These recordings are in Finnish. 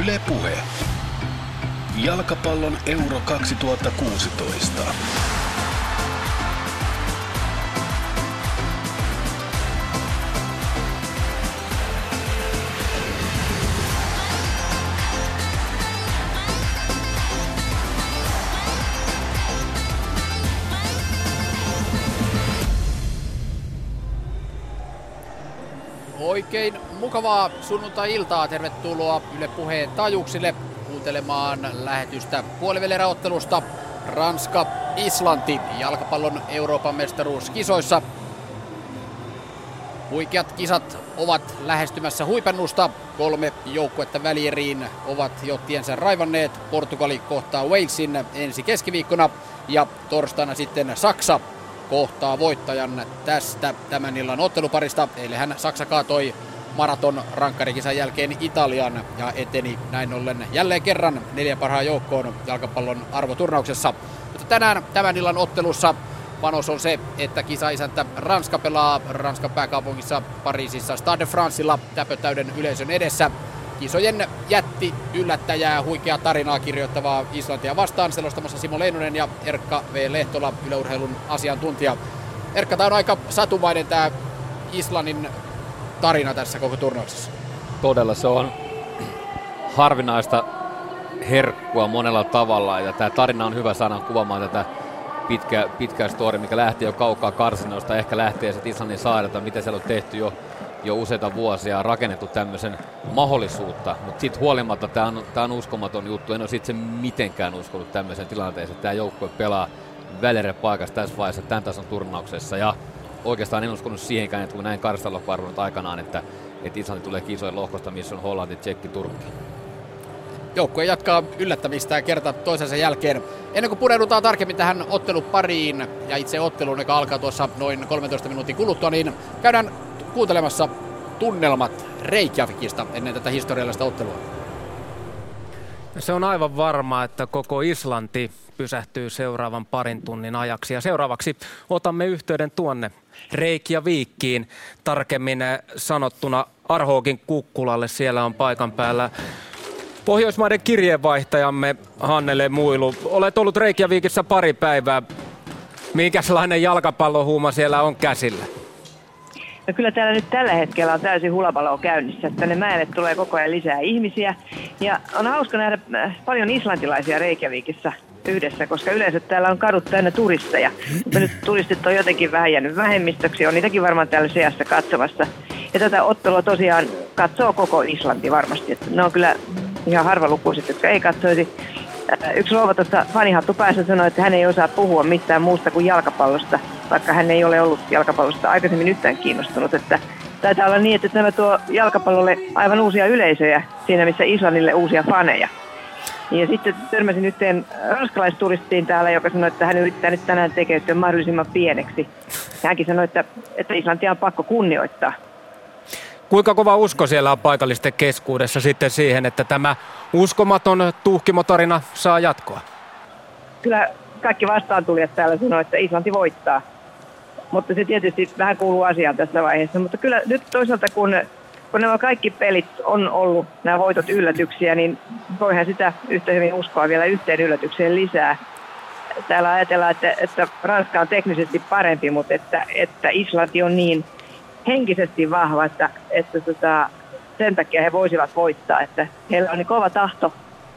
Yle Puhe. Jalkapallon Euro 2016. Oikein mukavaa sunnuntai-iltaa. Tervetuloa Yle Puheen taajuuksille kuuntelemaan lähetystä puolivälieräottelusta Ranska-Islanti jalkapallon Euroopan mestaruuskisoissa. Huikeat kisat ovat lähestymässä huipennusta. 3 joukkuetta välieriin ovat jo tiensä raivanneet. Portugali kohtaa Walesin ensi keskiviikkona ja torstaina sitten Saksa kohtaa voittajan tästä tämän illan otteluparista. Eilenhän Saksa kaatoi maraton rankkarikisan jälkeen Italian ja eteni näin ollen jälleen kerran 4 parhaan joukkoon jalkapallon arvoturnauksessa. Mutta tänään tämän illan ottelussa panos on se, että kisaisäntä Ranska pelaa Ranskan pääkaupungissa Pariisissa Stade de Francella täpötäyden yleisön edessä. Kisojen jätti yllättäjää huikeaa tarinaa kirjoittavaa Islantia vastaan selostamassa Simo Leinonen ja Erkka V. Lehtola, yleurheilun asiantuntija. Erkka, tämä on aika satumainen tämä Islannin tarina tässä koko turnauksessa. Todella se on harvinaista herkkua monella tavalla ja tämä tarina on hyvä sana kuvaamaan tätä pitkää story, mikä lähti jo kaukaa karsinoista, ehkä lähtee sitten Islannin saarelta, mitä siellä on tehty jo useita vuosia, rakennettu tämmöisen mahdollisuutta, mutta sitten huolimatta tämä on uskomaton juttu, en ole itse mitenkään uskonut tämmöiseen tilanteeseen, että tämä joukkue pelaa välieräpaikassa tässä vaiheessa tämän tason turnauksessa ja oikeastaan en uskonut siihenkään, että kun näin karstalossa arvonnut aikanaan, että Islanti tulee kisojen lohkosta, missä on Hollanti, Tsekki, Turkki. Joukkue jatkaa yllättämistä kerta toisensa jälkeen. Ennen kuin pureudutaan tarkemmin tähän ottelupariin ja itse otteluun, joka alkaa tuossa noin 13 minuutin kuluttua, niin käydään kuuntelemassa tunnelmat Reykjavikista ennen tätä historiallista ottelua. Se on aivan varma, että koko Islanti pysähtyy seuraavan parin tunnin ajaksi. Ja seuraavaksi otamme yhteyden tuonne Reykjavikkiin, tarkemmin sanottuna Arhookin kukkulalle. Siellä on paikan päällä Pohjoismaiden kirjeenvaihtajamme Hannele Muilu. Olet ollut Reykjavikissa pari päivää. Minkälainen jalkapallohuuma siellä on käsillä? No kyllä täällä nyt tällä hetkellä on täysin hulapalo käynnissä. Tänne mäelle tulee koko ajan lisää ihmisiä. Ja on hauska nähdä paljon islantilaisia Reykjavikissa yhdessä, koska yleensä täällä on kadut täynnä turisteja. Mutta nyt turistit on jotenkin vähän jäänyt vähemmistöksi. On niitäkin varmaan täällä seassa katsomassa. Ja tätä ottelua tosiaan katsoo koko Islanti varmasti. Että ne on kyllä ihan harvalukuiset, jotka ei katsoisi. Yksi rouva tuossa fanihattu päässä sanoi, että hän ei osaa puhua mistään muusta kuin jalkapallosta, vaikka hän ei ole ollut jalkapallosta aikaisemmin yhtään kiinnostunut. Että taitaa olla niin, että tämä tuo jalkapallolle aivan uusia yleisöjä siinä, missä Islannille uusia faneja. Ja sitten törmäsin yhteen ranskalaisturistiin täällä, joka sanoi, että hän yrittää nyt tänään tekeytyä mahdollisimman pieneksi. Hänkin sanoi, että Islantia on pakko kunnioittaa. Kuinka kova usko siellä on paikallisten keskuudessa sitten siihen, että tämä uskomaton tuhkimotarina saa jatkoa? Kyllä kaikki vastaantulijat täällä sanoo, että Islanti voittaa. Mutta se tietysti vähän kuuluu asiaan tässä vaiheessa. Mutta kyllä nyt toisaalta, kun nämä kaikki pelit on ollut, nämä voitot yllätyksiä, niin voihan sitä yhtä hyvin uskoa vielä yhteen yllätykseen lisää. Täällä ajatellaan, että Ranska on teknisesti parempi, mutta että Islanti on niin henkisesti vahva, että sen takia he voisivat voittaa, että heillä on niin kova tahto.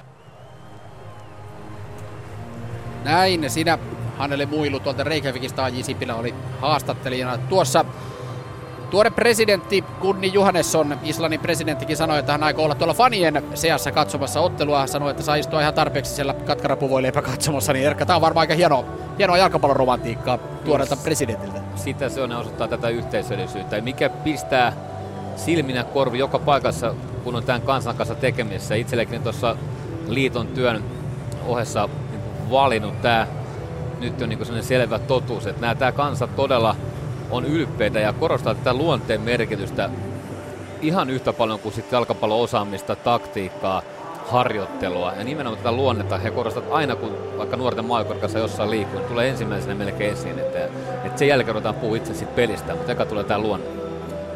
Näin, siinä Hannele Muilu tuolta Reykjavikista. A.J. Sipilä oli haastattelijana tuossa. Tuore presidentti Gunni Johannesson, Islannin presidenttikin, sanoi, että hän aikoo olla tuolla fanien seassa katsomassa ottelua. Sanoi, että saa istua ihan tarpeeksi siellä katkarapuvoileipä katsomassa. Niin Erkka, tämä on varmaan aika hienoa jalkapalloromantiikkaa tuoreelta presidentiltä. Sitä se on, osoittaa tätä yhteisöllisyyttä. Mikä pistää silminä korvi joka paikassa, kun on tämän kansan kanssa tekemisissä. Itsellekin tuossa liiton työn ohessa valinnut tämä nyt on niin sellainen selvä totuus, että tämä kansa todella on ylpeitä ja korostaa tätä luonteen merkitystä ihan yhtä paljon kuin sitten jalkapallo-osaamista, taktiikkaa, harjoittelua ja nimenomaan tätä luonnetta. He korostavat aina, kun vaikka nuorten maajoukkueiden kanssa jossain liikkuu, niin tulee ensimmäisenä melkein esiin, että sen jälkeen ruvetaan puhua itse siitä pelistä, mutta eka tulee tämä luonne.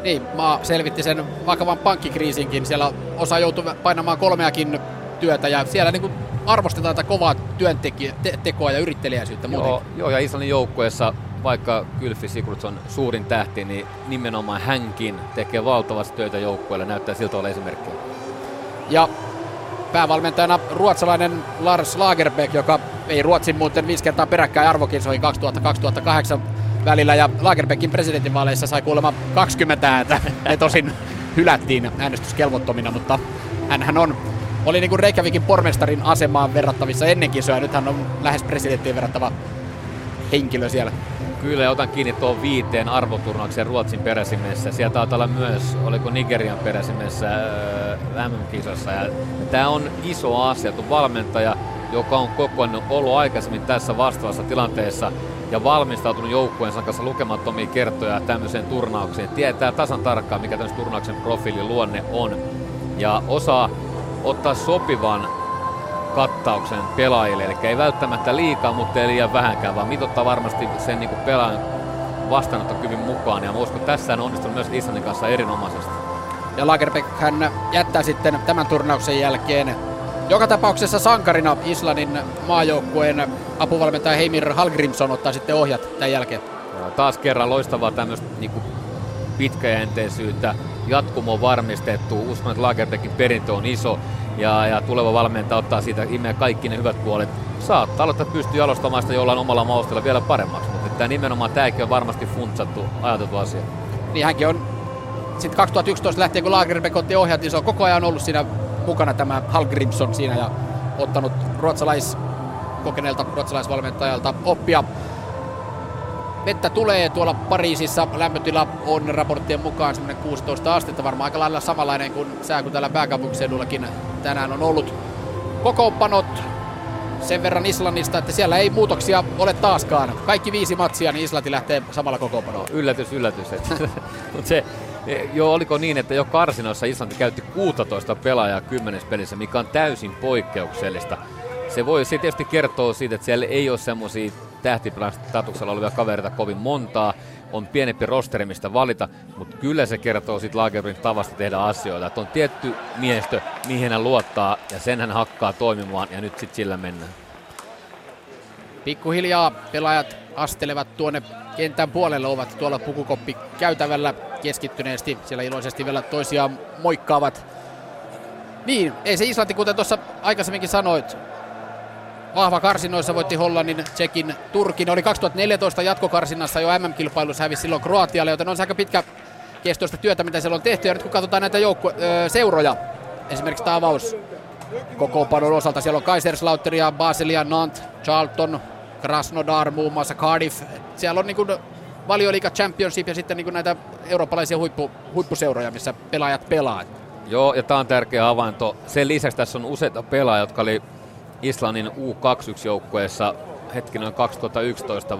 Niin, maa selvitti sen vakavan pankkikriisinkin. Siellä osa joutui painamaan 3 työtä ja siellä niin kuin arvostetaan tätä kovaa työntekoa ja yrittelijäisyyttä muutenkin. Joo, ja Islannin joukkueessa, vaikka Gylfi Sigurdsson on suurin tähti, niin nimenomaan hänkin tekee valtavasti töitä joukkueelle, näyttää siltä olla esimerkkiä. Ja päävalmentajana ruotsalainen Lars Lagerbeck, joka ei Ruotsin muuten 5 kertaa peräkkäin arvokisoihin 2000-2008 välillä, ja Lagerbeckin presidentinvaaleissa sai kuulemma 20 ääntä. Ne tosin hylättiin äänestyskelvottomina, mutta hänhän oli niin kuin Reykjavikin pormestarin asemaan verrattavissa ennen kisoja. Nyt hän on lähes presidenttiin verrattava henkilö siellä. Kyllä, ja otan kiinni tuon 5 arvoturnaukseen Ruotsin peräsimessä. Sieltä taitaa olla myös, oliko Nigerian peräsimessä MM-kisossa. Tämä on iso asia, tuon valmentaja, joka on kokoonut ollut aikaisemmin tässä vastaavassa tilanteessa ja valmistautunut joukkueensa kanssa lukemattomia kertoja tämmöiseen turnaukseen. Tietää tasan tarkkaan, mikä tämmöisen turnauksen profiilin luonne on. Ja osaa ottaa sopivan kattauksen pelaajille, eli ei välttämättä liikaa, mutta ei liian vähänkään, vaan mitottaa varmasti sen niin kuin pelaajan vastaanottokyvyn mukaan. Ja uskon, että tässä on onnistunut myös Islannin kanssa erinomaisesti. Ja Lagerbeck hän jättää sitten tämän turnauksen jälkeen joka tapauksessa sankarina Islannin maajoukkueen apuvalmentaja Heimir Hallgrímsson ottaa sitten ohjat tämän jälkeen. Ja taas kerran loistavaa tämmöistä niin kuin pitkäjänteisyyttä, jatkumo varmistettu. Uskon, että Lagerbeckin perintö on iso ja tuleva valmentaja ottaa siitä imeä kaikki ne hyvät puolet. Saattaa olla, että pystyy jalostamaan sitä jollain omalla maustella vielä paremmaksi, mutta tämäkin on varmasti funtsattu, ajateltu asia. Niin hänkin on sitten 2011 lähtien, kun Lagerbeck otti ohjat, niin se on koko ajan ollut siinä mukana tämä Hallgrímsson siinä ja ottanut kokeneelta ruotsalaisvalmentajalta oppia. Vettä tulee tuolla Pariisissa, lämpötila on raporttien mukaan semmoinen 16 astetta, varmaan aika lailla samanlainen kuin sää kuin täällä pääkaupunkiseudullakin tänään on ollut. Kokoonpanot sen verran Islannista, että siellä ei muutoksia ole taaskaan. Kaikki 5 matsia, niin Islanti lähtee samalla kokoonpanolla. Yllätys. Mutta se, oliko niin, että jo karsinoissa Islanti käytti 16 pelaajaa 10 pelissä, mikä on täysin poikkeuksellista. Se tietysti kertoo siitä, että siellä ei ole semmoisia tähtipelastatuksella olevia kavereita kovin montaa. On pienempi rosteri, mistä valita, mutta kyllä se kertoo siitä Lagerbäckin tavasta tehdä asioita. Että on tietty miestö, mihin hän luottaa ja sen hän hakkaa toimimaan ja nyt sitten sillä mennään. Pikkuhiljaa pelaajat astelevat tuonne kentän puolelle, ovat tuolla pukukoppi käytävällä keskittyneesti. Siellä iloisesti vielä toisiaan moikkaavat. Niin, ei se Islanti, kuten tuossa aikaisemminkin sanoit, vahva karsinoissa voitti Hollannin, Tšekin, Turkin. Oli 2014 jatkokarsinnassa jo MM-kilpailussa, hävisi silloin Kroatialle, joten on se aika pitkäkestoista työtä, mitä siellä on tehty. Ja nyt kun katsotaan näitä seuroja, esimerkiksi tämä avaus kokoonpanon osalta, siellä on Kaiserslauteria, Baselia, Nantes, Charlton, Krasnodar muun muassa, Cardiff. Siellä on niin kuin Valioliiga Championship ja sitten niin kuin näitä eurooppalaisia huippuseuroja, missä pelaajat pelaa. Joo, ja tämä on tärkeä havainto. Sen lisäksi tässä on useita pelaajia, jotka oli Islannin U21-joukkueessa noin 2011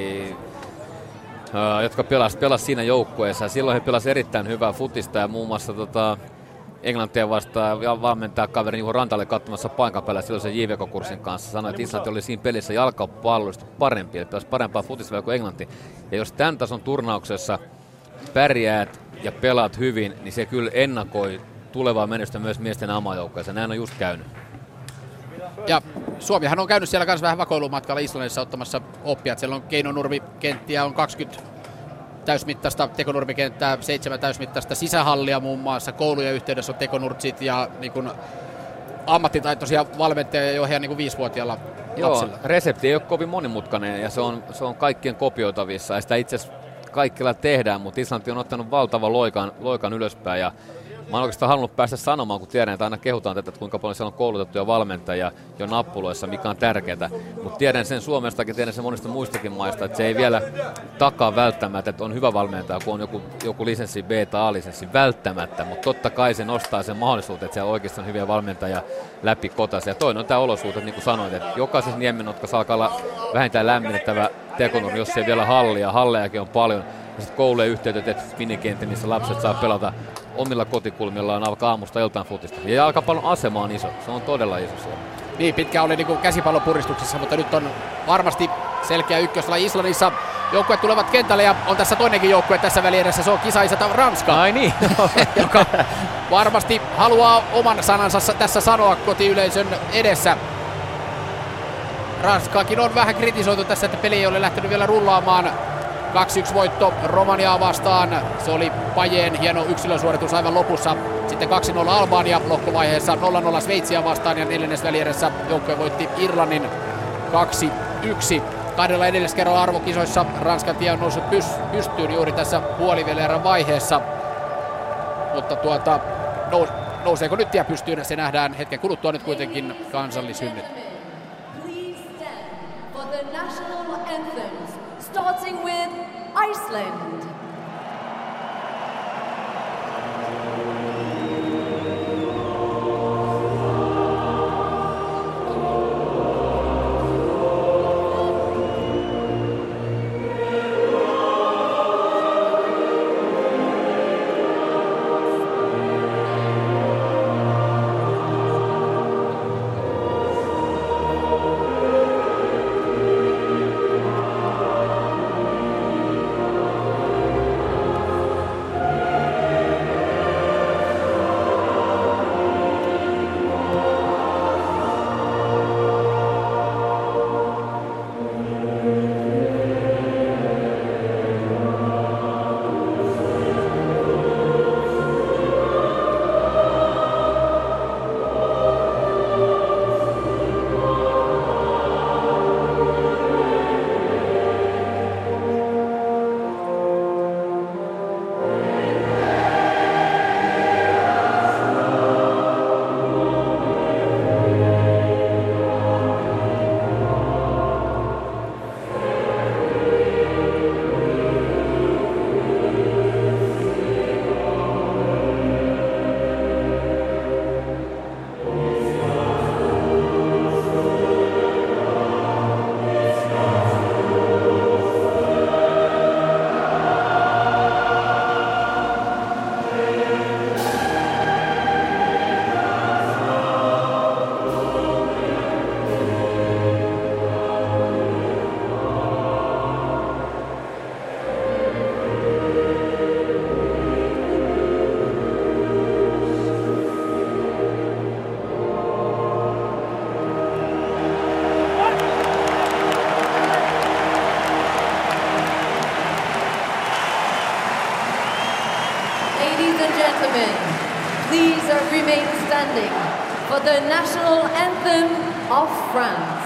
jotka pelasi siinä joukkueessa. Silloin he pelasivat erittäin hyvää futista ja muun muassa Englantia vastaan ja valmentaa kaveri Juho Rantalle katsomassa paikan päällä silloin JVK-kurssin kanssa. Sanoi, että Islanti oli siinä pelissä jalkapallollisesti parempi, että pelasi parempaa futista kuin Englanti. Ja jos tämän tason turnauksessa pärjäät ja pelaat hyvin, niin se kyllä ennakoi tulevaa menestystä myös miesten amajoukkueessa. Näin on just käynyt. Ja Suomihan on käynyt siellä kanssa vähän vakoilumatkalla Islannissa ottamassa oppia. Siellä on keinonurmikenttiä, on 20 täysmittaista tekonurmikenttää, 7 täysmittaista sisähallia muun muassa. Koulujen yhteydessä on tekonurtsit ja niin kuin ammattitaitoisia valmentajia jo ihan niin kuin 5-vuotiailla lapsilla. Resepti ei ole kovin monimutkainen ja se on kaikkien kopioitavissa. Ja sitä itse asiassa kaikilla tehdään, mutta Islanti on ottanut valtavan loikan ylöspäin. Ja mä oon oikeastaan halunnut päästä sanomaan, kun tiedän, että aina kehutaan tätä, että kuinka paljon siellä on koulutettuja valmentajia jo nappuloissa, mikä on tärkeää. Mutta tiedän sen Suomestakin, tiedän sen monista muistakin maista, että se ei vielä takaa välttämättä, että on hyvä valmentaja, kun on joku lisenssi B tai A-lisenssi välttämättä. Mutta totta kai se nostaa sen mahdollisuuden, että siellä oikeasti on hyviä valmentajia läpi kotassa. Ja toinen on tämä olosuhteet, niin kuin sanoit, että jokaisessa niemenotkassa alkaa olla vähintään lämminettävä tekonurmi, jos ei vielä hallejakin on paljon. Ja sitten koulujen yhteydet, että minikenttä, missä lapset saa pelata omilla kotikulmillaan alkaa aamusta iltaan futista. Ja jalkapallon asema on iso, se on todella iso siellä. Niin, pitkään oli niin käsipallopuristuksessa, mutta nyt on varmasti selkeä ykköslaji Islannissa. joukkueet tulevat kentälle ja on tässä toinenkin joukkue tässä välierässä, se on kisaisata Ranska. Ai niin. Joka varmasti haluaa oman sanansa tässä sanoa kotiyleisön edessä. Ranskaakin on vähän kritisoitu tässä, että peli ei ole lähtenyt vielä rullaamaan. 2-1 voitto Romaniaa vastaan. Se oli Pajeen hieno yksilösuoritus aivan lopussa. Sitten 2-0 Albania lohkovaiheessa, 0-0 Sveitsiä vastaan ja neljännesvälierässä joukkue voitti Irlannin 2-1. Kahdella edelliskerralla arvokisoissa Ranskan tie on noussut pystyyn juuri tässä puolivälierän vaiheessa. Mutta nouseeko nyt tie pystyyn, se nähdään hetken kuluttua. Nyt kuitenkin kansallishymnyt. The national anthems, starting with Iceland. Please remain standing for the national anthem of France.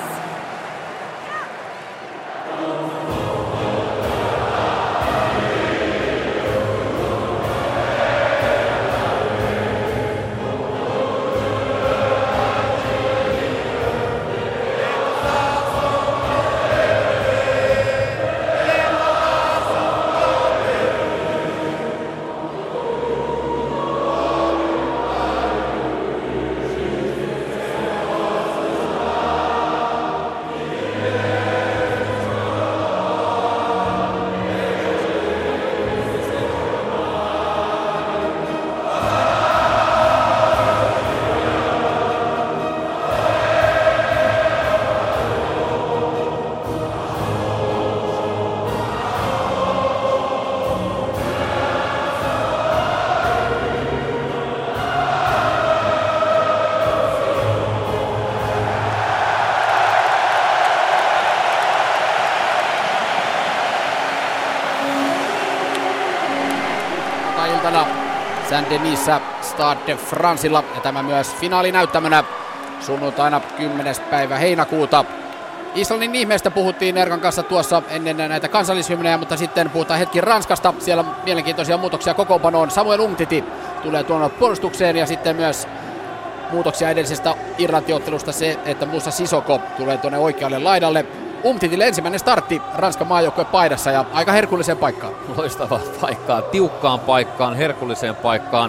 Saint-Denisissa Stade de Francella ja tämä myös finaalinäyttämönä sunnuntaina 10. päivä heinäkuuta. Islannin ihmeestä puhuttiin Erkan kanssa tuossa ennen näitä kansallishymnejä, mutta sitten puhutaan hetki Ranskasta. Siellä on mielenkiintoisia muutoksia kokoonpanoon. Samuel Umtiti tulee tuonne puolustukseen ja sitten myös muutoksia edellisestä Irlanti-ottelusta se, että Moussa Sissoko tulee tuonne oikealle laidalle. Umtitille ensimmäinen startti Ranskan maajoukkueen paidassa ja aika herkulliseen paikkaan. Loistavaa paikkaa, tiukkaan paikkaan, herkulliseen paikkaan.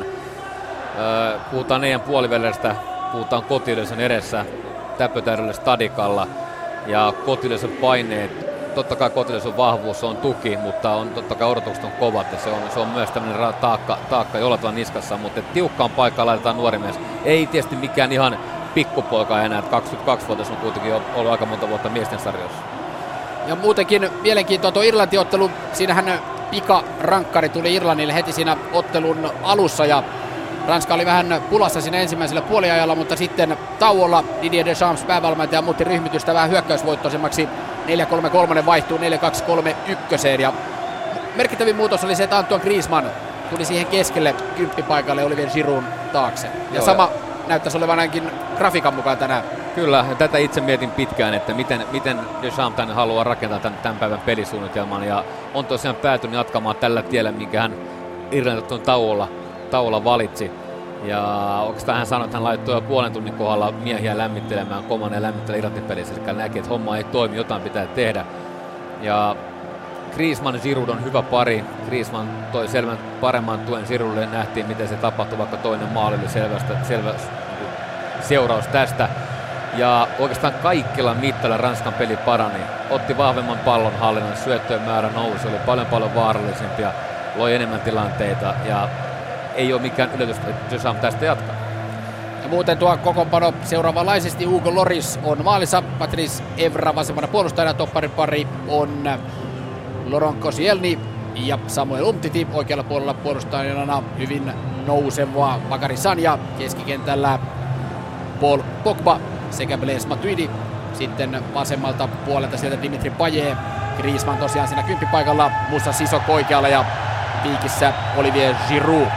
Puhutaan EM puolivälistä, puhutaan kotiyleisön edessä, täpötäydellä stadikalla ja kotiyleisön paineet. Totta kai kotiyleisön vahvuus on tuki, mutta on, totta kai odotukset on kovat ja se on myös tämmöinen taakka jollain tavalla niskassa, mutta tiukkaan paikkaan laitetaan nuori mies. Ei tietysti mikään ihan pikkupoika enää, 22-vuotias on kuitenkin ollut aika monta vuotta miesten sarjoissa. Ja muutenkin mielenkiintoa tuo Irlanti-ottelu. Siinähän pikarankkari tuli Irlannille heti siinä ottelun alussa ja Ranska oli vähän pulassa siinä ensimmäisellä puoliajalla, mutta sitten tauolla Didier Deschamps päävalmentaja muutti ryhmitystä vähän hyökkäysvoittoisemmaksi. 4-3-3 vaihtuu 4-2-3-1 ja merkittävin muutos oli se, että Antoine Griezmann tuli siihen keskelle kymppipaikalle Olivier Giroud'n taakse. Ja sama näyttäisi olevan ainakin grafiikan mukaan tänään. Kyllä, ja tätä itse mietin pitkään, että miten Deschamps tänne haluaa rakentaa tämän päivän pelisuunnitelman. Ja on tosiaan päätynyt jatkamaan tällä tiellä, minkä hän Irlannin tauolla valitsi. Ja oikeastaan hän sanoi, että hän laittoi jo puolen tunnin kohdalla miehiä lämmittelemään koman ja lämmittelemään Irlannin pelissä. Eli näki, että homma ei toimi, jotain pitää tehdä. Ja Griezmann Giroud on hyvä pari. Griezmann toi selvän paremman tuen Giroudille. Nähtiin, miten se tapahtui, vaikka toinen maali oli selvä seuraus tästä. Ja oikeastaan kaikilla mittailla Ranskan peli parani. Otti vahvemman pallon hallinnan, syöttöjen määrä nousi, oli paljon vaarallisempia, loi enemmän tilanteita ja ei ole mikään yllätys, että Deschamps tästä jatkaa. Ja muuten tuo kokoonpano seuraavanlaisesti: Hugo Lloris on maalissa, Patrice Evra vasemmana puolustajana, topparipari on Laurent Koscielny ja Samuel Umtiti oikealla puolella puolustajana hyvin nouseva Bakary Sagna, keskikentällä Paul Pogba sekä Blaise Matuidi. Sitten vasemmalta puolelta sieltä Dimitri Payet, Griezmann tosiaan siinä kymppipaikalla, Moussa Sissoko oikealla ja piikissä Olivier Giroud.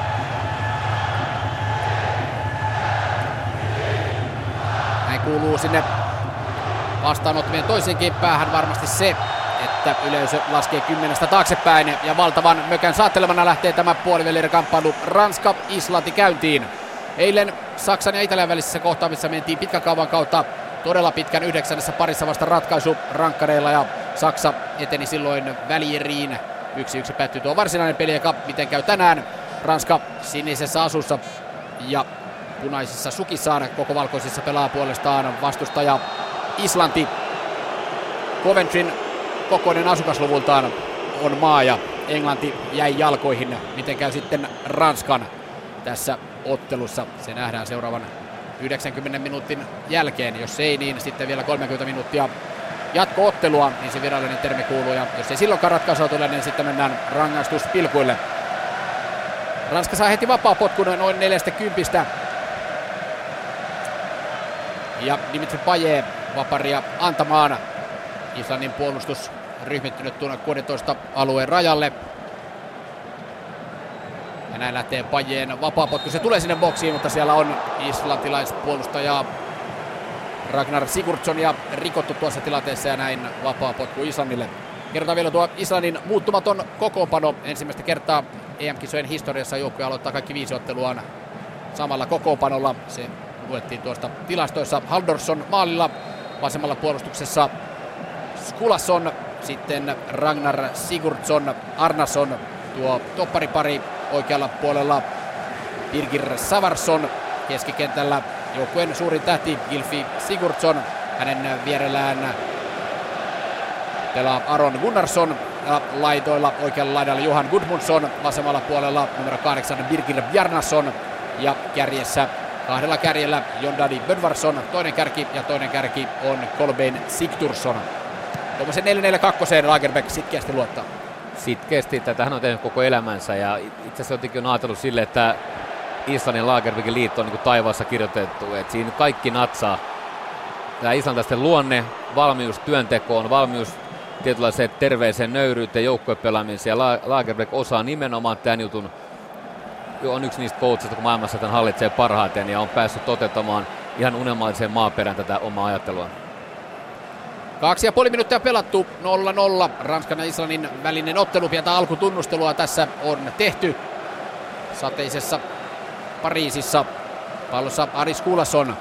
Näin kuuluu sinne vastaanottamien toiseenkin päähän varmasti se, että yleisö laskee 10 taaksepäin ja valtavan mökän saattelemana lähtee tämä puolivälierä-kamppailu Ranska-Islanti käyntiin. Eilen Saksan ja Italian välisessä kohtaamisessa mentiin pitkän kauan kautta todella pitkän 9. parissa vasta ratkaisu rankkareilla ja Saksa eteni silloin välieriin. 1-1 päättyi tuo varsinainen peli, ja miten käy tänään. Ranska sinisessä asussa ja punaisissa sukissaan, koko valkoisissa pelaa puolestaan vastustaja Islanti. Coventryn kokoinen asukasluvultaan on maa ja Englanti jäi jalkoihin. Miten käy sitten Ranskan tässä ottelussa? Se nähdään seuraavan 90 minuutin jälkeen. Jos ei, niin sitten vielä 30 minuuttia jatko-ottelua, niin se virallinen termi kuuluu. Ja jos ei silloinkaan ratkaisua tule, niin sitten mennään rangaistuspilkuille. Ranska saa heti vapaapotkun noin 40. Ja Dimitri Payet vaparia antamaan. Islannin puolustus ryhmittynyt tuonne 16 alueen rajalle. Ja näin lähtee Payeten vapaapotku. Se tulee sinne boksiin, mutta siellä on islantilaispuolustaja Ragnar Sigurdssonia rikottu tuossa tilanteessa ja näin vapaapotku Islannille. Kerrotaan vielä tuo Islannin muuttumaton kokoonpano. Ensimmäistä kertaa EM-kisojen historiassa joukkue aloittaa kaikki 5 otteluaan samalla kokoonpanolla. Se luettiin tuosta tilastoissa. Haldorsson maalilla, vasemmalla puolustuksessa Skulason, sitten Ragnar Sigurdsson, Arnason, tuo topparipari oikealla puolella Birgir Savarsson, keskikentällä joukkueen suurin tähti Gylfi Sigurdsson, hänen vierellään pelaa Aron Gunnarsson, laitoilla oikealla laidalla Johan Gudmundsson, vasemmalla puolella numero 8 Birgir Bjarnason ja kärjessä kahdella kärjellä Jon Dadi Bödvarsson, toinen kärki ja toinen kärki on Kolbeinn Sigthursson. Tuommoisen 4-4-2 Lagerbeck sitkeästi luottaa. Sitkeästi, tätähän on tehnyt koko elämänsä ja itse asiassa jotenkin on ajatellut sille, että Islannin ja Lagerbäckin liitto on niin kuin taivaassa kirjoitettu, että siinä kaikki natsaa. Tämä islantilaisten luonne, valmius työntekoon, valmius tietynlaiseen terveeseen nöyryyteen, joukkuepelaamiseen ja Lagerbeck osaa nimenomaan tämän jutun. On yksi niistä coachista, kun maailmassa tämän hallitsee parhaiten ja on päässyt toteuttamaan ihan unelmalliseen maaperään tätä omaa ajattelua. 2,5 minuuttia pelattu, 0-0. Ranskan ja Islannin välinen ottelu, pientä alkutunnustelua tässä on tehty sateisessa Pariisissa. Pallossa Aris Skulason.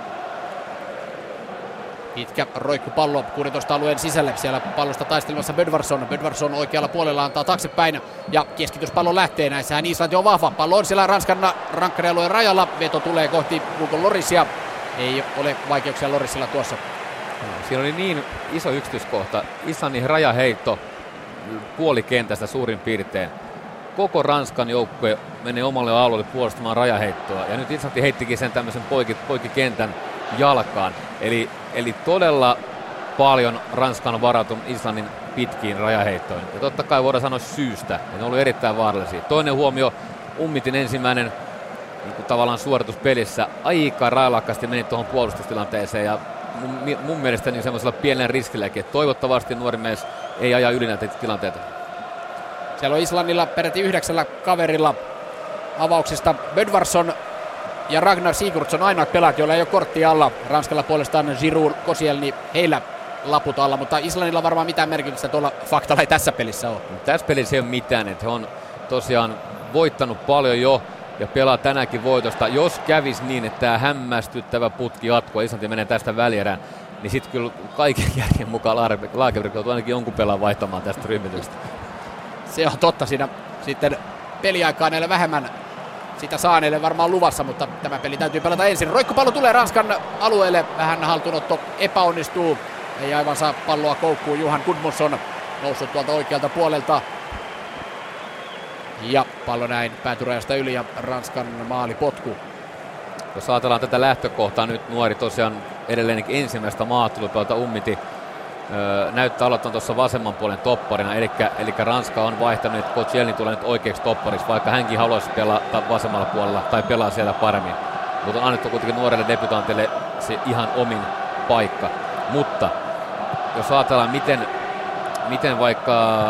Pitkä roikkupallo 16 alueen sisälle. Siellä pallosta taistelemassa Bödvarsson. Bödvarsson oikealla puolella antaa taaksepäin ja keskityspallo lähtee. Näissähän Islanti on vahva. Pallo on siellä Ranskan rankkarialueen rajalla. Veto tulee kohti Hugo Llorisia. Ei ole vaikeuksia Llorisilla tuossa. Siinä oli niin iso yksityiskohta. Islannin rajaheitto puolikentästä suurin piirtein. Koko Ranskan joukkue menee omalle alueelle puolustamaan rajaheittoa. Ja nyt Islanti heittikin sen tämmöisen poikikentän jalkaan. Eli todella paljon Ranska on varautunut Islannin pitkiin rajaheittoihin. Ja totta kai voidaan sanoa syystä, ja ne on ollut erittäin vaarallisia. Toinen huomio, Ummitin ensimmäinen niin kuin tavallaan suorituspelissä aika railakkaasti meni tuohon puolustustilanteeseen, ja mun mielestä niin semmoisella pienellä riskilläkin, että toivottavasti nuori mies ei aja yli näitä tilanteita. Siellä on Islannilla peräti 9 kaverilla avauksista Bödvarsson ja Ragnar Sigurdsson ainoat pelaat, joilla ei ole korttia alla. Ranskalla puolestaan Giroud, Koscielny, heillä laput alla, mutta Islannilla varmaan mitään merkitystä tuolla faktalla ei tässä pelissä ole. Tässä pelissä ei ole mitään, että he on tosiaan voittanut paljon jo ja pelaa tänäänkin voitosta. Jos kävisi niin, että tämä hämmästyttävä putki jatkuu, Islanti menee tästä välierään, niin sitten kyllä kaiken järjen mukaan Lagerberg joutuu ainakin jonkun pelaan vaihtamaan tästä ryhmityksestä. Se on totta, siinä sitten peliaikaa näille vähemmän sitä saaneille varmaan luvassa, mutta tämä peli täytyy pelata ensin. Roikkupallo tulee Ranskan alueelle, vähän haltuunotto epäonnistuu, ei aivan saa palloa koukkuun. Johan Gudmundsson noussut tuolta oikealta puolelta. Ja pallo näin päätyrajasta yli ja Ranskan maalipotku. Jos ajatellaan tätä lähtökohtaa, nyt nuori tosiaan edelleen ensimmäistä maaottelupuolta Ummiti näyttää aloittaa tuossa vasemman puolen topparina, eli Ranska on vaihtanut, että Koscielny tulee nyt oikeaksi toppariksi, vaikka hänkin haluaisi pelata vasemmalla puolella tai pelaa siellä paremmin. Mutta on annettu kuitenkin nuorelle debutantille se ihan omin paikka. Mutta jos ajatellaan, miten vaikka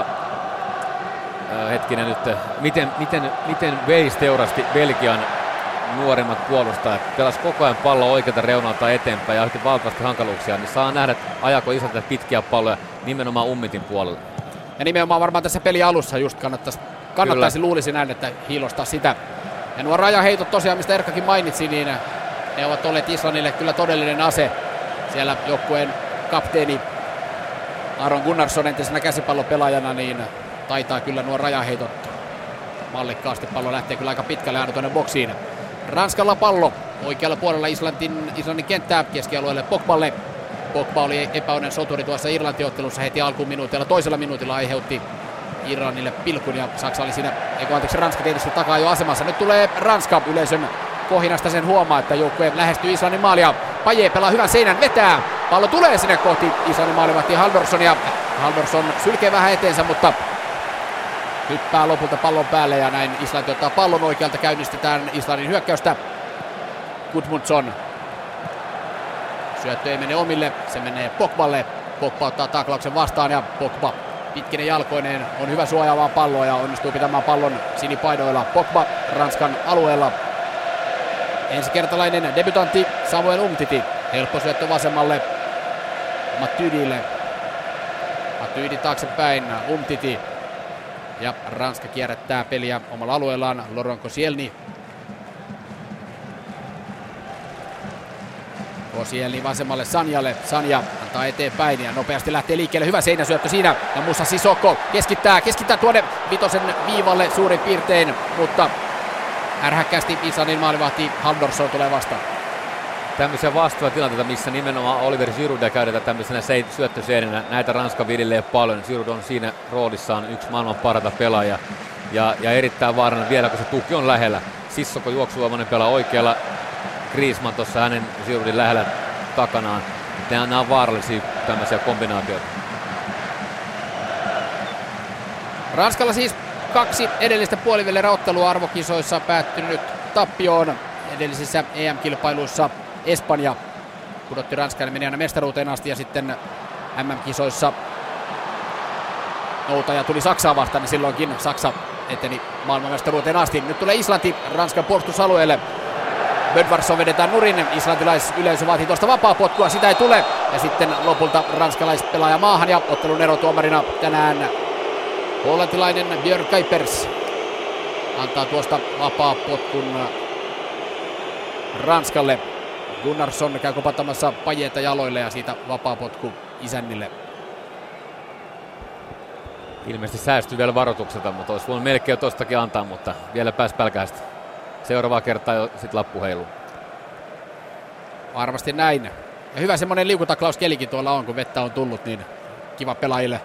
miten Wales teurasti Belgian nuoremmat puolustajat, pelasi koko ajan pallo oikealta reunalta eteenpäin ja yhtä valtavasti hankaluuksia, niin saa nähdä, että ajako Islanti pitkiä palloja nimenomaan Ummitin puolella. Ja nimenomaan varmaan tässä peli alussa just kannattaisi luulisi näin, että hiilostaa sitä. Ja nuo rajaheitot tosiaan, mistä Erkkakin mainitsi, niin ne ovat olleet Islannille kyllä todellinen ase. Siellä joukkueen kapteeni Aron Gunnarsson entisenä käsipallopelaajana, niin taitaa kyllä nuo rajaheitot mallikkaasti. Pallo lähtee kyllä aika pitkälle aina tuonne boksiin. Ranskalla pallo oikealla puolella Islannin kenttää keskialueelle Pogballe. Pogba oli epäonnen soturi tuossa Irlanti-ottelussa heti alkuminuutilla. Toisella minuutilla aiheutti Irlannille pilkun ja Saksa oli siinä, Ranska tietysti takaa jo asemassa. Nyt tulee Ranska yleisön kohinasta, sen huomaa, että joukkue lähestyy Islannin maalia. Payet pelaa hyvän seinän, vetää. Pallo tulee sinne kohti Islannin maalivahti Haldorsson ja Haldorsson sylkee vähän eteensä, mutta hyppää lopulta pallon päälle ja näin Islanti ottaa pallon oikealta, käynnistetään Islannin hyökkäystä. Gudmundsson. Syöttö ei mene omille, se menee Pogballe. Pogba ottaa taklauksen vastaan ja Pogba pitkinen jalkoineen on hyvä suojaamaan palloa ja onnistuu pitämään pallon sinipaidoilla. Pogba Ranskan alueella. Ensikertalainen debutantti Samuel Umtiti. Helppo syöttö vasemmalle Matydille. Matydi taaksepäin, Umtiti. Ja Ranska kierrättää peliä omalla alueellaan. Laurent Koscielny. Koscielny vasemmalle Sanjalle. Sanja antaa eteenpäin ja nopeasti lähtee liikkeelle. Hyvä seinäsyöttö siinä. Ja Moussa Sissoko keskittää tuonne vitosen viivalle suurin piirtein. Mutta ärhäkkäästi Islannin maalivahti Haldorsson tulee vastaan. Tämmöisiä vastaavia tilanteita, missä nimenomaan Oliver Giroudia käytetään tämmöisenä syöttöseinänä. Näitä Ranska viljelee paljon. Giroud on siinä roolissaan yksi maailman parhaita pelaajia. Ja erittäin vaarallinen vielä, kun se tuki on lähellä. Sissoko juoksuvoimainen pelaa oikealla. Griezmann tuossa hänen Giroudin lähellä takanaan. Nämä on vaarallisia tämmöisiä kombinaatioita. Ranskalla siis 2 edellistä puolivälierä-ottelua arvokisoissa päättynyt tappioon. Edellisissä EM-kilpailuissa Espanja pudotti Ranskan ja meni aina mestaruuteen asti ja sitten MM-kisoissa noutaja tuli Saksaa vastaan, niin silloinkin Saksa eteni maailmanmestaruuteen asti. Nyt tulee Islanti Ranskan puolustusalueelle. Bödvarsson vedetään nurin, islantilaisyleisö vaatii tuosta vapaapotkua, sitä ei tule. Ja sitten lopulta ranskalaispelaaja maahan ja ottelun erotuomarina tänään hollantilainen Björn Kuipers antaa tuosta vapaapotkun Ranskalle. Gunnarsson käy kopattamassa Payeta jaloille ja siitä vapaapotku isännille. Ilmeisesti säästyy vielä varoitukselta, mutta olisi voinut melkein jo tostakin antaa, mutta vielä pääsi pälkähästä. Seuraavaa kertaa jo sitten lappu heiluu. Varmasti näin. Ja hyvä semmoinen liukutaklauskelikin tuolla on, kun vettä on tullut, niin kiva pelaajille.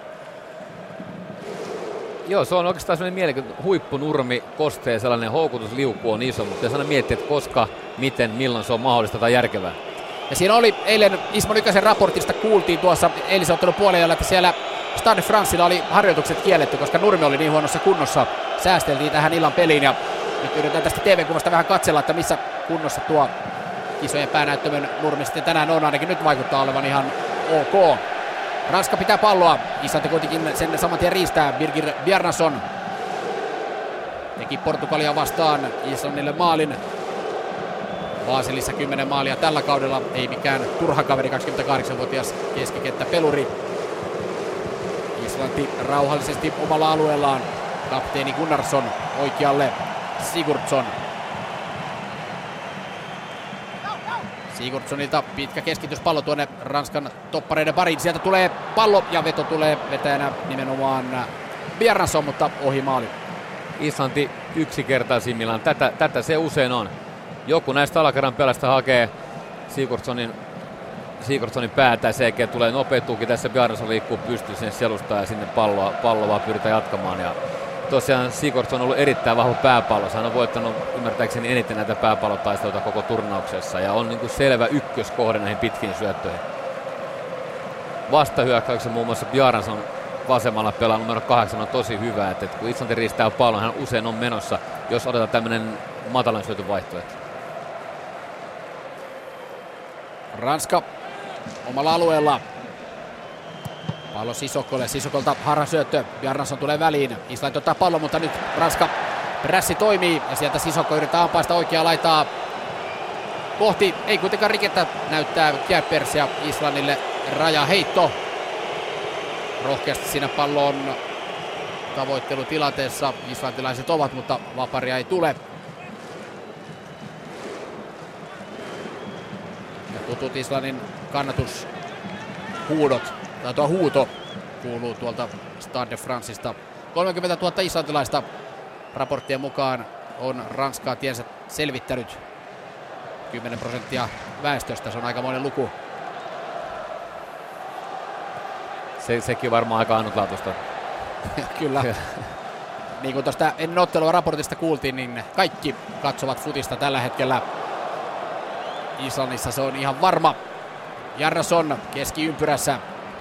Joo, se on oikeastaan sellainen mielenkiintoinen huippunurmi, kostee, sellainen houkutusliuku on iso, mutta jos aina miettii, että koska, miten, milloin se on mahdollista tai järkevää. Ja siinä oli eilen Ismo Nykäsen raportista kuultiin tuossa eilisen ottelun puolella, että siellä Stade Francella oli harjoitukset kielletty, koska nurmi oli niin huonossa kunnossa. Säästeltiin tähän illan peliin ja nyt yritetään tästä TV-kuvasta vähän katsella, että missä kunnossa tuo kisojen päänäyttömön nurmi sitten tänään on. Ainakin nyt vaikuttaa olevan ihan ok. Ranska pitää palloa. Islanti kuitenkin sen saman tien riistää. Birgir Bjarnason teki Portugalia vastaan Islannille maalin. Baselissa 10 maalia tällä kaudella. Ei mikään turha kaveri, 28-vuotias keskikenttäpeluri. Islanti rauhallisesti omalla alueellaan. Kapteeni Gunnarsson oikealle Sigurdsson. Sigurdssonilta pitkä keskityspallo tuonne Ranskan toppareiden pariin. Sieltä tulee pallo ja veto tulee vetäjänä nimenomaan Bjarnason, mutta ohi maali. Islanti yksinkertaisimmillaan. Tätä se usein on. Joku näistä alakerran pelasta hakee Sigurdssonin päätä ja sen tulee nopea tuki. Tässä Bjarnason liikkuu pystyyn sinne selustaan ja sinne palloa vaan pyritään jatkamaan. Ja tosiaan Sigurdsson on ollut erittäin vahva pääpallossa. Hän on voittanut ymmärtääkseni eniten näitä pääpallotaisteluita koko turnauksessa ja on niin kuin selvä ykköskohde näihin pitkiin syöttöihin. Vastahyökkäyksen muun muassa Bjarnason vasemmalla pelaa numero 8 on tosi hyvä, että kun Islanti riistää pallon, hän usein on menossa, jos otetaan tämmöinen matalan syötön vaihtoehto. Ranska omalla alueella. Pallo Sisokolle. Sisokolta harhasyöttö. Bjarnason tulee väliin. Islanti ottaa pallon, mutta nyt Ranska prässi toimii. Ja sieltä Sisoko yrittää ampaista oikeaa laitaa kohti. Ei kuitenkaan rikettä, näyttää Kjäpers ja Islannille rajaheitto. Rohkeasti siinä pallon tavoittelutilanteessa islantilaiset ovat, mutta vaparia ei tule. Ja tutut Islannin kannatushuudot. Tai tuo huuto kuuluu tuolta Stade de Francesta. 30 000 islantilaista raporttien mukaan on Ranskaa tiensä selvittänyt. 10% väestöstä, se on aikamoinen luku. Sekin varmaan aika ainutlaatuista. Kyllä. Niin kuin tuosta ennen ottelua raportista kuultiin, niin kaikki katsovat futista tällä hetkellä. Islannissa se on ihan varma. Jarrason keskiympyrässä.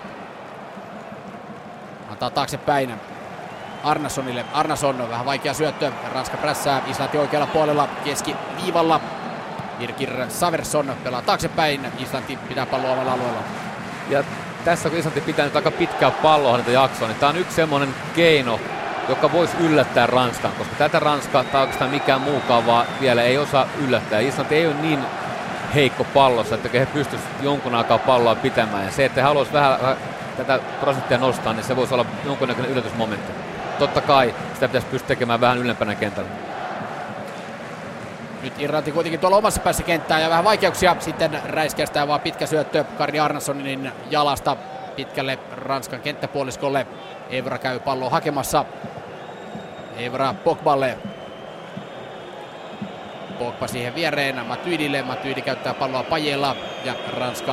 Antaa taaksepäin Arnasonille. Arnason vähän vaikea syöttö. Ranska prässää. Islanti oikealla puolella keskiviivalla. Birgir Saversson pelaa taaksepäin. Islanti pitää palloa omalla alueella. Ja tässä kun Islanti pitää nyt aika pitkää palloa jaksoa, niin tämä on yksi semmoinen keino, joka voisi yllättää Ranskan, koska tätä Ranskaa tai oikeastaan mikään muukaan vaan vielä ei osaa yllättää. Islanti ei ole niin heikko pallossa, että he pystyisivät jonkun aikaa palloa pitämään. Ja se, että he haluaisivat vähän tätä prosenttia nostaa, niin se voisi olla jonkunnäköinen yllätysmomentti. Totta kai sitä pitäisi pystyä tekemään vähän ylempänä kentällä. Nyt Irlanti kuitenkin tuolla omassa päässä kenttää ja vähän vaikeuksia. Sitten räiskästää vaan pitkä syöttö Kari Arnasonin jalasta pitkälle Ranskan kenttäpuoliskolle. Evra käy palloa hakemassa. Evra Pogballe. Pogba siihen viereen Matuidille. Matuidi käyttää palloa Pajella ja Ranska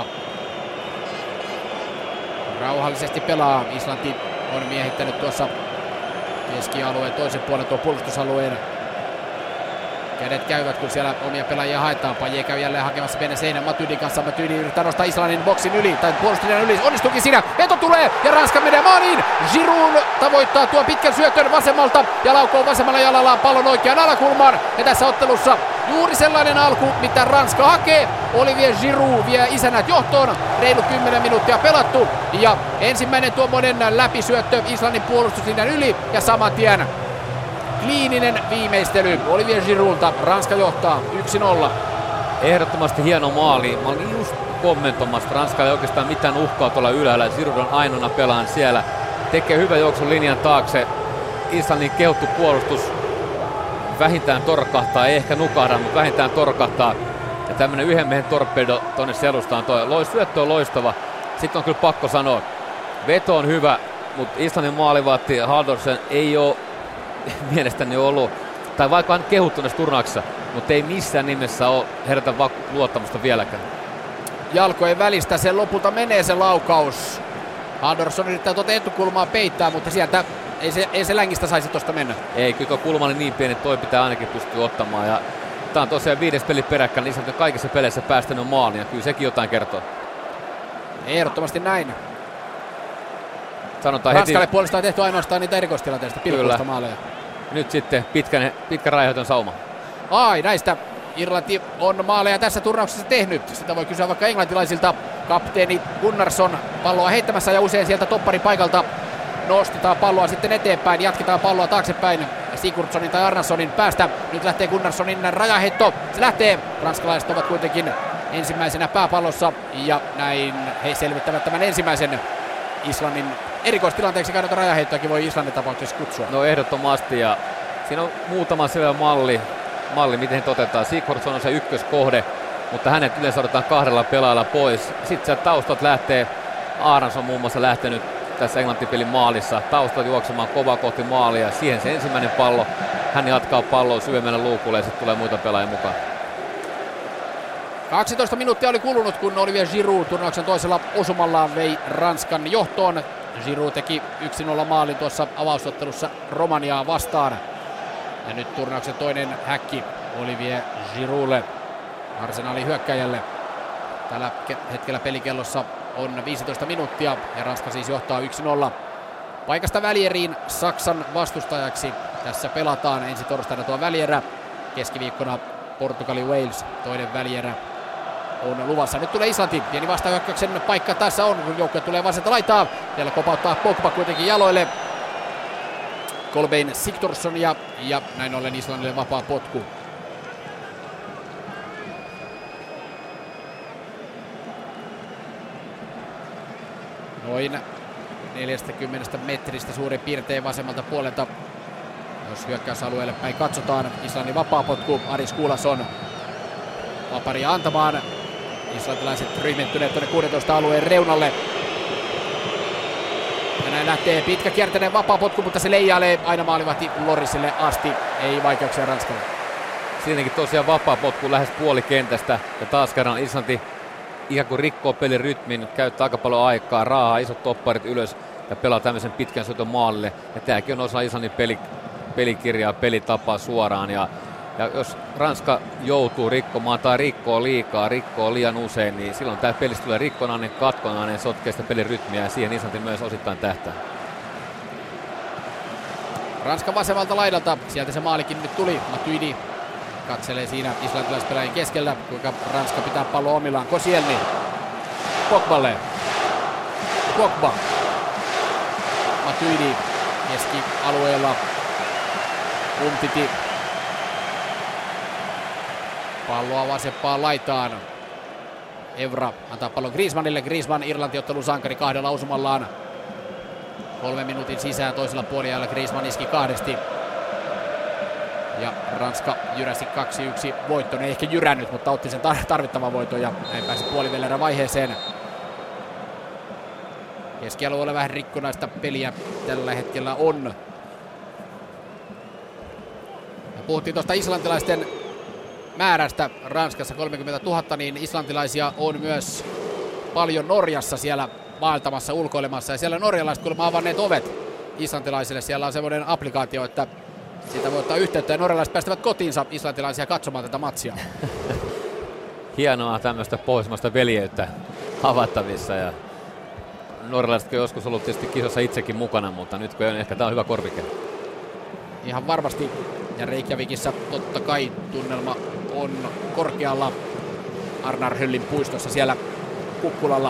rauhallisesti pelaa. Islanti on miehittänyt tuossa keskialueen toisen puolen tuon puolustusalueen. Kädet käyvät, kun siellä omia pelaajia haetaan. Paje käy jälleen hakemassa Beneseinä Matuidin kanssa. Matuidi yrittää nostaa Islannin boksin yli, tai puolustelijan yli. Onnistuukin siinä. Veto tulee ja Ranska menee maaliin. Giroud tavoittaa tuon pitkän syötön vasemmalta ja laukoo vasemmalla jalalla pallon oikeaan alakulmaan. Ja tässä ottelussa juuri sellainen alku, mitä Ranska hakee. Olivier Giroud vie isänät johtoon. Reilu 10 minuuttia pelattu. Ja ensimmäinen tuommoinen läpisyöttö Islannin puolustuslinjan yli ja saman tien kliininen viimeistely Olivier Giroudilta. Ranska johtaa 1-0. Ehdottomasti hieno maali. Mä olin just kommentoimassa, että Ranska ei oikeastaan mitään uhkaa tuolla ylhäällä. Giroud on ainoana pelaan siellä. Tekee hyvän juoksun linjan taakse. Islannin kehuttu puolustus vähintään torkahtaa, ei ehkä nukahda, mutta vähintään torkahtaa. Ja tämmönen yhden miehen torpedo tonne selustaan. Syöttö on loistava. Sitten on kyllä pakko sanoa, veto on hyvä, mutta Islannin maalivahti Halldorsen ei ole mielestäni ollut, tai vaikka on kehuttu näissä turnauksissa, mutta ei missään nimessä ole herätä luottamusta vieläkään. Jalkojen välistä se lopulta menee se laukaus. Halldorson yrittää tuota etukulmaa peittää, mutta sieltä ei se längistä saisi tuosta mennä. Ei, kyllä kulma oli niin pieni, että toi pitää ainakin pystyä ottamaan. Ja Tää on tosiaan 5. peli peräkkäin, niin sanotaan kaikissa peleissä päästänyt maaliin, ja kyllä sekin jotain kertoo. Ehdottomasti näin. Sanotaan Ranskalle heti, puolestaan tehty ainoastaan niitä erikoistilanteista, pilkkuista maaleja. nyt sitten pitkä rajoiton sauma. Ai, näistä Irlanti on maaleja tässä turnauksessa tehnyt. Sitä voi kysyä vaikka englantilaisilta. Kapteeni Gunnarsson palloa heittämässä ja usein sieltä topparin paikalta nostetaan palloa sitten eteenpäin. Jatketaan palloa taaksepäin Sigurdssonin tai Arnasonin päästä. Nyt lähtee Gunnarssonin rajaheitto. Se lähtee. Ranskalaiset ovat kuitenkin ensimmäisenä pääpallossa ja näin he selvittävät tämän ensimmäisen Islannin erikoistilanteeksi. Käynyt rajaheittoakin voi Islannin tapauksessa kutsua. No ehdottomasti, ja siinä on muutama selvä malli, miten he toteutetaan. Sigurdsson on se ykköskohde, mutta hänet yleensä otetaan 2 pelaajalla pois. Sitten sieltä taustat lähtee, Aarons on muun muassa lähtenyt tässä Englanti-pelin maalissa taustat juoksemaan kovaa kohti maalia. Siihen se ensimmäinen pallo, hän jatkaa palloa syvemmälle luukulle ja sitten tulee muita pelaajia mukaan. 12 minuuttia oli kulunut, kun Olivier Giroud turnauksen toisella osumallaan vei Ranskan johtoon. Giroud teki 1-0 maalin tuossa avausottelussa Romaniaa vastaan. Ja nyt turnauksen toinen häkki Olivier Giroudlle, Arsenalin hyökkäjälle. Tällä hetkellä pelikellossa on 15 minuuttia ja Ranska siis johtaa 1-0. Paikasta välieriin Saksan vastustajaksi tässä pelataan ensi torstaina tuo välierä. Keskiviikkona Portugali-Wales toinen välierä on luvassa. Nyt tulee Islanti. Pieni vastahyökkäyksen paikka tässä on, kun joukkue tulee vasenta laitaa. Siellä kopauttaa Pogba kuitenkin jaloille Kolbein Sigthorssonia ja näin ollen Islannille vapaa potku. Noin 40 metristä suurin piirtein vasemmalta puolelta. Jos hyökkäysalueelle päin katsotaan, Islannin vapaapotku, Aris Gulason vaparia antamaan. Islantilaiset ryhmittyneet tuonne 16 alueen reunalle. Ja näin lähtee pitkä kierteinen vapaapotku, mutta se leijailee aina maalivahti Lorisille asti. Ei vaikeuksia Ranskalle. Siinäkin tosiaan vapaapotku lähes puolikentästä ja taas kerran Islanti ihan kuin rikkoo pelin rytmin, käyttää aika paljon aikaa, raahaa isot topparit ylös ja pelaa tämmöisen pitkän syötön maalille. Ja tämäkin on osa Islannin pelikirjaa, pelitapaa suoraan. Ja jos Ranska joutuu rikkomaan tai rikkoo liian usein, niin silloin tämä pelistä tulee rikkonainen, katkonainen, sotkee sitä pelin rytmiä ja siihen Islanti myös osittain tähtää. Ranskan vasemmalta laidalta, sieltä se maalikin nyt tuli, Matuidi katselee siinä islantilaispelaajien keskellä, kuinka Ranska pitää pallo omillaan. Koscielny Pogballe. Pogba. Matuidi keskialueella. Umtiti. Palloa vasempaan laitaan. Evra antaa pallon Griezmannille. Griezmann Irlanti-ottelun sankari 2 lausumallaan. 3 minuutin sisään toisella puoliajalla Griezmann iski 2. Ja Ranska jyräsi 2-1 voittoon. Ei ehkä jyrännyt, mutta otti sen tarvittavan voiton ja näin pääsi puolivälierän vaiheeseen. Keskialueella vähän rikkonaista peliä tällä hetkellä on. Ja puhuttiin tuosta islantilaisten määrästä Ranskassa 30 000, niin islantilaisia on myös paljon Norjassa siellä vaeltamassa, ulkoilemassa. Ja siellä norjalaiset kuulemma avanneet ovet islantilaisille. Siellä on semmoinen applikaatio, että siitä voi ottaa yhteyttä ja norjalaiset päästävät kotiinsa islantilaisia katsomaan tätä matsia. Hienoa tämmöistä pohjoismaista veljeyttä havattavissa. Ja norjalaisetkin on joskus ollut tietysti kisossa itsekin mukana, mutta nyt kun ehkä tämä on hyvä korvike. Ihan varmasti. Ja Reykjavikissa totta kai tunnelma on korkealla Arnarhöllin puistossa siellä Kukkulalla.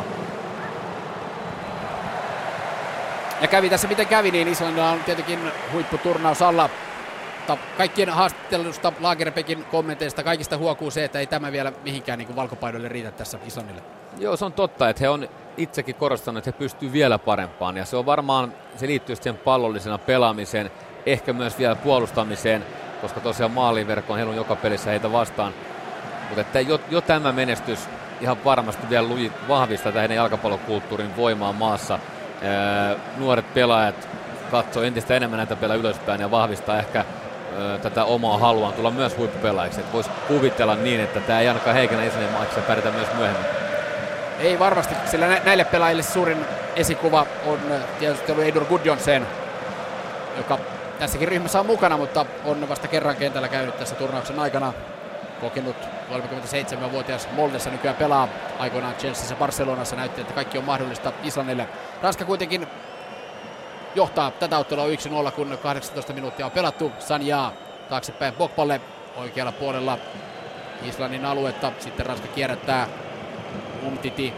Ja kävi tässä miten kävi, niin Islannilla on tietenkin huipputurnaus alla. Mutta kaikkien haastattelusta, Lagerbekin kommenteista, kaikista huokuu se, että ei tämä vielä mihinkään niin kuin valkopaidoille riitä tässä Islannille. Joo, se on totta, että he on itsekin korostanut, että he pystyvät vielä parempaan. Ja se on varmaan, se liittyy siihen pallollisena pelaamiseen, ehkä myös vielä puolustamiseen, koska tosiaan maaliverkko on heilun joka pelissä heitä vastaan. Mutta että jo tämä menestys ihan varmasti vielä vahvistaa heidän jalkapallokulttuurin voimaa maassa. Nuoret pelaajat katsoo entistä enemmän näitä pelejä ylöspäin ja vahvistaa ehkä tätä omaa haluaan tulla myös huippupelaajiksi. Voisi kuvitella niin, että tämä ei ainakaan heikennä Islannin maiksi ja pärjätä myös myöhemmin. Ei varmasti, sillä näille pelaajille suurin esikuva on tietysti ollut Eidur Gudjohnsen, joka tässäkin ryhmässä on mukana, mutta on vasta kerran kentällä käynyt tässä turnauksen aikana. Kokenut 37-vuotias Moldessa nykyään pelaa. Aikoinaan Chelseassa, Barcelonassa näytti, että kaikki on mahdollista Islannille. Ranska kuitenkin johtaa tätä ottelua 1-0, kun 18 minuuttia on pelattu. Sanja taaksepäin Pogballe oikealla puolella Islannin aluetta. Sitten Ranska kierrättää Umtiti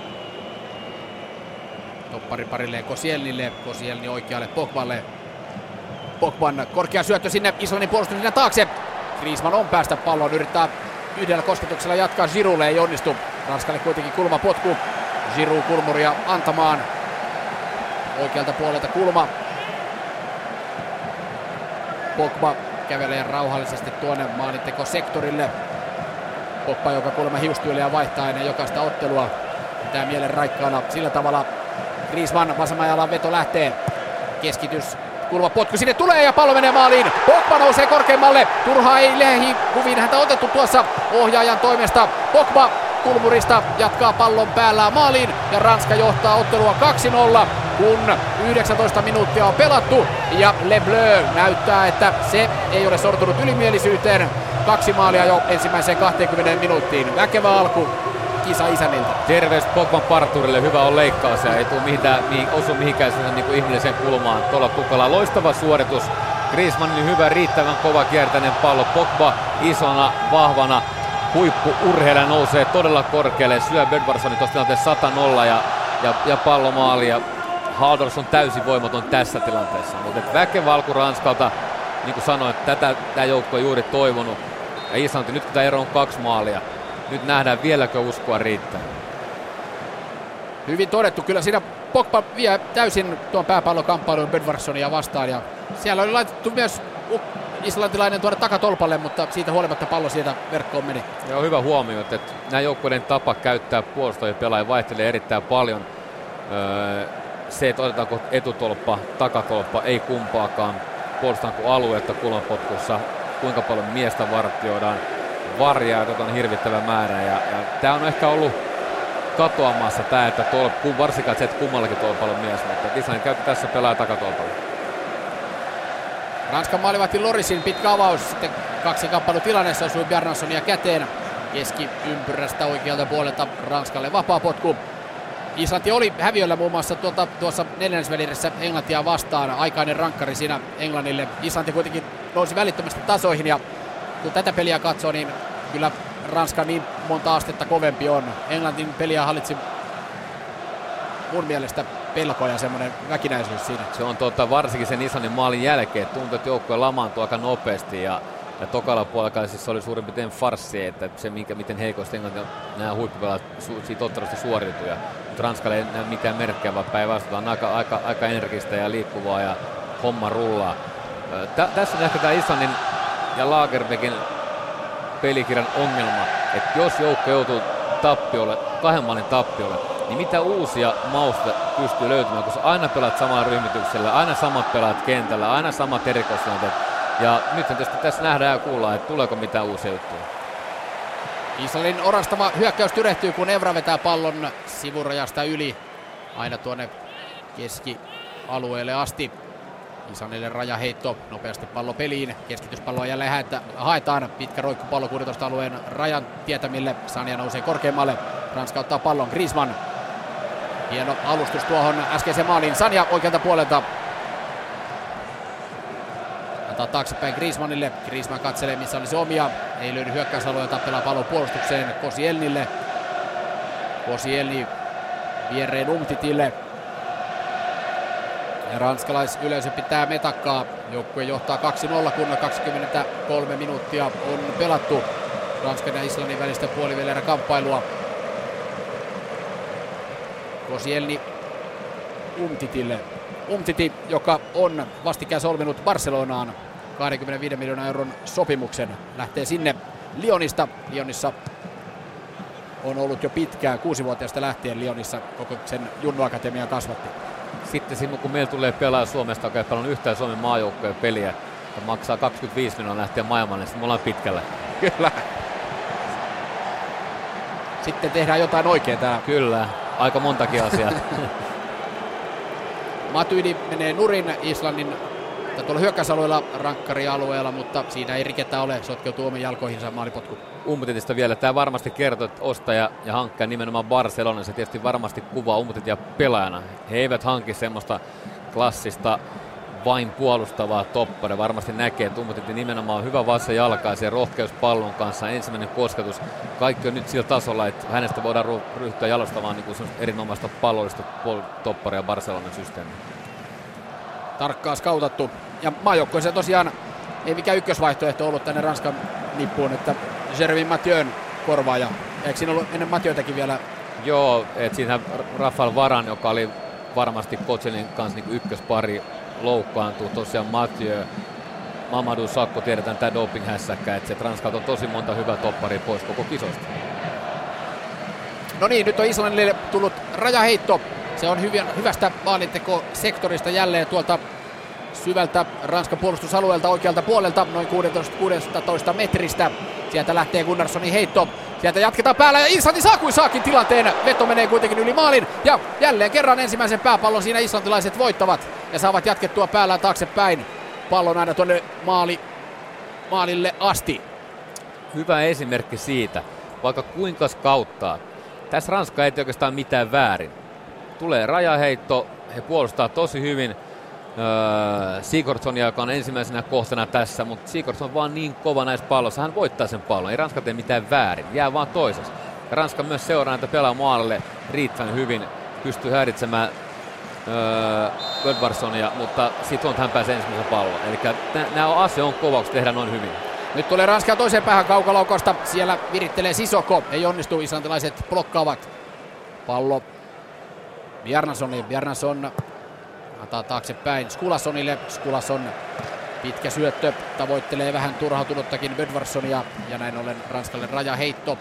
topparin parilleen Koscielnille. Koscielny oikealle Pogballe. Pogban korkea syöttö sinne, Islannin puolustus sinne taakse. Griezmann on päästä palloon, yrittää yhdellä kosketuksella jatkaa Giroulle, ei onnistu. Ranskalle kuitenkin kulmapotku. Giroud kulmuria antamaan. Oikealta puolelta kulma. Pogba kävelee rauhallisesti tuonne maalintekosektorille. Pogba, joka kuulemma hiustyyliä vaihtaa ennen jokaista ottelua. Pitää mielen raikkaana sillä tavalla. Griezmann vasemman jalan veto lähtee. Keskitys. Kulmapotku sinne tulee ja pallo menee maaliin. Pogba nousee korkeammalle. Turhaa ei lehi kuviin häntä otettu tuossa ohjaajan toimesta. Pogba kulmurista jatkaa pallon päällä maaliin ja Ranska johtaa ottelua 2-0, kun 19 minuuttia on pelattu ja Le Bleu näyttää, että se ei ole sortunut ylimielisyysyyteen. 2 maalia jo ensimmäiseen 20 minuuttiin. Väkevä alku kisa isänniltä. Terveys Pogban parturille, hyvä on leikkaus ja ei tule osu mihinkään niin kuin ihmeelliseen kulmaan. Tuolla Pukalla loistava suoritus. Griezmannin hyvä, riittävän kova kiertäinen pallo. Pogba isona, vahvana huippu-urheilija nousee todella korkealle. Syö Björnvarssonin tuossa tilanteessa 100-0 ja pallo maali. Ja Haldors on täysin voimaton tässä tilanteessa. Mutta väkevä alku Ranskalta. Niin kuin sanoin, tätä tämä joukko on juuri toivonut. Ja Islanti, nyt kun tämä ero on 2 maalia. Nyt nähdään vieläkö uskoa riittää. Hyvin todettu. Kyllä siinä Pogba vie täysin tuon pääpallokamppailun Björnvarssonia vastaan. Ja siellä oli laitettu myös islantilainen tuonne takatolpalle, mutta siitä huolimatta pallo sieltä verkkoon meni. Joo, hyvä huomio, että nämä joukkueiden tapa käyttää puolustajia pelaajia vaihtelee erittäin paljon. Se, että otetaanko etutolppa, takatolppa, ei kumpaakaan. Puolustetaanko aluetta kulmapotkussa, kuinka paljon miestä vartioidaan. Varjaa, joka on hirvittävä määrä. Ja tämä on ehkä ollut katoamassa tämä, että varsinkaan se, että kummallakin tolpalla on mies, mutta Islannin käyttö tässä pelaa takatolpalla. Ranskan maalivahti Lorisin pitkä avaus, sitten 2 kamppailutilanne, se osui Bjarnasonia käteen. Keskiympyrästä oikealta puolelta Ranskalle vapaa potku. Islanti oli häviöllä muun muassa tuossa neljännesvälirissä Englantia vastaan. Aikainen rankkari siinä Englannille. Islanti kuitenkin nousi välittömästi tasoihin ja kun tätä peliä katsoo, niin kyllä Ranska niin monta astetta kovempi on. Englantin peliä hallitsi mun mielestä pelko ja semmoinen väkinäisyys siinä. Se on varsinkin sen Islannin maalin jälkeen, että tuntuu, että joukkue lamaantui aika nopeasti ja tokalla puolella siis oli suurin piirtein farssi, että se miten heikosti Englanti nämä huippupelaat siitä ottelusta suoriutuja. Mutta Ranskalle ei näy mitään merkkejä, vaan päinvastoin on aika energistä ja liikkuvaa ja homma rullaa. Tässä on ehkä tämä Islannin ja Lagerbäckin pelikirjan ongelma, että jos joukko joutuu tappiolle, 2 maalin tappiolle, niin mitä uusia mausta pystyy löytymään, kun sä aina pelaat samalla ryhmityksellä, aina samat pelaat kentällä, aina samat erikoistilanteet. Ja nyt tietysti tässä nähdään ja kuullaan, että tuleeko mitään uusia juttuja. Islannin orastava hyökkäys tyrehtyy, kun Evra vetää pallon sivurajasta yli aina tuonne keskialueelle asti. Islannille rajaheitto, nopeasti pallo peliin, keskityspalloa jälleen haetaan, pitkä roikkupallo 16 alueen rajan tietämille, Sanja nousee korkeammalle, Ranska ottaa pallon, Griezmann, hieno alustus tuohon äskeiseen maaliin, Sanja oikealta puolelta, antaa taaksepäin Griezmannille, Griezmann katselee missä olisi omia, ei löydy hyökkäysalueelta, pelaa pallon puolustukseen Koscielnylle, Koscielny viereen Umtitille. Ja ranskalaisyleisö pitää metakkaa. Joukkue johtaa 2-0, kun 23 minuuttia on pelattu. Ranskan ja Islannin välistä puolivälierä kamppailua. Koscielny Umtitille. Umtiti, joka on vastikään solminut Barcelonaan 25 miljoonan euron sopimuksen. Lähtee sinne Lyonista. Lyonissa on ollut jo pitkään, 6-vuotiaasta lähtien Lyonissa koko sen Junnu-akatemian kasvatti. Sitten silloin kun meillä tulee pelaa Suomesta, joka ei pelannut yhtään Suomen maajoukkojen peliä, ja maksaa 25 miljoonaa lähteä maailmalle, niin me ollaan pitkällä. Kyllä. Sitten tehdään jotain oikein täällä. Kyllä, aika montakin asiaa. Matuidi menee nurin, Islannin tuolla hyökkäysalueella, rankkarialueella, mutta siinä ei rikettä ole, sotkeutuu omiin jalkoihinsa maalipotku. Umtitista vielä. Tämä varmasti kertoo, että ostaja ja hankkia nimenomaan Barcelona, se tietysti varmasti kuvaa Umtitia pelaajana. He eivät hanki semmoista klassista vain puolustavaa topparia. Varmasti näkee, että Umtiti nimenomaan on hyvä vasenjalkaisen rohkeus pallon kanssa, ensimmäinen kosketus. Kaikki on nyt sillä tasolla, että hänestä voidaan ryhtyä jalostamaan niin kuin erinomaista pallollista topparia Barcelonan systeemiin. Tarkkaan skautattu. Ja maajoukkueeseen tosiaan ei mikään ykkösvaihtoehto ollut tänne Ranskan nippuun, että Jeremy Mathieu'n korvaaja. Eikö siinä ollut ennen Mathieutäkin vielä? Joo, että siinä Rafael Varane, joka oli varmasti Kocelin kanssa niin ykköspari, loukkaantuu. Tosiaan Mathieu, Mamadou Sakho, tiedetään tämä doping-hässäkkä, että se Ranskalta on tosi monta hyvää topparia pois koko kisosta. No niin, nyt on Islannille tullut rajaheitto. Se on hyvästä maalintekosektorista jälleen tuolta syvältä Ranskan puolustusalueelta oikealta puolelta, noin 16 metristä. Sieltä lähtee Gunnarssonin heitto. Sieltä jatketaan päällä ja Islanti saa kuin saakin tilanteen. Veto menee kuitenkin yli maalin ja jälleen kerran ensimmäisen pääpallon siinä islantilaiset voittavat ja saavat jatkettua päällään taaksepäin. Pallon aina tuonne maalille asti. Hyvä esimerkki siitä, vaikka kuinka skauttaa. Tässä Ranska ei tee oikeastaan mitään väärin. Tulee rajaheitto, he puolustaa tosi hyvin Sigurdssonia, joka on ensimmäisenä kohtana tässä, mutta Sigurdsson on vaan niin kova näissä palloissa, hän voittaa sen pallon, ei Ranska tee mitään väärin, jää vaan toisessa. Ja Ranska myös seuraa näitä pelaa maalle riittävän hyvin, pystyy häiritsemään Bödvarssonia, mutta sitten hän pääsee ensimmäisen pallon. Eli nämä ase on kova, kun tehdään noin hyvin. Nyt tulee Ranska toiseen päähän kaukalaukausta, siellä virittelee Sissoko, ei onnistu, islantilaiset blokkaavat. Pallo Bjarnason antaa taaksepäin Skulassonille. Skulasson pitkä syöttö, tavoittelee vähän turhautunuttakin Bödvarssonia ja näin ollen Ranskalle rajaheitto.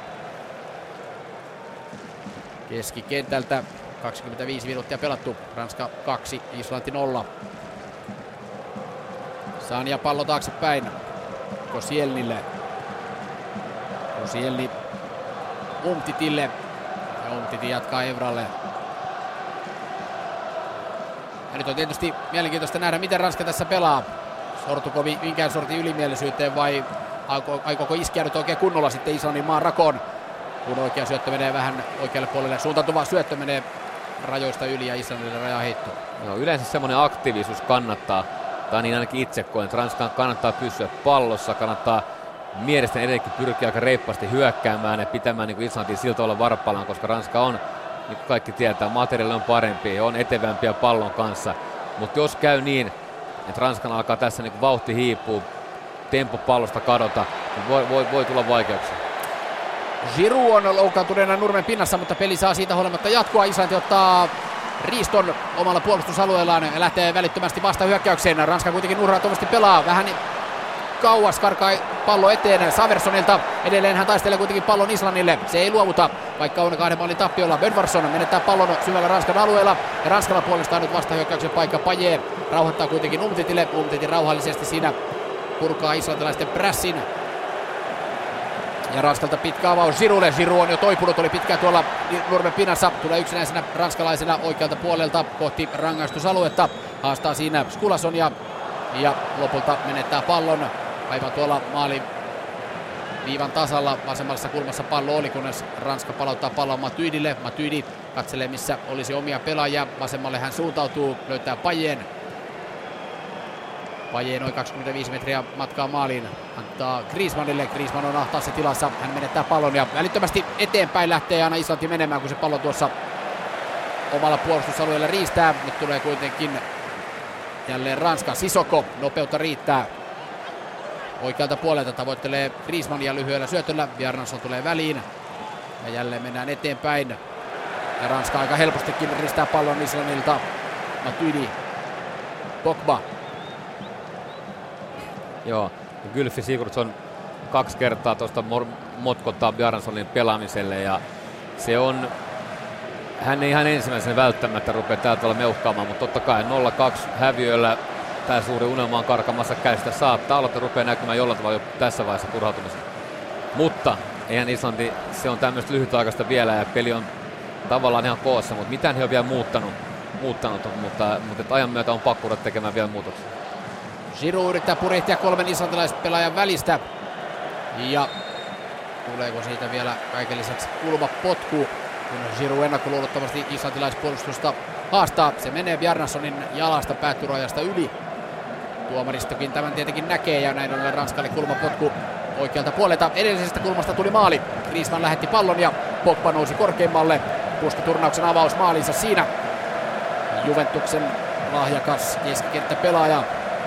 Keskikentältä 25 minuuttia pelattu. Ranska 2, Islanti 0. Sanja pallo taaksepäin Koscielnille. Koscielny Umtitille ja Umtiti jatkaa Evralle. Ja nyt on tietysti mielenkiintoista nähdä, miten Ranska tässä pelaa. Sortuko minkään sortin ylimielisyyteen vai aikooko iskeä nyt oikein kunnolla sitten Islannin maan rakoon, kun oikea syöttö menee vähän oikealle puolelle. Suuntautuva syöttö menee rajoista yli ja Islannille rajaheitto. No, yleensä semmoinen aktiivisuus kannattaa, tai niin ainakin itse koen, että Ranskan kannattaa pysyä pallossa, kannattaa mielestäni edelleenkin pyrkiä aika reippaasti hyökkäämään ja pitämään niin Islantin siltä olla varpallaan, koska Ranska on, niin kuin kaikki tietää, materiaali on parempi ja on etevämpiä pallon kanssa. Mutta jos käy niin, että Ranskan alkaa tässä niin vauhti hiipuu, tempo pallosta kadota, niin voi tulla vaikeuksia. Giroud on loukkaantuneena nurmen pinnassa, mutta peli saa siitä huolimatta jatkoa. Islanti ottaa riiston omalla puolustusalueellaan ja lähtee välittömästi vastahyökkäykseen. Ranska kuitenkin urhautumasti pelaa vähän kauas, karkaa pallo eteen Saverssonilta. Edelleen hän taistelee kuitenkin pallon Islannille. Se ei luovuta, vaikka on 2 maalin tappiolla. Bödvarsson menettää pallon syvällä Ranskan alueella. Ja Ranskalla puolestaan nyt vastahyökkäyksen paikka. Payet rauhoittaa kuitenkin Umtitille. Umtiti rauhallisesti siinä purkaa islantilaisten prässin. Ja Ranskalta pitkä avaus Giroudille. Giroud on jo toipunut, oli pitkään tuolla nurmen pinnassa. Tulee yksinäisenä ranskalaisena oikealta puolelta kohti rangaistusaluetta. Haastaa siinä Skulassonia ja lopulta menettää pallon. Aivan tuolla maalin viivan tasalla vasemmassa kulmassa pallo oli, kunnes Ranska palauttaa pallon Matuidille. Matuidi katselee, missä olisi omia pelaajia. Vasemmalle hän suuntautuu, löytää Payen. Payen noin 25 metriä matkaa maaliin. Antaa Griezmannille. Griezmann on ahtaassa tilassa. Hän menettää pallon ja välittömästi eteenpäin lähtee aina Islanti menemään, kun se pallo tuossa omalla puolustusalueella riistää. Nyt tulee kuitenkin jälleen Ranska. Sissoko, nopeutta riittää. Oikealta puolelta tavoittelee Griezmannia lyhyellä syötöllä. Bjarnason tulee väliin. Ja jälleen mennään eteenpäin. Ja Ranska aika helpostikin ristää pallon Islannilta. Matuidi. Pogba. Joo, Gylfi Sigurdsson 2 kertaa tuosta motkottaa Bjarnasonin pelaamiselle ja se on, hän ei ihan ensimmäisenä välttämättä rupea täältä olla meuhkaamaan, mutta totta kai 0-2 häviöllä tämä suuri unelma on karkamassa käsistä. Saattaa olla, että rupeaa näkymään jollain tavalla jo tässä vaiheessa turhautumisen. Mutta eihän Islanti, se on tämmöistä lyhytaikaista vielä ja peli on tavallaan ihan koossa, mutta mitään he on vielä muuttanut mutta ajan myötä on pakko tekemään vielä muutoksia. Giroud yrittää purjehtia 3 islantilaispelaajan välistä. Ja tuleeko siitä vielä kaiken lisäksi kulmapotku, kun Giroud ennakkoluulottomasti islantilaispuolustusta haastaa. Se menee Bjarnasonin jalasta päättyrajasta yli. Tuomaristokin tämän tietenkin näkee ja näin ollen Ranskalle kulmapotku oikealta puolelta. Edellisestä kulmasta tuli maali. Griezmann lähetti pallon ja Pogba nousi korkeimmalle. Puski turnauksen avaus maalinsa siinä. Juventuksen lahjakas keskikenttäpelaaja.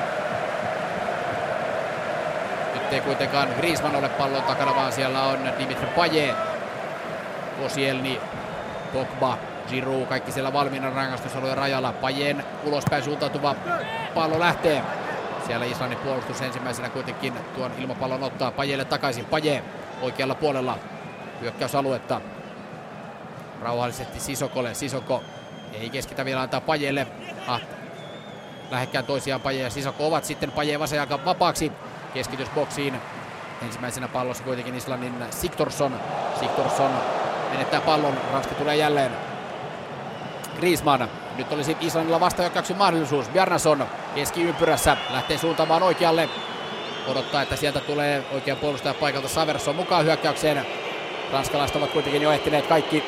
Nyt ei kuitenkaan Griezmann ole pallon takana, vaan siellä on Dimitri Payet, Koscielny, Pogba, Giroud, kaikki siellä valmiina rangaistusalueen rajalla. Payen ulospäin suuntautuva pallo lähtee. Siellä Islannin puolustus ensimmäisenä kuitenkin tuon ilmapallon ottaa Payelle takaisin. Payet oikealla puolella hyökkäysaluetta. Rauhallisesti Sissokolle. Sissoko ei keskitä vielä, antaa Payelle. Lähekkään toisiaan Payet ja Sissoko ovat sitten. Payet vasen jalka vapaaksi keskitysboksiin. Ensimmäisenä pallossa kuitenkin Islannin Sigthorsson. Sigthorsson menettää pallon. Ranska tulee jälleen. Griezmann. Nyt olisi Islannilla vastahyökkäyksen mahdollisuus. Bjarnason keskiympyrässä lähtee suuntaamaan oikealle. Odottaa, että sieltä tulee oikean puolustajan paikalta Saversson mukaan hyökkäykseen. Ranskalaiset ovat kuitenkin jo ehtineet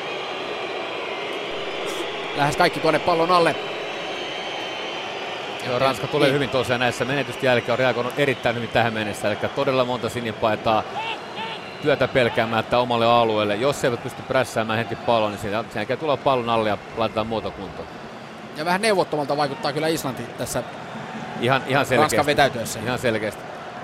lähes kaikki tuonne pallon alle. Joo, Ranska tulee hyvin tosiaan näissä menetysten jälkeen, on reagoinut erittäin hyvin tähän mennessä. Eli todella monta sinipaitaa työtä pelkäämättä omalle alueelle. Jos eivät pysty prässäämään heti pallon, niin sen jälkeen tulee pallon alle ja laitetaan muuta kuntoon. Ja vähän neuvottomalta vaikuttaa kyllä Islanti tässä ihan selkeästi. Ranskan vetäytyessä. Ihan selkeästi.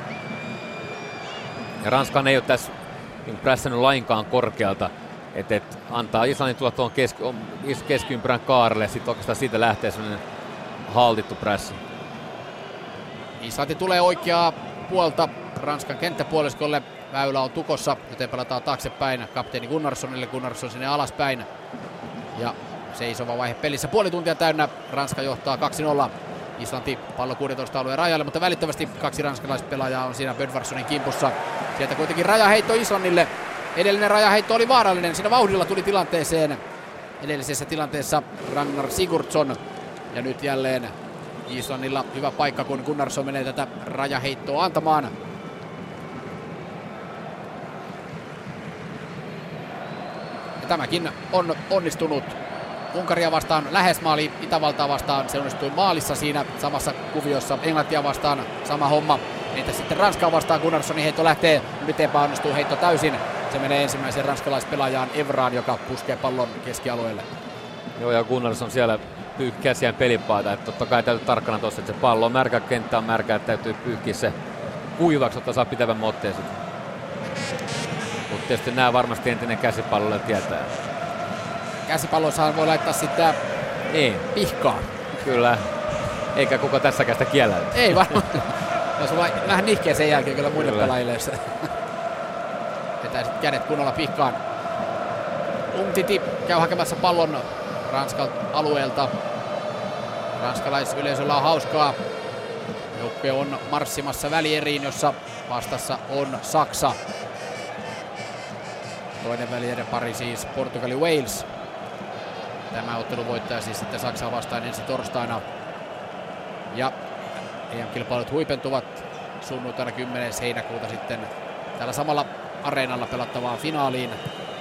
Ja Ranskan ei ole tässä prässännyt lainkaan korkealta. Et antaa Islannin tulla tuon keskiympyrän kaarelle, sitten oikeastaan siitä lähtee sellainen haltittu prässi. Islanti tulee oikeaa puolta Ranskan kenttäpuoliskolle. Väylä on tukossa, joten pelataan taaksepäin kapteeni Gunnarssonille. Gunnarsson sinne alaspäin. Ja seisova vaihe pelissä. Puoli tuntia täynnä. Ranska johtaa 2-0. Islanti pallo 16 alueen rajalle, mutta välittömästi 2 ranskalaispelaajaa on siinä Bödvarssonin kimpussa. Sieltä kuitenkin rajaheitto Islannille. Edellinen rajaheitto oli vaarallinen. Siinä vauhdilla tuli tilanteeseen. Edellisessä tilanteessa Ragnar Sigurdsson. Ja nyt jälleen Islannilla hyvä paikka, kun Gunnarsson menee tätä rajaheittoa antamaan. Ja tämäkin on onnistunut. Unkaria vastaan lähes maali, Itävaltaa vastaan se onnistui maalissa siinä samassa kuviossa. Englantia vastaan sama homma. Entä sitten Ranskaa vastaan Gunnarssonin heitto lähtee. Nyt epäonnistuu heitto täysin. Se menee ensimmäiseen ranskalaispelaajaan Evraan, joka puskee pallon keskialueelle. Joo, ja Gunnarsson siellä käsiään pelipaita. Että totta kai täytyy tarkkana tuossa, että se pallo on märkä, kenttä on märkä, että täytyy pyyhkiä se kuivaksi, jotta saa pitävän motteen sitten. Mutta tietysti nämä varmasti entinen käsipallolle tietää. Käsipalloissahan voi laittaa sitten pihkaa. Kyllä. Eikä kuka tässäkään sitä kiellä. Ei varmaan. Olisi olla vähän nihkeä sen jälkeen kyllä muiden pelaajille. Vetää sitten kädet kunnolla pihkaan. Umtiti käy hakemassa pallon Ranskan alueelta. Ranskalaisyleisöllä on hauskaa. Joukkue on marssimassa välieriin, jossa vastassa on Saksa. Toinen välierä pari siis Portugali-Wales. Tämä ottelu voittaa siis sitten Saksaa vastaan ensi torstaina. Ja EM-kilpailut huipentuvat sunnuntaina 10. heinäkuuta sitten tällä samalla areenalla pelattavaan finaaliin.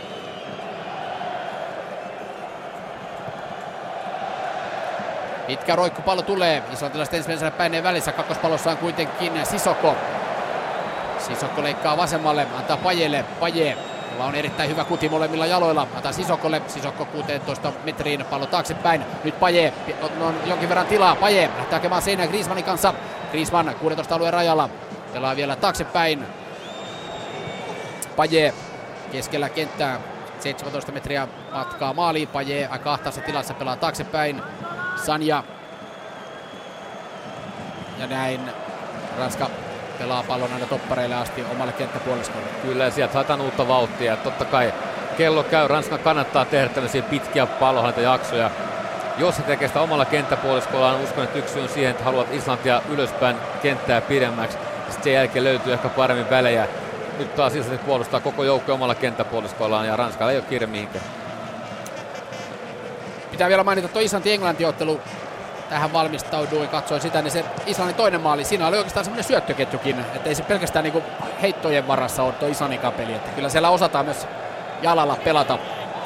Pitkä roikkupallo tulee. Islantilaiset ensimmäisenä päineen välissä. Kakkospallossa on kuitenkin Sissoko. Sissoko leikkaa vasemmalle. Antaa Payelle. Payet, jolla on erittäin hyvä kuti molemmilla jaloilla. Antaa Sissokolle. Sissoko 16 metriin. Pallo taaksepäin. Nyt Payet. On jonkin verran tilaa. Payet lähtee hakemaan seinää Griezmannin kanssa. Griezmann 16 alueen rajalla. Pelaa vielä taaksepäin. Payet keskellä kenttää. 17 metriä matkaa maaliin. Payet aika ahtaassa tilassa pelaa taaksepäin. Sanja. Ja näin Ranska pelaa pallon aina toppareille asti omalle kenttäpuoliskolle. Kyllä, sieltä haetaan uutta vauhtia. Totta kai kello käy. Ranskan kannattaa tehdä tällaisia pitkiä pallohallintajaksoja. Jos se tekee sitä omalla kenttäpuoliskollaan, uskon, että yksi on siihen, että haluat Islantia ylöspäin kenttää pidemmäksi. Sitten sen jälkeen löytyy ehkä paremmin välejä. Nyt taas Islanti puolustaa koko joukko omalla kenttäpuoliskollaan ja Ranskalla ei ole kiire mihinkään. Pitää vielä mainita tuo Islanti-Englanti-ottelu. tähän valmistauduin, katsoin sitä, niin se Islannin toinen maali, siinä oli oikeastaan semmoinen syöttöketjukin, että ei se pelkästään niinku heittojen varassa ole tuo Islannin peli, että kyllä siellä osataan myös jalalla pelata.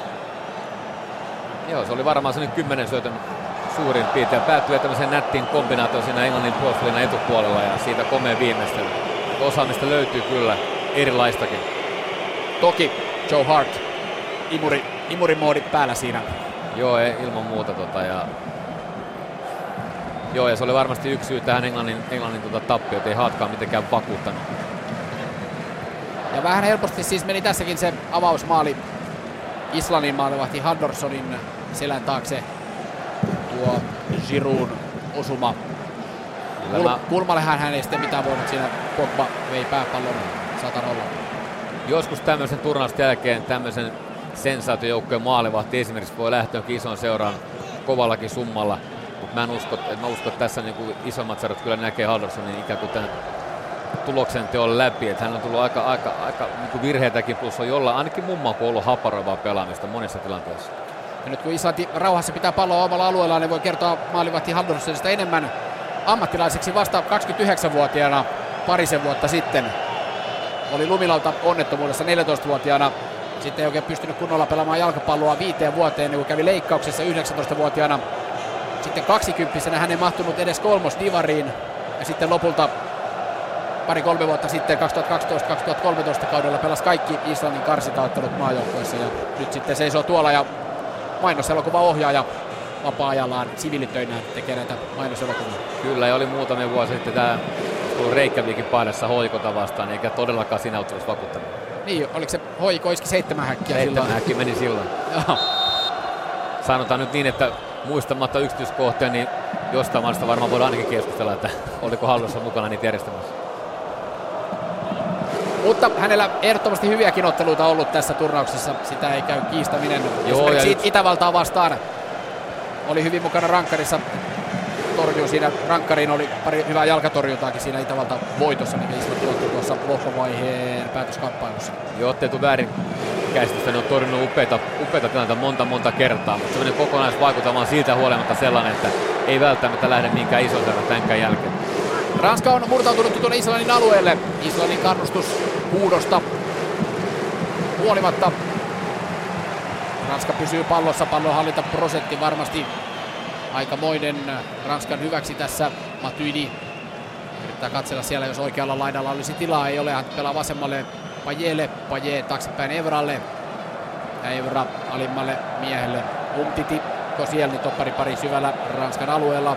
Joo, se oli varmaan sellainen 10 syötön suurin piirtein. Päättyi tämmöiseen nättiin kombinaatioon siinä Englannin puolustuslinjan etupuolella ja siitä komea viimeistely. Osaamista löytyy kyllä erilaistakin. Toki Joe Hart, imurimoodi päällä siinä. Joo, ilman muuta. Ja se oli varmasti yksi syy tähän Englannin tappioon, ei Hartkaan mitenkään vakuuttanut. Ja vähän helposti siis meni tässäkin se avausmaali Islannin maalivahti Haldorssonin selän taakse. Tuo Giroud'n osuma. Kulmallehan hän ei sitten mitään voinut siinä. Pogba vei pääpallon 100-0. Joskus tämmöisen turnausten jälkeen tämmöisen sensaatiojoukkojen maalivahti esimerkiksi voi lähteä jonkin ison seuraan kovallakin summalla. Mutta mä uskon, että tässä niinku isommat seurat kyllä näkee Haldorssonin ikään kuin tämän tuloksen teon läpi. Että hän on tullut aika niinku virheitäkin, plus on jollain ainakin mun maku ollut haparoivaa pelaamista monissa tilanteissa. Ja nyt kun Islanti rauhassa pitää palloa omalla alueellaan, niin voi kertoa maalivahti Halldorssonista enemmän ammattilaiseksi vasta 29-vuotiaana parisen vuotta sitten. Oli lumilalta onnettomuudessa 14-vuotiaana. Sitten ei oikein pystynyt kunnolla pelaamaan jalkapalloa 5 vuoteen, niin kun kävi leikkauksessa 19-vuotiaana. Sitten 20-vuotiaana hän ei mahtunut edes kolmosdivariin. Ja sitten lopulta 2-3 vuotta sitten 2012-2013 kaudella pelasi kaikki Islannin karsintaottelut maajoukkueessa. Ja nyt sitten seisoo tuolla ja mainoselokuvaohjaaja vapaa-ajallaan siviilitöinään tekee näitä mainoselokuvia. Kyllä, ja oli muutamia vuosia sitten tämä Reykjavikin paidassa Hoikota vastaan, eikä todellakaan siinä ottelussa vakuuttanut. Niin, oliko se Hoiko iski 7 häkkiä 7 häkkiä meni silloin. Sanotaan nyt niin, että muistamatta yksityiskohtia, niin jostain maasta varmaan voidaan ainakin keskustella, että oliko Haldorsson mukana niitä järjestämässä. Mutta hänellä ehdottomasti hyviäkin otteluita ollut tässä turnauksessa, sitä ei käy kiistäminen. Esimerkiksi Itävaltaa vastaan oli hyvin mukana rankkarissa, torjui siinä, rankkariin oli pari hyvää jalkatorjuntaakin siinä Itävalta voitossa, mikä Islanti otti tuossa lohkovaiheen päätöskamppailussa. Joo, ettei tule väärin käsitystä, ne on torjunut upeita tilanteita monta kertaa, mutta semmoinen kokonaisvaikutelma on siitä huolimatta sellainen, että ei välttämättä lähde minkään ison seuran tämänkään jälkeen. Ranska on murtautunut tuonne Islannin alueelle. Islannin kannustus huudosta huolimatta. Ranska pysyy pallossa. Pallonhallintaprosentti varmasti aikamoinen Ranskan hyväksi tässä. Matuidi yrittää katsella siellä, jos oikealla laidalla olisi tilaa. Ei ole, hän pelaa vasemmalle Payelle. Paye taaksepäin Evralle. Ja Evra alimmalle miehelle. Umtiti Koscielny toppari syvällä Ranskan alueella.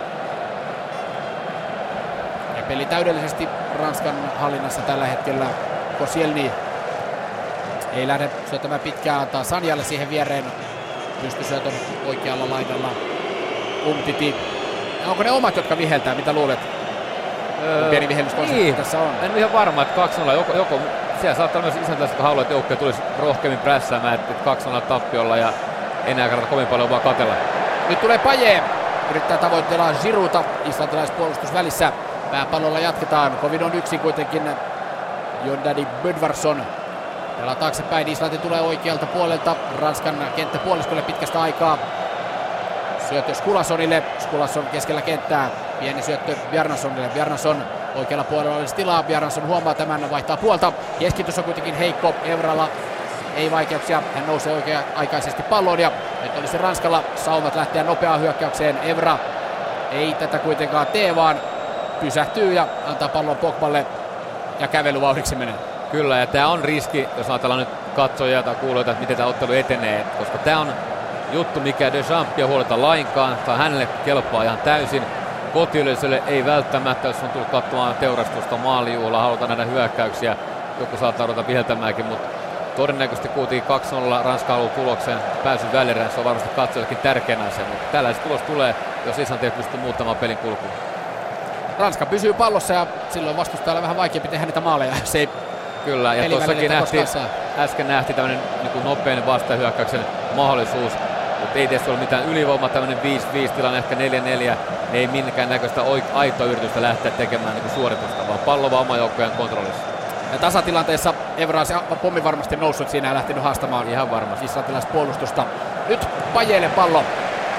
Peli täydellisesti Ranskan hallinnassa tällä hetkellä. Koscielny ei lähde syöttämään pitkään, antaa Sanjalle siihen viereen pystysyötön oikealla laidalla. Umtiti. Onko ne omat, jotka viheltää? Mitä luulet? Pieni vihellyskonsepti niin, tässä on. En ole ihan varma, että 2-0. Joko siellä saattaa myös isäntäiset, jotka haluaa, että joukkoja tulisi rohkeammin prässäämään, että 2-0 tappiolla ja enää kannata kovin paljon vaan katella. Nyt tulee Paye. Yrittää tavoitella Giroudta. Islantilaispuolustus välissä. Pääpallolla jatketaan. Kovin on yksin kuitenkin Jon Dadi Bödvarsson. Pelaa taaksepäin. Islanti tulee oikealta puolelta. Ranskan kenttäpuoliskolle pitkästä aikaa. Syöttö Skulasonille. Skulason keskellä kenttää. Pieni syöttö Bjarnasonille. Bjarnason oikealla puolella olisi tilaa. Bjarnason huomaa tämän, vaihtaa puolta. Keskitys on kuitenkin heikko. Evralla ei vaikeuksia. Hän nousee oikea-aikaisesti palloon ja nyt olisi Ranskalla saumat lähteä nopeaan hyökkäykseen. Evra ei tätä kuitenkaan tee, vaan pysähtyy ja antaa pallon Pogballe ja kävelyvauhdiksi menee. Kyllä, ja tämä on riski, jos ajatellaan nyt katsojia tai kuulijoita, että miten tämä ottelu etenee, koska tämä on juttu, mikä Deschamps ei huoleta lainkaan, tai hänelle kelpaa ihan täysin. Kotiyleisölle ei välttämättä, jos on tullut katsomaan teurastusta, maalijuhlaa, halutaan nähdä hyökkäyksiä, joku saattaa ruveta viheltämäänkin, mutta todennäköisesti kuitenkin 2-0 Ranska haluaa tulokseen pääsyn välirään, se on varmasti katsojallekin tärkeänä asia, mutta tällaiset tulos tulee, jos Islanti pystyy muuttamaan pelin kulkuun. Ranska pysyy pallossa ja silloin vastustajalla vähän vaikeampi tehdä niitä maaleja. Se ei kyllä, ja tuossakin äsken nähtiin tämmöinen niin nopeinen vastahyökkäyksen mahdollisuus, mutta ei tietysti ole mitään ylivoimaa, tämmöinen 5-5 tilanne, ehkä 4-4, ei minkään näköistä aitoa yritystä lähteä tekemään niin suoritusta, vaan pallo vaan oma joukkojen kontrollissa. Ja tasatilanteessa Evra on pommi varmasti noussut siinä ja lähtenyt haastamaan ihan varmasti islantilaispuolustusta. Nyt Payelle pallo.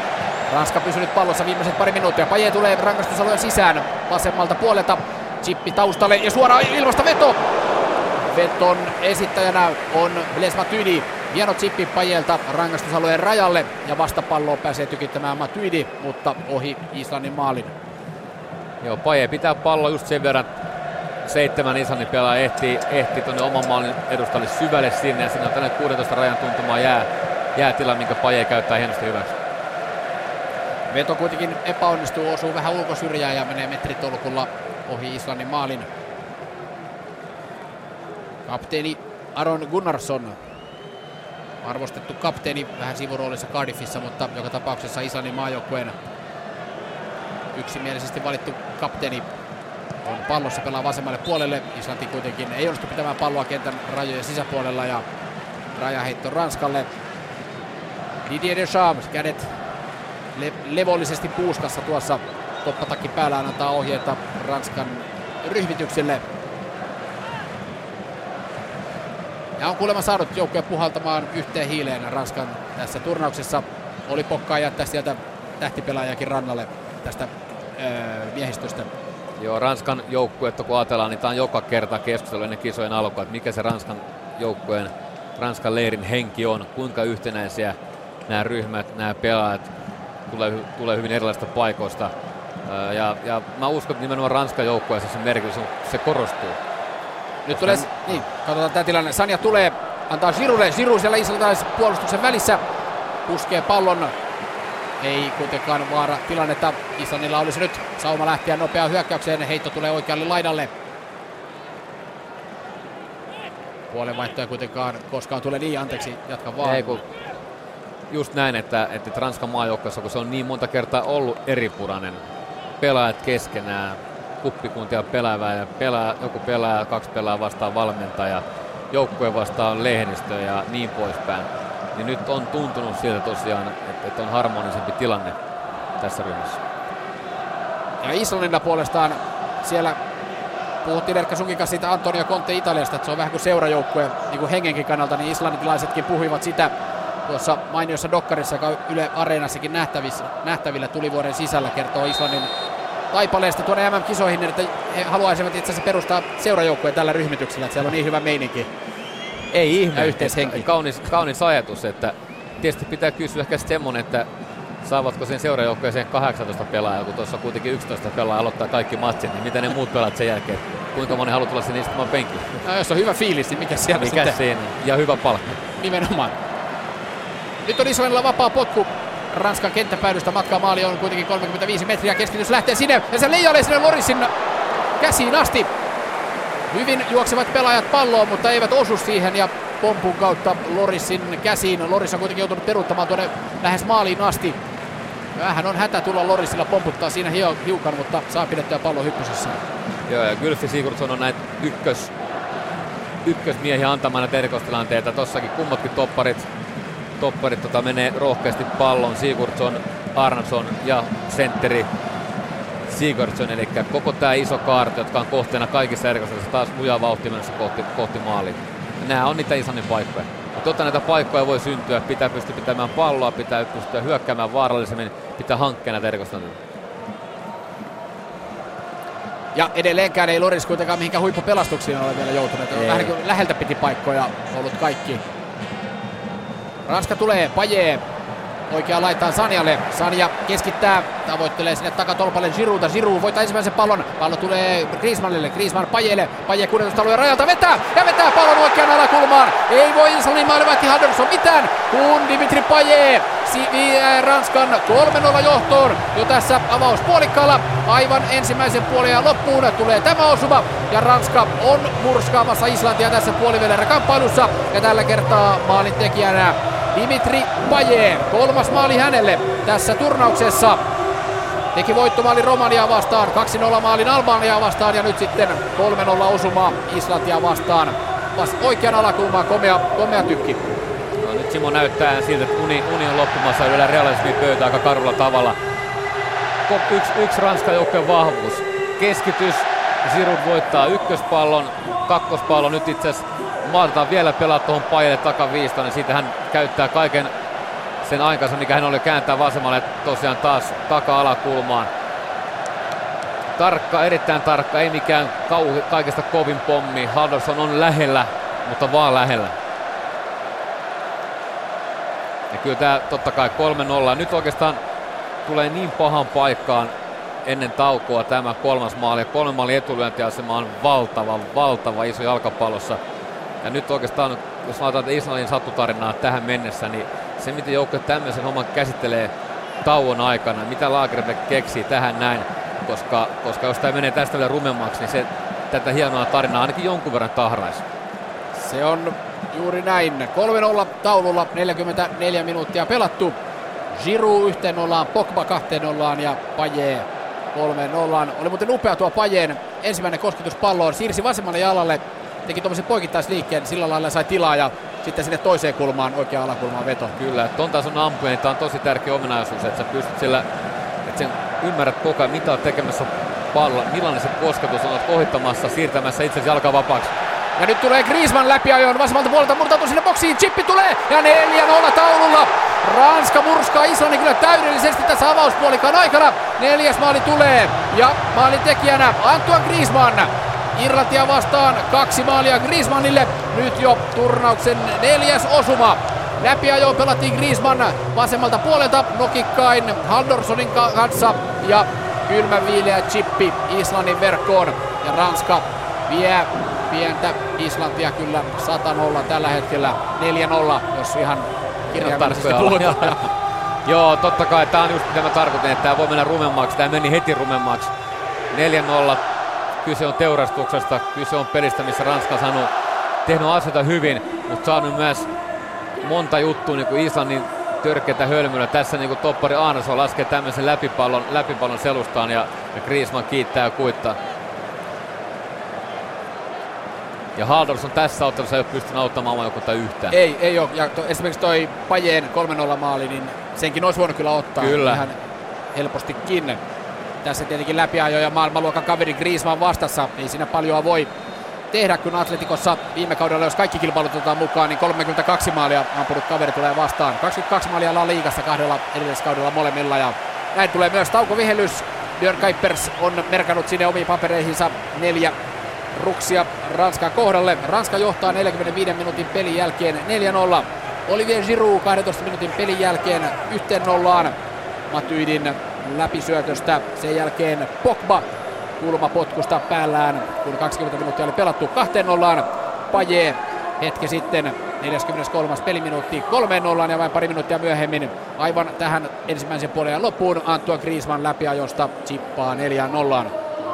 Ranska pysynyt pallossa viimeiset pari minuuttia. Payet tulee rangaistusalueen sisään vasemmalta puolelta. Chippi taustalle ja suoraan ilmasta veto. Veton esittäjänä on Blaise Matuidi. Hieno chippi Pajelta rangaistusalueen rajalle ja vastapalloon pääsee tykittämään Matuidi, mutta ohi Islannin maalin. Joo, Payet pitää pallo just sen verran. 7 Islannin pelaa ehtii tuonne oman maalin edustalle syvälle sinne ja sinne on tänne 16 rajan tuntumaan jäätila, minkä Payet käyttää hienosti hyväksi. Veto kuitenkin epäonnistuu, osuu vähän ulkosyrjään ja menee metritolkulla ohi Islannin maalin. Kapteeni Aron Gunnarsson, arvostettu kapteeni, vähän sivuroolissa Cardiffissa, mutta joka tapauksessa Islannin maajoukkueen yksimielisesti valittu kapteeni on pallossa, pelaa vasemmalle puolelle. Islanti kuitenkin ei onnistu pitämään palloa kentän rajojen sisäpuolella ja rajaheitto Ranskalle. Didier Deschamps, kädet levollisesti puuskassa tuossa toppatakki päällään, antaa ohjeita Ranskan ryhmitykselle. Ja on kuulemma saanut joukkoja puhaltamaan yhteen hiileen Ranskan tässä turnauksessa. Oli pokkaa jättää sieltä tähtipelaajakin rannalle tästä miehistöstä. Joo, Ranskan joukkuetta kun ajatellaan, niin tämä on joka kerta keskustelu ennen kisojen alkua, että mikä se Ranskan joukkueen, Ranskan leirin henki on, kuinka yhtenäisiä nämä ryhmät, nämä pelaajat tulee hyvin erilaisista paikoista. Ja mä uskon, että nimenomaan Ranskan joukkueessa se merkitys se korostuu. Nyt tulee, niin, katsotaan tämä tilanne. Sanja tulee, antaa Giroulle. Giroud siellä islantilaisen puolustuksen välissä. Puskee pallon. Ei kuitenkaan vaara tilannetta. Islannilla olisi nyt sauma lähteä nopeaan hyökkäykseen. Heitto tulee oikealle laidalle. Puolenvaihtoja kuitenkaan koskaan tule niin, anteeksi, jatka vaan. Ei, kun just näin, että Ranskan maajoukkueessa, kun se on niin monta kertaa ollut eripurainen, pelaajat keskenään, kuppikuntia peläävää ja joku pelaa, 2 pelaa vastaan valmentaja, joukkue vastaan lehdistö ja niin poispäin. Niin nyt on tuntunut siltä tosiaan, että on harmonisempi tilanne tässä ryhmässä. Ja Islannilla puolestaan siellä puhuttiin Erkka Sunkin kanssa siitä Antonio Conte Italiasta, että se on vähän kuin seurajoukkue niin kuin hengenkin kannalta, niin islantilaisetkin puhuivat sitä tuossa mainiossa dokkarissa, joka on Yle Areenassakin nähtävillä tulivuoden sisällä, kertoo Islannin taipaleesta tuonne MM-kisoihin, että he haluaisivat itse asiassa perustaa seurajoukkueen tällä ryhmityksellä, että siellä on niin hyvä meininki. Ei ihme, yhteishenki. Kaunis ajatus, että tietysti pitää kysyä ehkä semmoinen, että saavatko sen seurajoukkueeseen 18 pelaajaa, kun tuossa kuitenkin 11 pelaajaa aloittaa kaikki matsit, niin mitä ne muut pelaat sen jälkeen? Kuinka moni haluaa tulla sinne istumaan penkille? No, jos on hyvä fiilis, niin mikä siellä sitten? Siinä? Ja hyvä palkka. Nimenomaan. Nyt on Islannilla vapaa potku. Ranskan kenttäpäädystä matkaa maali on kuitenkin 35 metriä. Keskitys lähtee sinne ja se leijailee sinne Lorisin käsiin asti. Hyvin juoksevat pelaajat palloon, mutta eivät osu siihen ja pompun kautta Lorisin käsiin. Loris on kuitenkin joutunut peruuttamaan tuonne lähes maaliin asti. Vähän on hätä tulla Lorisilla, pomputtaa siinä hiukan, mutta saa pidettyä pallon hyppysessä. Joo, ja Gylfi Sigurdsson on näitä ykkösmiehiä antamaan näitä erikoistilanteita. Tossakin kummatkin topparit menee rohkeasti pallon. Sigurdsson, Arnason ja sentteri Sigurdsson, eli koko tämä iso kaarti, jotka on kohteena kaikissa erikoisissa taas lujaa vauhtia mennessä kohti maalia. Nämä on niitä Islannin paikkoja. Mutta jotta näitä paikkoja voi syntyä, pitää pystyä pitämään palloa, pitää pystyä hyökkäämään vaarallisemmin, pitää hankkia näitä erikoistilanteita. Ja edelleenkään ei Loris kuitenkaan mihinkään huippupelastuksiin ole vielä joutunut. On vähän niin kuin läheltä piti paikkoja ollut kaikki. Ranska tulee, Payet oikea laitaan Sanjalle. Sanja keskittää, tavoittelee sinne takatolpalle Giroudta. Giroud voittaa ensimmäisen pallon. Pallo tulee Griezmannille, Griezmann Payelle. Payet 16 alueen rajalta vetää pallon oikean alakulmaan. Ei voi Islannin maalivahti Henderson mitään, kun Dimitri Payet vie Ranskan 3-0 johtoon jo tässä avauspuolikkaalla. Aivan ensimmäisen puolen loppuun tulee tämä osuma ja Ranska on murskaamassa Islantia tässä puolivälierä kamppailussa ja tällä kertaa maalintekijänä Dimitri Payet, 3. maali hänelle tässä turnauksessa. Teki voittomaali Romaniaa vastaan, 2-0 maalin Albaniaa vastaan ja nyt sitten 3-0 osuma Islantia vastaan. Oikean alakulmaan komea tykki. No, nyt Simo näyttää siltä, että uni on loppumassa ja vielä realismin pöytä aika karulla tavalla. Yksi Ranskan joukkojen vahvuus. Keskitys, Giroud voittaa ykköspallon, kakkospallon nyt itse asiassa. Maatetaan vielä pelaa tuohon Payelle takaviistoon, niin siitä hän käyttää kaiken sen aikansa, mikä hän oli kääntää vasemmalle tosiaan taas taka-alakulmaan. Tarkka, erittäin tarkka, ei mikään kaikesta kovin pommi. Haldorsson on lähellä, mutta vaan lähellä. Ja kyllä tää totta kai 3-0. Nyt oikeastaan tulee niin pahan paikkaan ennen taukoa tämä 3. maali. 3 maalin etulyöntiasema on valtava iso jalkapallossa. Ja nyt oikeastaan, jos laitetaan Islannin sattutarinaa tähän mennessä, niin se miten joukko tämmöisen homman käsittelee tauon aikana, mitä Lagerbeck keksii tähän näin, koska jos tämä menee tästä vielä rumemmaksi, niin se tätä hienoa tarinaa ainakin jonkun verran tahraisi. Se on juuri näin. 3-0 taululla, 44 minuuttia pelattu. Giroud 1-0, Pogba 2-0 ja Payet 3-0. Oli muuten upea tuo Payeten ensimmäinen kosketus palloon. Siirsi vasemmalle jalalle, teki tuommoisen poikittaisliikkeen, sillä lailla sai tilaa ja sitten sinne toiseen kulmaan, oikeaan alakulmaan veto. Kyllä, ton tason ampuja, tämä on tosi tärkeä ominaisuus, että sä pystyt sillä, että sen ymmärrät koko ajan, mitä olet tekemässä pallo, millainen se kosketus on, olet ohittamassa, siirtämässä itsesi jalkavapaaksi. Ja nyt tulee Griezmann läpiajoon vasemmalta puolelta, murtautuu sinne boksiin, chippi tulee ja 4-0 taululla. Ranska murskaa Islannin kyllä täydellisesti tässä avauspuolikan aikana. 4. maali tulee ja maalin tekijänä Antoine Griezmann. Irlantia vastaan 2 maalia Griezmannille. Nyt jo turnauksen 4. osuma. Läpiajoon pelattiin Griezmann vasemmalta puolelta nokikkain Haldorssonin kanssa ja kylmän viileä chippi Islannin verkkoon. Ja Ranska vie pientä Islantia kyllä 100-0 tällä hetkellä, 4-0, jos ihan kirjaimellisesti puhutaan. Joo, totta kai, tää on just mitä mä tarkoitin, että tää voi mennä rumemmaksi, tää meni heti rumemmaksi. 4-0, kyse on teurastuksesta, kyse on pelistä, missä Ranska on saanut tehnyt asioita hyvin, mutta saanut myös monta juttua niin kuin Islannin törkeätä hölmöllä. Tässä niin kuin toppari Arnason laskee tämmöisen läpipallon selustaan ja Griezmann kiittää ja kuittaa. Ja Haldorsson tässä ottelussa ei ole pystynyt auttamaan omaa yhtään. Ei ole. Ja esimerkiksi toi Payeten 3-0 maali, niin senkin olisi voinut kyllä ottaa. Kyllä. Ihan helpostikin. Tässä tietenkin läpiajo ja maailmanluokan kaveri Griezmann vastassa. Ei siinä paljoa voi tehdä, kun Atletikossa viime kaudella, jos kaikki kilpailut otetaan mukaan, niin 32 maalia ampunut kaveri tulee vastaan. 22 maalia La Ligassa 2 edelliskaudella molemmilla. Ja näin tulee myös taukovihellys. Björn Kuipers on merkannut sinne omiin papereihinsa 4 ruksia Ranskan kohdalle. Ranska johtaa 45 minuutin pelin jälkeen 4-0. Olivier Giroud 12 minuutin pelin jälkeen 1-0 Matuidin läpisyötöstä. Sen jälkeen Pogba kulmapotkusta päällään, kun 20 minuuttia oli pelattu 2-0. Payet hetki sitten 43. peliminuutti 3-0 ja vain pari minuuttia myöhemmin aivan tähän ensimmäisen puolen loppuun Antoine Griezmann läpiajosta chippaa 4-0.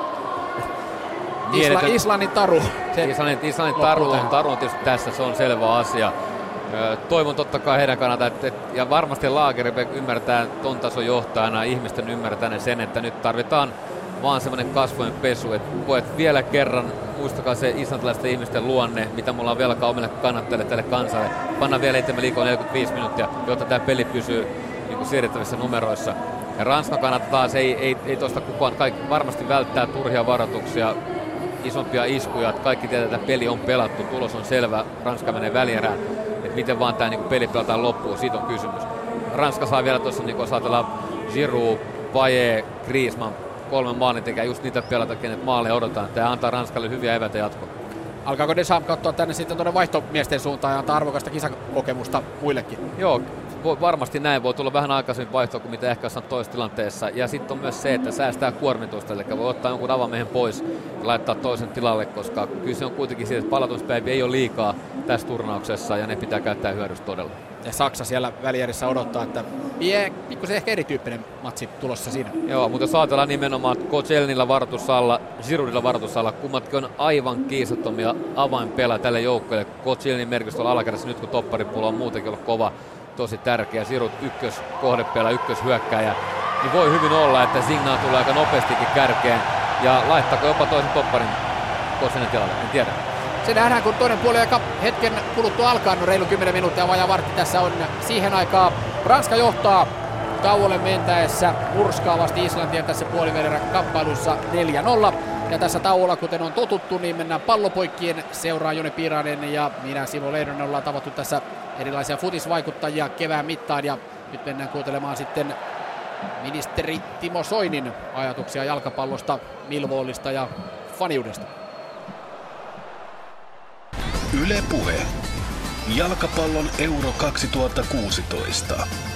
Islannin taru. Islannin taru on tietysti tässä, se on selvä asia. Toivon totta kai heidän kannaltaan, ja varmasti Lagerbeck ymmärtää ton tason johtajana, ihmisten ymmärtää sen, että nyt tarvitaan vaan semmoinen kasvojen pesu, että koet vielä kerran, muistakaa se islantilaisten ihmisten luonne, mitä mulla on velkaa omille kannattajille tälle kansalle. Panna vielä itsemme liikoon 45 minuuttia, jotta tämä peli pysyy niin siirrettävissä numeroissa. Ja Ranskan kannalta taas ei tuosta kukaan, varmasti välttää turhia varoituksia, isompia iskuja, että kaikki tietää, että peli on pelattu, tulos on selvä, Ranska menee välierään, että miten vaan tämä niin peli pelataan loppuun, siitä on kysymys. Ranska saa vielä tuossa, niin jos ajatellaan Giroud, Payet, Griezmann, 3 maalintekijää, just niitä pelata, kenet maaleja odotetaan. Tämä antaa Ranskalle hyviä eväitä jatkoa. Alkaako Deschamps katsoa tänne sitten tuonne vaihtomiesten suuntaan ja antaa arvokasta kisakokemusta muillekin? Joo, varmasti näin. Voi tulla vähän aikaisemmin vaihtoa kuin mitä ehkä jossain toisessa tilanteessa. Ja sitten on myös se, että säästää kuormitusta, eli voi ottaa jonkun avamiehen pois ja laittaa toisen tilalle, koska kyse on kuitenkin siitä, että palautumispäiviä ei ole liikaa tässä turnauksessa ja ne pitää käyttää hyödyssä todella. Ja Saksa siellä välierissä odottaa, että pikkusen ehkä erityyppinen matsi tulossa siinä. Joo, mutta jos ajatellaan nimenomaan Koscielnyllä varoitusalla, Giroudilla varoitusalla, kummatkin on aivan kiistattomia avainpelaa tälle joukkueelle. Koscielnyn merkitys tuolla alakädessä nyt kun topparipulla on muutenkin ollut kova, tosi tärkeä. Giroud ykköskohdepelä, ykköshyökkääjä. Niin voi hyvin olla, että signaa tulee aika nopeastikin kärkeen ja laittaako jopa toisen topparin Koscielnyn tilalle, en tiedä. Se nähdään, kun toinen puoli aika hetken kuluttua alkaa, no reilu 10 minuuttia, vajaa vartti tässä on siihen aikaa. Ranska johtaa tauolle mentäessä murskaavasti Islantia tässä puoliväliä kamppailussa 4-0. Ja tässä tauolla, kuten on totuttu, niin mennään pallopoikkien. Seuraa Joni Piirainen ja minä Simo Leinonen ollaan tavattu tässä erilaisia futisvaikuttajia kevään mittaan. Ja Nyt mennään kuuntelemaan sitten ministeri Timo Soinin ajatuksia jalkapallosta, Millwallista ja faniudesta. Yle Puhe. Jalkapallon Euro 2016.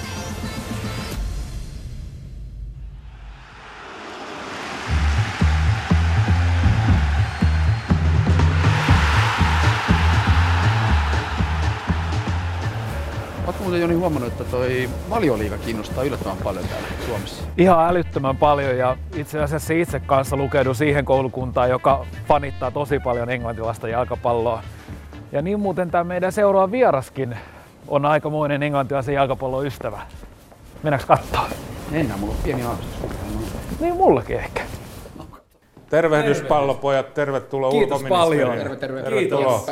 Oletko muuten, Joni, huomannut, että toi Valioliiga kiinnostaa yllättävän paljon täällä Suomessa? Ihan älyttömän paljon, ja itse asiassa itse kanssa lukeudun siihen koulukuntaan, joka fanittaa tosi paljon englantilaista jalkapalloa. Ja niin muuten tämä meidän seuraava vieraskin on aikamoinen englantilaisen jalkapallon ystävä. Mennäänkö kattoo? Ei enää, mulla on pieni aavistus. Niin mullakin ehkä. Tervehdys pallopojat, tervetuloa ulkoministeriin. Paljon. Terve. Kiitos.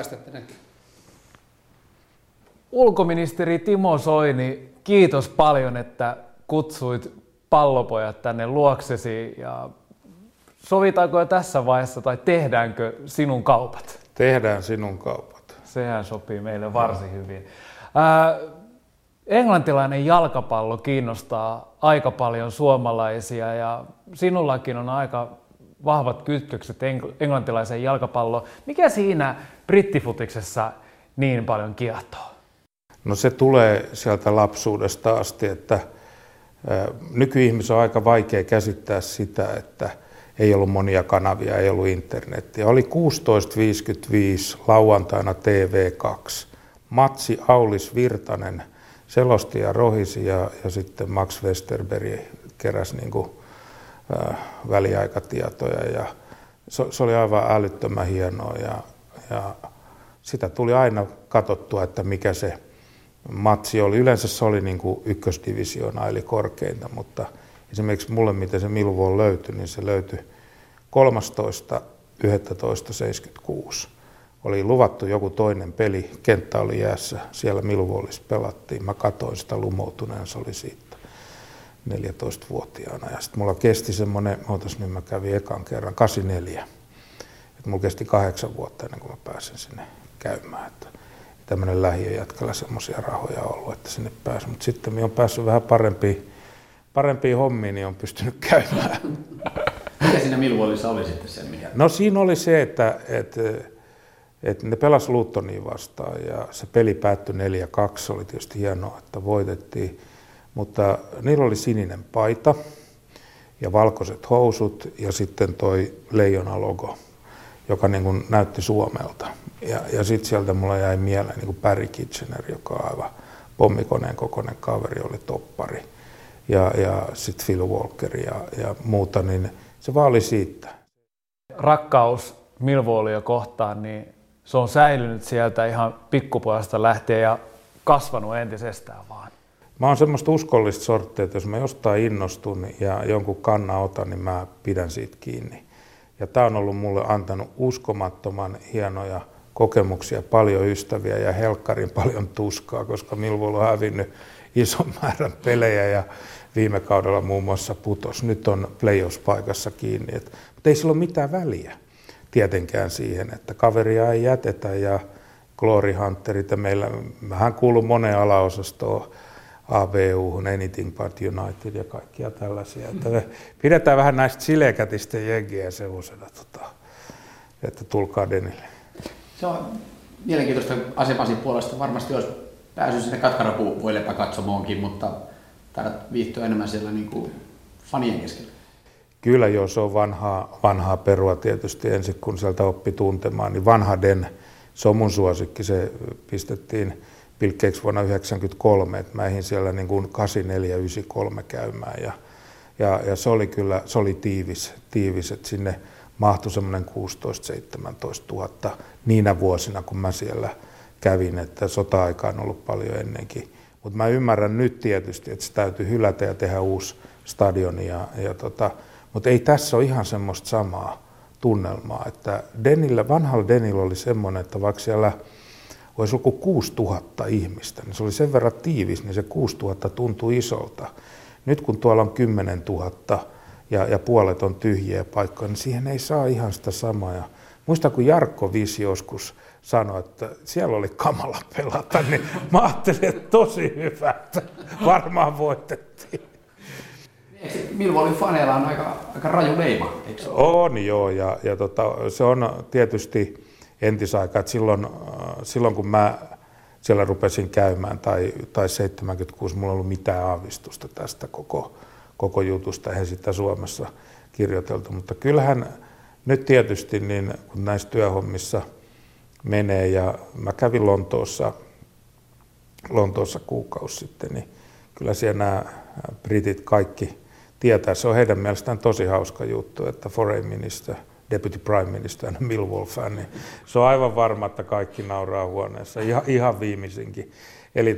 Ulkoministeri Timo Soini, kiitos paljon, että kutsuit pallopojat tänne luoksesi. Ja sovitaanko jo tässä vaiheessa tai tehdäänkö sinun kaupat? Tehdään sinun kaupat. Sehän sopii meille varsin hyvin. Englantilainen jalkapallo kiinnostaa aika paljon suomalaisia ja sinullakin on aika vahvat kytkökset englantilaiseen jalkapalloon. Mikä siinä brittifutiksessa niin paljon kiehtoo? No se tulee sieltä lapsuudesta asti, että nykyihmisen on aika vaikea käsittää sitä, että ei ollut monia kanavia, ei ollut internetiä. Oli 16.55 lauantaina TV2. Matsi Aulis Virtanen selosti ja rohisi ja sitten Max Westerberg keräsi väliaikatietoja. Ja se oli aivan älyttömän hienoa ja sitä tuli aina katsottua, että mikä se matsi oli. Yleensä se oli ykkösdivisioona eli korkeinta, mutta esimerkiksi mulle, miten se Millwall löytyi, niin se löytyi 13.11.76. Oli luvattu joku toinen peli, kenttä oli jäässä, siellä Millwallissa pelattiin. Mä katsoin sitä lumoutuneen, se oli siitä 14-vuotiaana. Ja sitten mulla kesti semmoinen, nyt mä kävin ekan kerran, 84. Et mulla kesti 8 vuotta ennen kuin mä pääsin sinne käymään. Tämmöinen lähiöjätkällä semmoisia rahoja ollut, että sinne pääsi. Mutta sitten minä olen päässyt vähän parempiin hommiin, niin on pystynyt käymään. Mikä siinä Millwallissa oli sitten se? Mikä? No siinä oli se, että ne pelasi Luttonia vastaan ja se peli päättyi 4-2. Se oli tietysti hienoa, että voitettiin. Mutta niillä oli sininen paita ja valkoiset housut ja sitten toi leijona-logo, joka näytti Suomelta. Ja sitten sieltä mulla jäi mieleen Barry Kitchener, joka on aivan pommikoneen kokoinen kaveri, oli toppari. Ja sitten Phil Walker ja muuta, niin se vaan oli siitä. Rakkaus Millwallia kohtaan, niin se on säilynyt sieltä ihan pikkupojasta lähtien ja kasvanut entisestään vaan. Mä oon semmoista uskollista sorttia, että jos mä jostain innostun ja jonkun kannan otan, niin mä pidän siitä kiinni. Ja tää on ollut mulle antanut uskomattoman hienoja kokemuksia, paljon ystäviä ja helkkarin paljon tuskaa, koska Millwall on hävinnyt ison määrän pelejä ja viime kaudella muun muassa putosi. Nyt on playoffs-paikassa kiinni. Mutta ei sillä ole mitään väliä tietenkään siihen, että kaveria ei jätetä ja Glory Hunterit ja meillä vähän kuuluu moneen alaosastoon, ABU:hun, Anything But United ja kaikkia tällaisia. Että me pidetään vähän näistä silekätisten jengiä seuusena, että tulkaa Denille. Se on mielenkiintoista Asepasin puolesta. Varmasti olisi päässyt sinne katkarapuvoilepä katsomoonkin, mutta taidat viihtyä enemmän siellä fanien keskellä. Kyllä joo, se on vanhaa perua tietysti ensin, kun sieltä oppi tuntemaan. Niin vanha Den, se on mun suosikki, se pistettiin pilkkeiksi vuonna 1993, että mä ehdin siellä 84-93 käymään. Ja se oli kyllä, se oli tiivis, että sinne mahtui semmoinen 16-17 000 niinä vuosina, kun mä siellä kävin, että sota-aika on ollut paljon ennenkin. Mutta mä ymmärrän nyt tietysti, että se täytyy hylätä ja tehdä uusi stadioni. Mutta ei tässä ole ihan semmoista samaa tunnelmaa. Että vanhalla Denillä oli semmoinen, että vaikka siellä olisi ollut 6000 ihmistä, niin se oli sen verran tiivis, niin se 6000 tuntui isolta. Nyt kun tuolla on 10 000 ja puolet on tyhjiä paikkoja, niin siihen ei saa ihan sitä samaa. Ja Muistan, kun Jarkko Vis joskus sanoi, että siellä oli kamala pelata, niin mä ajattelin, että tosi hyvä, että varmaan voitettiin. Millwallin faneilla on aika raju leima, eikö se ole? On joo, ja se on tietysti entisaika, että silloin kun mä siellä rupesin käymään, tai 76, mulla ei ollut mitään aavistusta tästä koko jutusta, eihän sitä Suomessa kirjoiteltu, mutta kyllähän nyt tietysti, niin kun näissä työhommissa menee, ja mä kävin Lontoossa kuukausi sitten, niin kyllä siellä nämä britit kaikki tietää. Se on heidän mielestään tosi hauska juttu, että foreign minister, deputy prime minister on Millwall-fan, niin se on aivan varma, että kaikki nauraa huoneessa, ihan viimeisinkin. Eli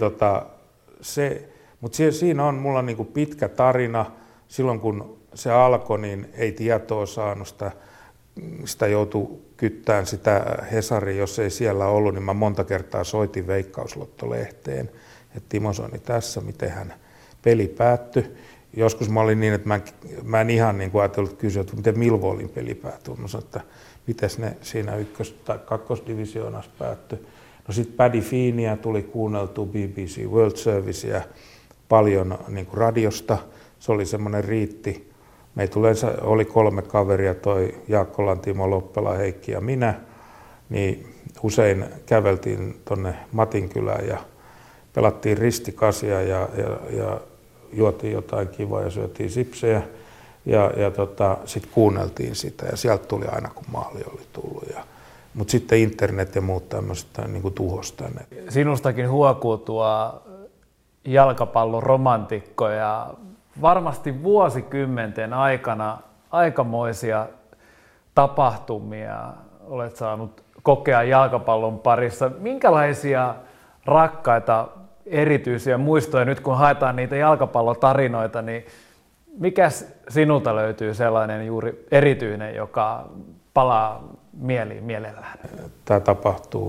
mutta siinä on mulla niinku pitkä tarina. Silloin kun se alkoi, niin ei tietoa saanut sitä joutui kyttään sitä Hesaria, jos ei siellä ollut, niin mä monta kertaa soitin Veikkauslottolehteen, että Timo Soini tässä, mitenhän peli päättyi. Joskus mä olin niin, että mä en ihan niin kuin ajatellut kysyä, että miten Millwallin peli päättyi. Mä sanoin, että miten ne siinä ykkös- tai kakkosdivisioonassa päättyi. No sitten Paddy Feeneyä tuli kuunneltua BBC World Servicea paljon niin kuin radiosta. Se oli semmoinen riitti. Meitä yleensä oli 3 kaveria, toi Jaakkolan, Timo Loppela, Heikki ja minä. Niin usein käveltiin tonne Matinkylään ja pelattiin ristikasia ja juotiin jotain kivaa ja syötiin sipsejä ja sitten kuunneltiin sitä ja sieltä tuli aina kun maali oli tullut. Mutta sitten internet ja muut tämmöiset niin tuhosi tänne. Sinustakin huokuu tuo jalkapallon romantikko ja varmasti vuosikymmenten aikana aikamoisia tapahtumia olet saanut kokea jalkapallon parissa. Minkälaisia rakkaita erityisiä muistoja nyt kun haetaan niitä jalkapallotarinoita, niin mikä sinulta löytyy sellainen juuri erityinen, joka palaa mielellään? Tämä tapahtuu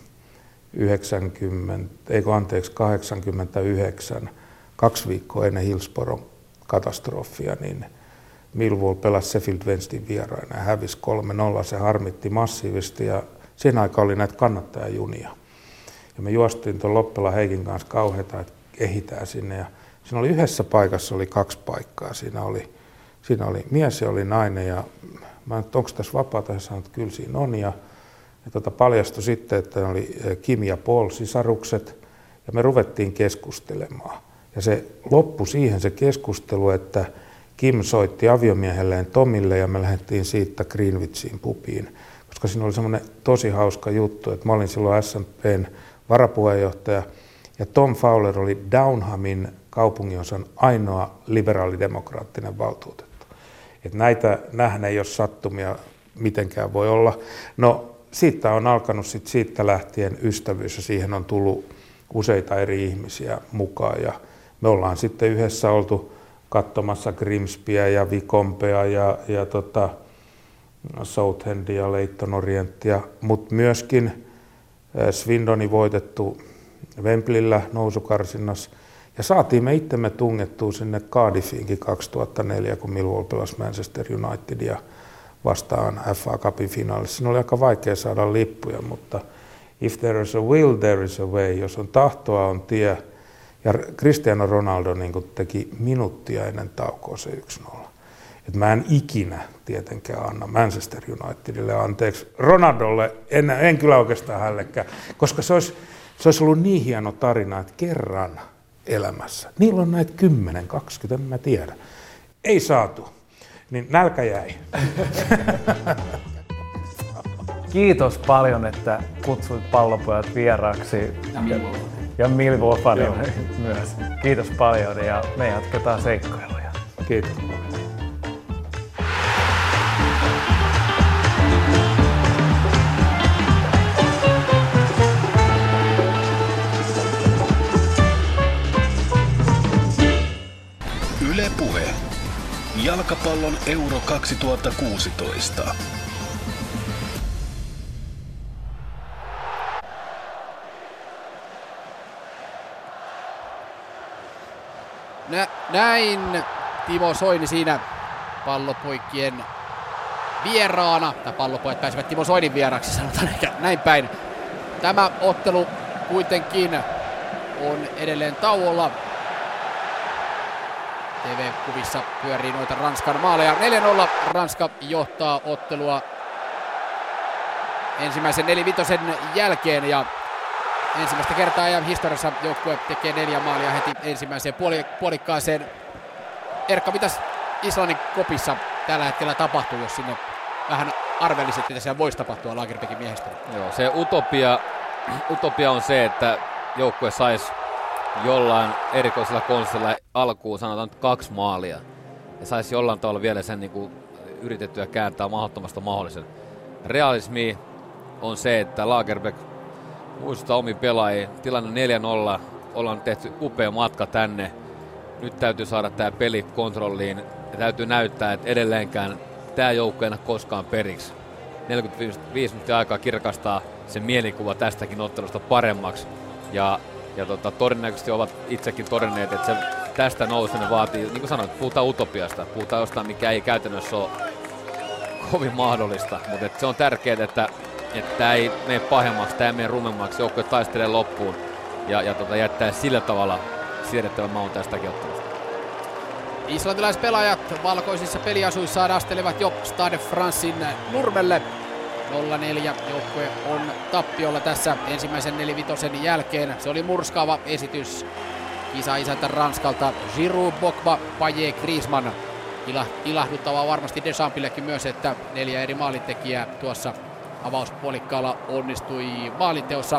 89, 2 viikkoa ennen Hillsboron katastrofia, niin Millwall pelasi Sheffield Wednesdayn vieraina ja hävisi 3-0. Se harmitti massiivisesti ja siinä aikaan oli näitä kannattajajunia. Ja me juostiin tuon Loppela Heikin kanssa kauheita, että ehitään sinne. Ja siinä oli yhdessä paikassa oli 2 paikkaa. Siinä oli mies ja oli nainen. Ja mä että onko tässä vapaata? Hän sanoi, että kyllä siinä on. Ja paljastui sitten, että ne oli Kim ja Paul sisarukset. Ja me ruvettiin keskustelemaan. Ja se loppui siihen se keskustelu, että Kim soitti aviomiehelleen Tomille ja me lähdettiin siitä Greenwichiin pubiin. Koska siinä oli semmoinen tosi hauska juttu, että mä olin silloin SNP:n varapuheenjohtaja ja Tom Fowler oli Downhamin kaupunginosan ainoa liberaalidemokraattinen valtuutettu. Että näitä nähdä ei ole sattumia mitenkään voi olla. No siitä on alkanut siitä lähtien ystävyys ja siihen on tullut useita eri ihmisiä mukaan ja me ollaan sitten yhdessä oltu katsomassa Grimsbyä ja Vicompea ja Southendia, Leyton Orientia, mutta myöskin Swindonin voitettu Wembleyllä nousukarsinnassa. Ja saatiin me itsemme tungettua sinne Cardiffiinkin 2004, kun Millwall pelasi Manchester Unitedia vastaan FA Cupin finaalissa. Siinä oli aika vaikea saada lippuja, mutta if there is a will, there is a way. Jos on tahtoa, on tie. Ja Cristiano Ronaldo niin teki minuuttia ennen taukoa se 1-0. Et mä en ikinä tietenkään anna Manchester Unitedille anteeksi. Ronaldolle en kyllä oikeastaan hällekään, koska se olisi ollut niin hieno tarina, että kerran elämässä. Niillä on näitä 10-20, en mä tiedä. Ei saatu, niin nälkä jäi. Kiitos paljon, että kutsuit Pallopojat vieraaksi. Ja Millwall-fanin myös. Kiitos paljon ja me jatketaan seikkailuja. Kiitos. Yle Puhe. Jalkapallon Euro 2016. Näin Timo Soini siinä Pallopoikien vieraana. Tämä pallopojat pääsivät Timo Soinin vieraksi, sanotaan ehkä näin päin. Tämä ottelu kuitenkin on edelleen tauolla. TV-kuvissa pyörii noita Ranskan maaleja. 4-0 Ranska johtaa ottelua ensimmäisen 4-5 jälkeen ja ensimmäistä kertaa ajan historiassa joukkue tekee 4 maalia heti ensimmäiseen puolikkaaseen. Erkka, mitäs Islannin kopissa tällä hetkellä tapahtuu, jos sinne vähän arvelisit, mitä siellä voisi tapahtua Lagerbekin miehistöllä? Joo, se utopia on se, että joukkue saisi jollain erikoisella konstilla alkuun sanotaan 2 maalia. Ja saisi jollain tavalla vielä sen niin kuin yritettyä kääntää mahdottomasta mahdollisen. Realismi on se, että Lagerbeck muistuttaa omiin pelaajia. Tilanne 4-0. Ollaan tehty upea matka tänne. Nyt täytyy saada tämä peli kontrolliin. Ja täytyy näyttää, että edelleenkään tämä joukko ei enää koskaan periksi. 45 minuuttia aikaa kirkastaa sen mielikuva tästäkin ottelusta paremmaksi. Ja todennäköisesti ovat itsekin todenneet, että se tästä nouseminen vaatii, niin kuin sanoit, puhutaan utopiasta. Puhutaan jostain, mikä ei käytännössä ole kovin mahdollista. Mutta se on tärkeää, että tämä ei mene pahemmaksi, tämä ei mene rumemmaksi. Joukkue taistelee loppuun ja jättää sillä tavalla siedettävän maun tästäkin ottelusta. Islantilaispelaajat valkoisissa peliasuissaan astelevat jo Stade Francein nurmelle. 0-4 joukkue on tappiolla tässä ensimmäisen 4-5 jälkeen. Se oli murskaava esitys kisa-isäntä Ranskalta. Giroud, Pogba, Payet, Griezmann. Ilahduttavaa varmasti Deschampsillekin myös, että 4 eri maalintekijää tuossa avauspuolikkaalla onnistui maalinteossa.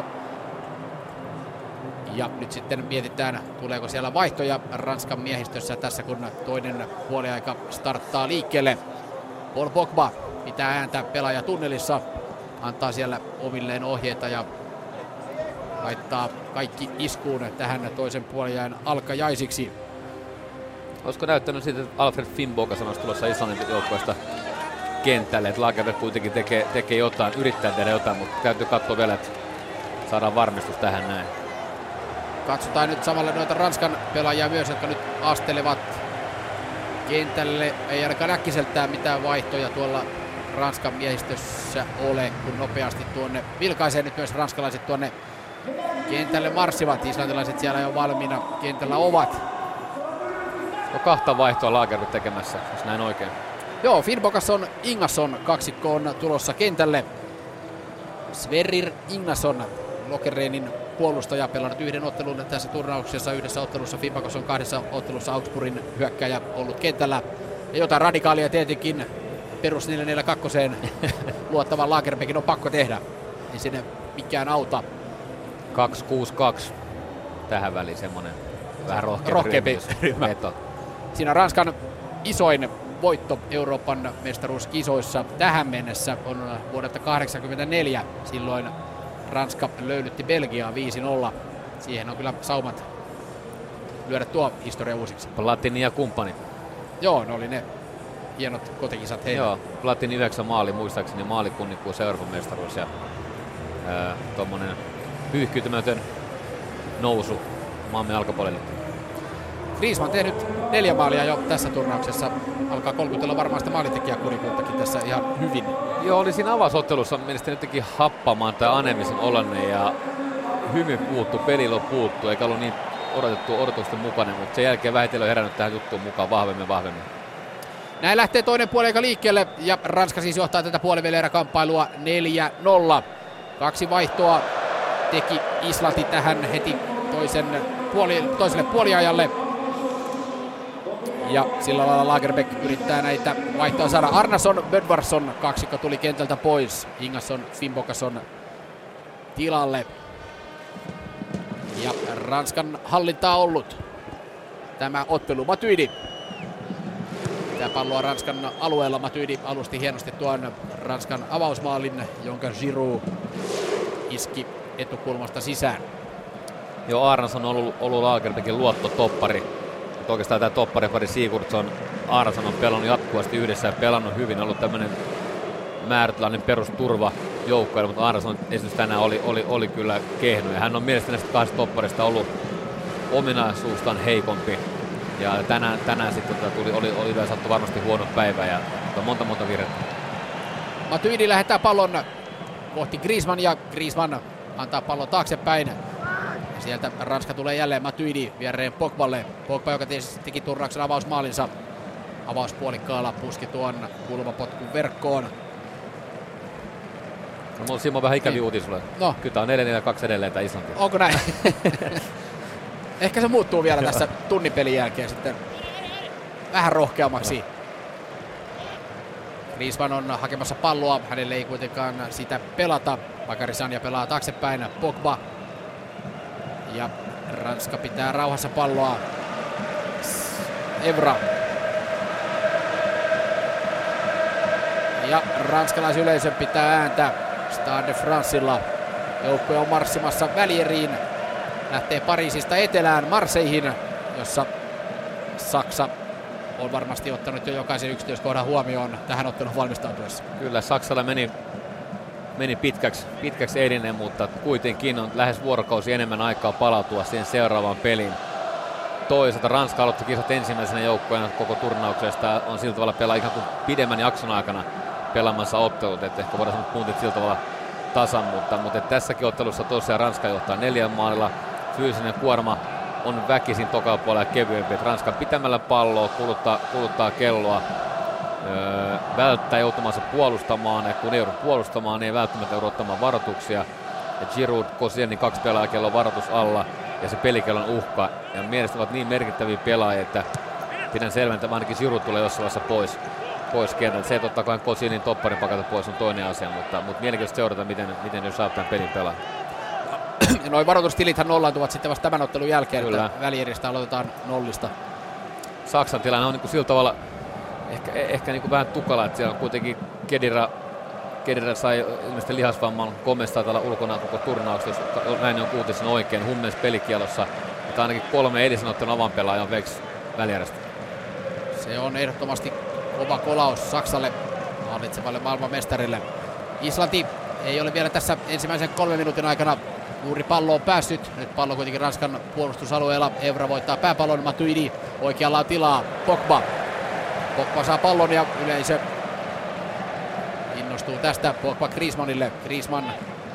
Ja nyt sitten mietitään, tuleeko siellä vaihtoja Ranskan miehistössä tässä, kun toinen puoliaika starttaa liikkeelle. Paul Pogba pitää ääntä pelaajatunnelissa, antaa siellä omilleen ohjeita ja laittaa kaikki iskuun tähän toisen puoliajan alkajaisiksi. Olisiko näyttänyt siitä, että Alfred Finnboga sanoisi tulossa Islannin joukkueesta kentälle, että Lagerbeck kuitenkin tekee jotain, yrittää tehdä jotain, mutta täytyy katsoa vielä, että saadaan varmistus tähän näin. Katsotaan nyt samalla noita Ranskan pelaajia myös, jotka nyt astelevat kentälle. Ei ainakaan äkkiseltään mitään vaihtoja tuolla Ranskan miehistössä ole, kun nopeasti tuonne vilkaisee nyt myös ranskalaiset tuonne kentälle marssivat. Islantilaiset siellä jo valmiina kentällä ovat. No 2 vaihtoa Lagerbeck tekemässä, jos näin oikein. Joo, Finnbogason Ingasson kaksikko on tulossa kentälle. Sverrir Ingasson, Lokkerenin puolustaja, pelannut 1 ottelun tässä turnauksessa, 1 ottelussa Finnbogason 2 ottelussa Augsburgin hyökkäjä ollut kentällä. Ja jotain radikaalia tietenkin perus 4-4-2 luottavan Lagerbeckin on pakko tehdä. Ei sinne mikään auta. 2-6-2 tähän väliin semmonen vähän rohkeampi ryhmä. Siinä Ranskan isoin voitto Euroopan mestaruuskisoissa tähän mennessä on vuodelta 1984. Silloin Ranska löylytti Belgiaa 5-0. Siihen on kyllä saumat lyödä tuo historia uusiksi. Platini ja kumppani. Joo, ne oli ne hienot kotikisat heille. Joo, Platini 9 maali muistaakseni, maalikunnikkuus Euroopan mestaruus ja tommonen pyyhkiytymätön nousu maamme jalkapallille. Griezmann tehnyt 4 maalia jo tässä turnauksessa. Alkaa kolkutella varmaan sitä maalintekijäkurikuuttakin tässä ihan hyvin. Joo, oli siinä avausottelussa mielestäni jotenkin happamaan tai anemisen olanne ja hymy puuttu, pelilo puuttu, eikä ollut niin odotusten mukainen, mutta sen jälkeen vähitellen on herännyt tähän juttuun mukaan vahvemmin. Näin lähtee toinen puoliaika liikkeelle ja Ranska siis johtaa tätä puolivälieräkamppailua 4-0. 2 vaihtoa teki Islanti tähän heti toiselle puoliajalle. Ja sillä lailla Lagerbeck yrittää näitä vaihtoja saada. Arnason, Bödvarsson kaksikko tuli kentältä pois. Ingasson, Finnbogason tilalle. Ja Ranskan hallintaa ollut tämä ottelu. Matuidi. Tämä palloa Ranskan alueella. Matuidi alusti hienosti tuon Ranskan avausmaalin, jonka Giroud iski etukulmasta sisään. Joo, Arnason on ollut Lagerbeckin luottotoppari. Mutta oikeastaan tämä topparipari Sigurdsson, Arnason on pelannut jatkuvasti yhdessä ja pelannut hyvin. Ollut tämmöinen määrätlainen perusturva joukkoille, mutta Arnason esitys tänään oli kyllä kehno. Ja hän on mielestäni näistä 2 topparista ollut ominaisuustaan heikompi. Ja tänään sitten oli vielä sattu varmasti huono päivä ja monta virhettä. Matuidi lähettää pallon kohti Griezmann ja Griezmann antaa pallon taaksepäin. Ja sieltä Ranska tulee jälleen Matuidi viereen Pogballe. Pogba, joka tietysti teki turnauksen avausmaalinsa. Avauspuolikkaalla puski tuon kulmapotkun verkkoon. No, mulla Simo vähän ikäviä uutis sulle. No. Kyllä tää on 4-4-2 edelleen tää Islanti. Onko näin? Ehkä se muuttuu vielä tässä tunnipelin jälkeen sitten vähän rohkeammaksi. Griezmann on hakemassa palloa, hänelle ei kuitenkaan sitä pelata. Bakary Sagna pelaa taaksepäin, Pogba. Ja Ranska pitää rauhassa palloa. Evra. Ja ranskalaisyleisö pitää ääntä Stade de Francella. Joukkue on marssimassa välieriin. Lähtee Pariisista etelään Marseilleihin, jossa Saksa on varmasti ottanut jo jokaisen yksityiskohdan huomioon tähän otteluun valmistautuessa. Kyllä, Saksalla meni pitkäksi eilinen, mutta kuitenkin on lähes vuorokausi enemmän aikaa palautua siihen seuraavaan peliin. Toisaalta Ranska aloitti kisat ensimmäisenä joukkueena koko turnauksesta. On sillä tavalla pelaa ikään kuin pidemmän jakson aikana pelaamassa ottelut, että ehkä voidaan sanoa puntit sillä tavalla tasan, mutta tässäkin ottelussa tosiaan Ranska johtaa 4 maalilla. Fyysinen kuorma on väkisin tokalla puolella kevyempi, että Ranska pitämällä palloa, kuluttaa kelloa, välttää joutumansa puolustamaan, ja kun ei joudu puolustamaan, niin ei välttämättä joudu ottamaan varoituksia. Ja Giroud, Koscielny 2 pelaajaa, kello on varoitus alla, ja se pelikellon uhka. Ja mielestäni ovat niin merkittäviä pelaajia, että pidän selvän, että ainakin Giroud tulee jossain vaiheessa pois kentältä. Se, että ottaa Koscielnyn topparin pakata pois, on toinen asia, mutta mielenkiintoista seurata, miten jos saa tämän pelin pelaa. Noin varoitustilithän nollaantuvat sitten vasta tämän ottelun jälkeen, kyllä, että välieristä aloitetaan nollista. Saksan tilanne on niin kuin sillä tavalla ehkä niin kuin vähän tukala, että siellä on kuitenkin Kedira sai ilmeisesti lihasvamman, Gomez taitaa olla ulkona koko turnauksessa, jos näin on kuutisen oikein, Hummels pelikielossa, mutta ainakin 3 edellisen ottelun avainpelaaja on veksi välierästä. Se on ehdottomasti kova kolaus Saksalle, hallitsevalle maailmanmestarille. Islanti ei ole vielä tässä ensimmäisen 3 minuutin aikana juuri palloon päässyt. Nyt pallo kuitenkin Ranskan puolustusalueella. Evra voittaa pääpallon, Matuidi oikealla on tilaa, Pogba. Pogba saa pallon ja yleisö innostuu tästä. Pogba Griezmannille. Griezmann,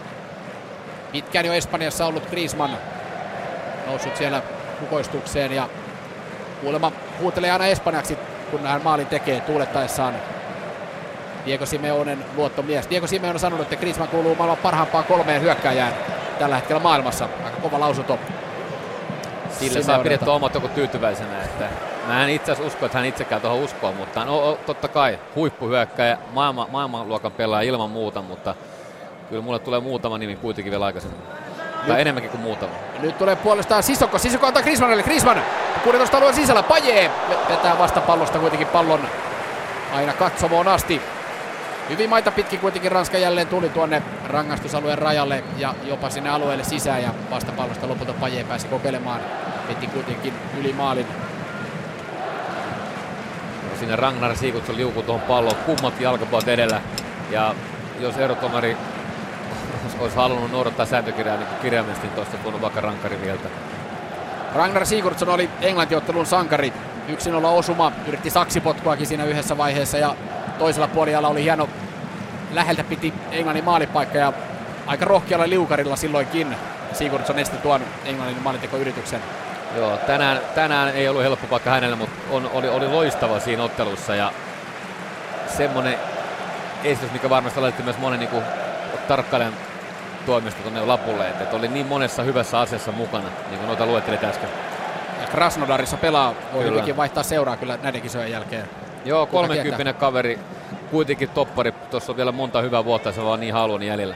pitkään jo Espanjassa ollut Griezmann, noussut siellä kukoistukseen ja kuulemma huutelee aina espanjaksi, kun hän maalin tekee tuulettaessaan. Diego Simeonen luottomies. Diego Simeone on sanonut, että Griezmann kuuluu maailman parhaampaan 3 hyökkääjään tällä hetkellä maailmassa. Aika kova lausunto. Sillä saa pidettyä omat joku tyytyväisenä. Että mä en itse asiassa usko, että hän itsekään tuohon uskoo, mutta totta kai huippuhyökkääjä, maailmanluokan pelaaja ilman muuta, mutta kyllä mulle tulee muutama nimi kuitenkin vielä aikaisemmin. Tai enemmänkin kuin muutama. Nyt tulee puolestaan Sissoko. Sissoko antaa Griezmannille. Griezmann 16 alueen sisällä. Payet vetää vastapallosta kuitenkin pallon aina katsomoon asti. Hyvin maita pitkin kuitenkin Ranska jälleen tuli tuonne rangaistusalueen rajalle ja jopa sinne alueelle sisään, ja vastapallosta lopulta Payet pääsi kokeilemaan. Veti kuitenkin yli maalin. Sinne Ragnar Sigurdsson liukui tuohon palloon, kummat jalkapuolet edellä, ja jos erotomari olisi halunnut noudattaa sääntökirjaa niin kirjaimellisesti, niin tuosta tuonut vaikka rankkarin vieltä. Ragnar Sigurdsson oli Englanti-ottelun sankari. 1-0 osuma, yritti saksipotkuakin siinä yhdessä vaiheessa, ja toisella puolella oli hieno, läheltä piti Englannin maalipaikka, ja aika rohkealla liukarilla silloinkin Sigurdsson esti tuon Englannin maalintekoyrityksen. Joo, tänään ei ollut helppo paikka hänelle, mutta oli loistava siinä ottelussa, ja semmoinen esitys, mikä varmasti laitettiin myös monen niin tarkkailijan toimesta tuonne lapulle, että oli niin monessa hyvässä asiassa mukana, niin kuin noita luettelit äsken. Ja Krasnodarissa pelaa, voi hyvinkin vaihtaa seuraa kyllä näiden kisojen jälkeen. Joo, 30 kaveri, kuitenkin toppari, tuossa on vielä monta hyvää vuotta, ja se vaan niin haluaa niin jäljellä.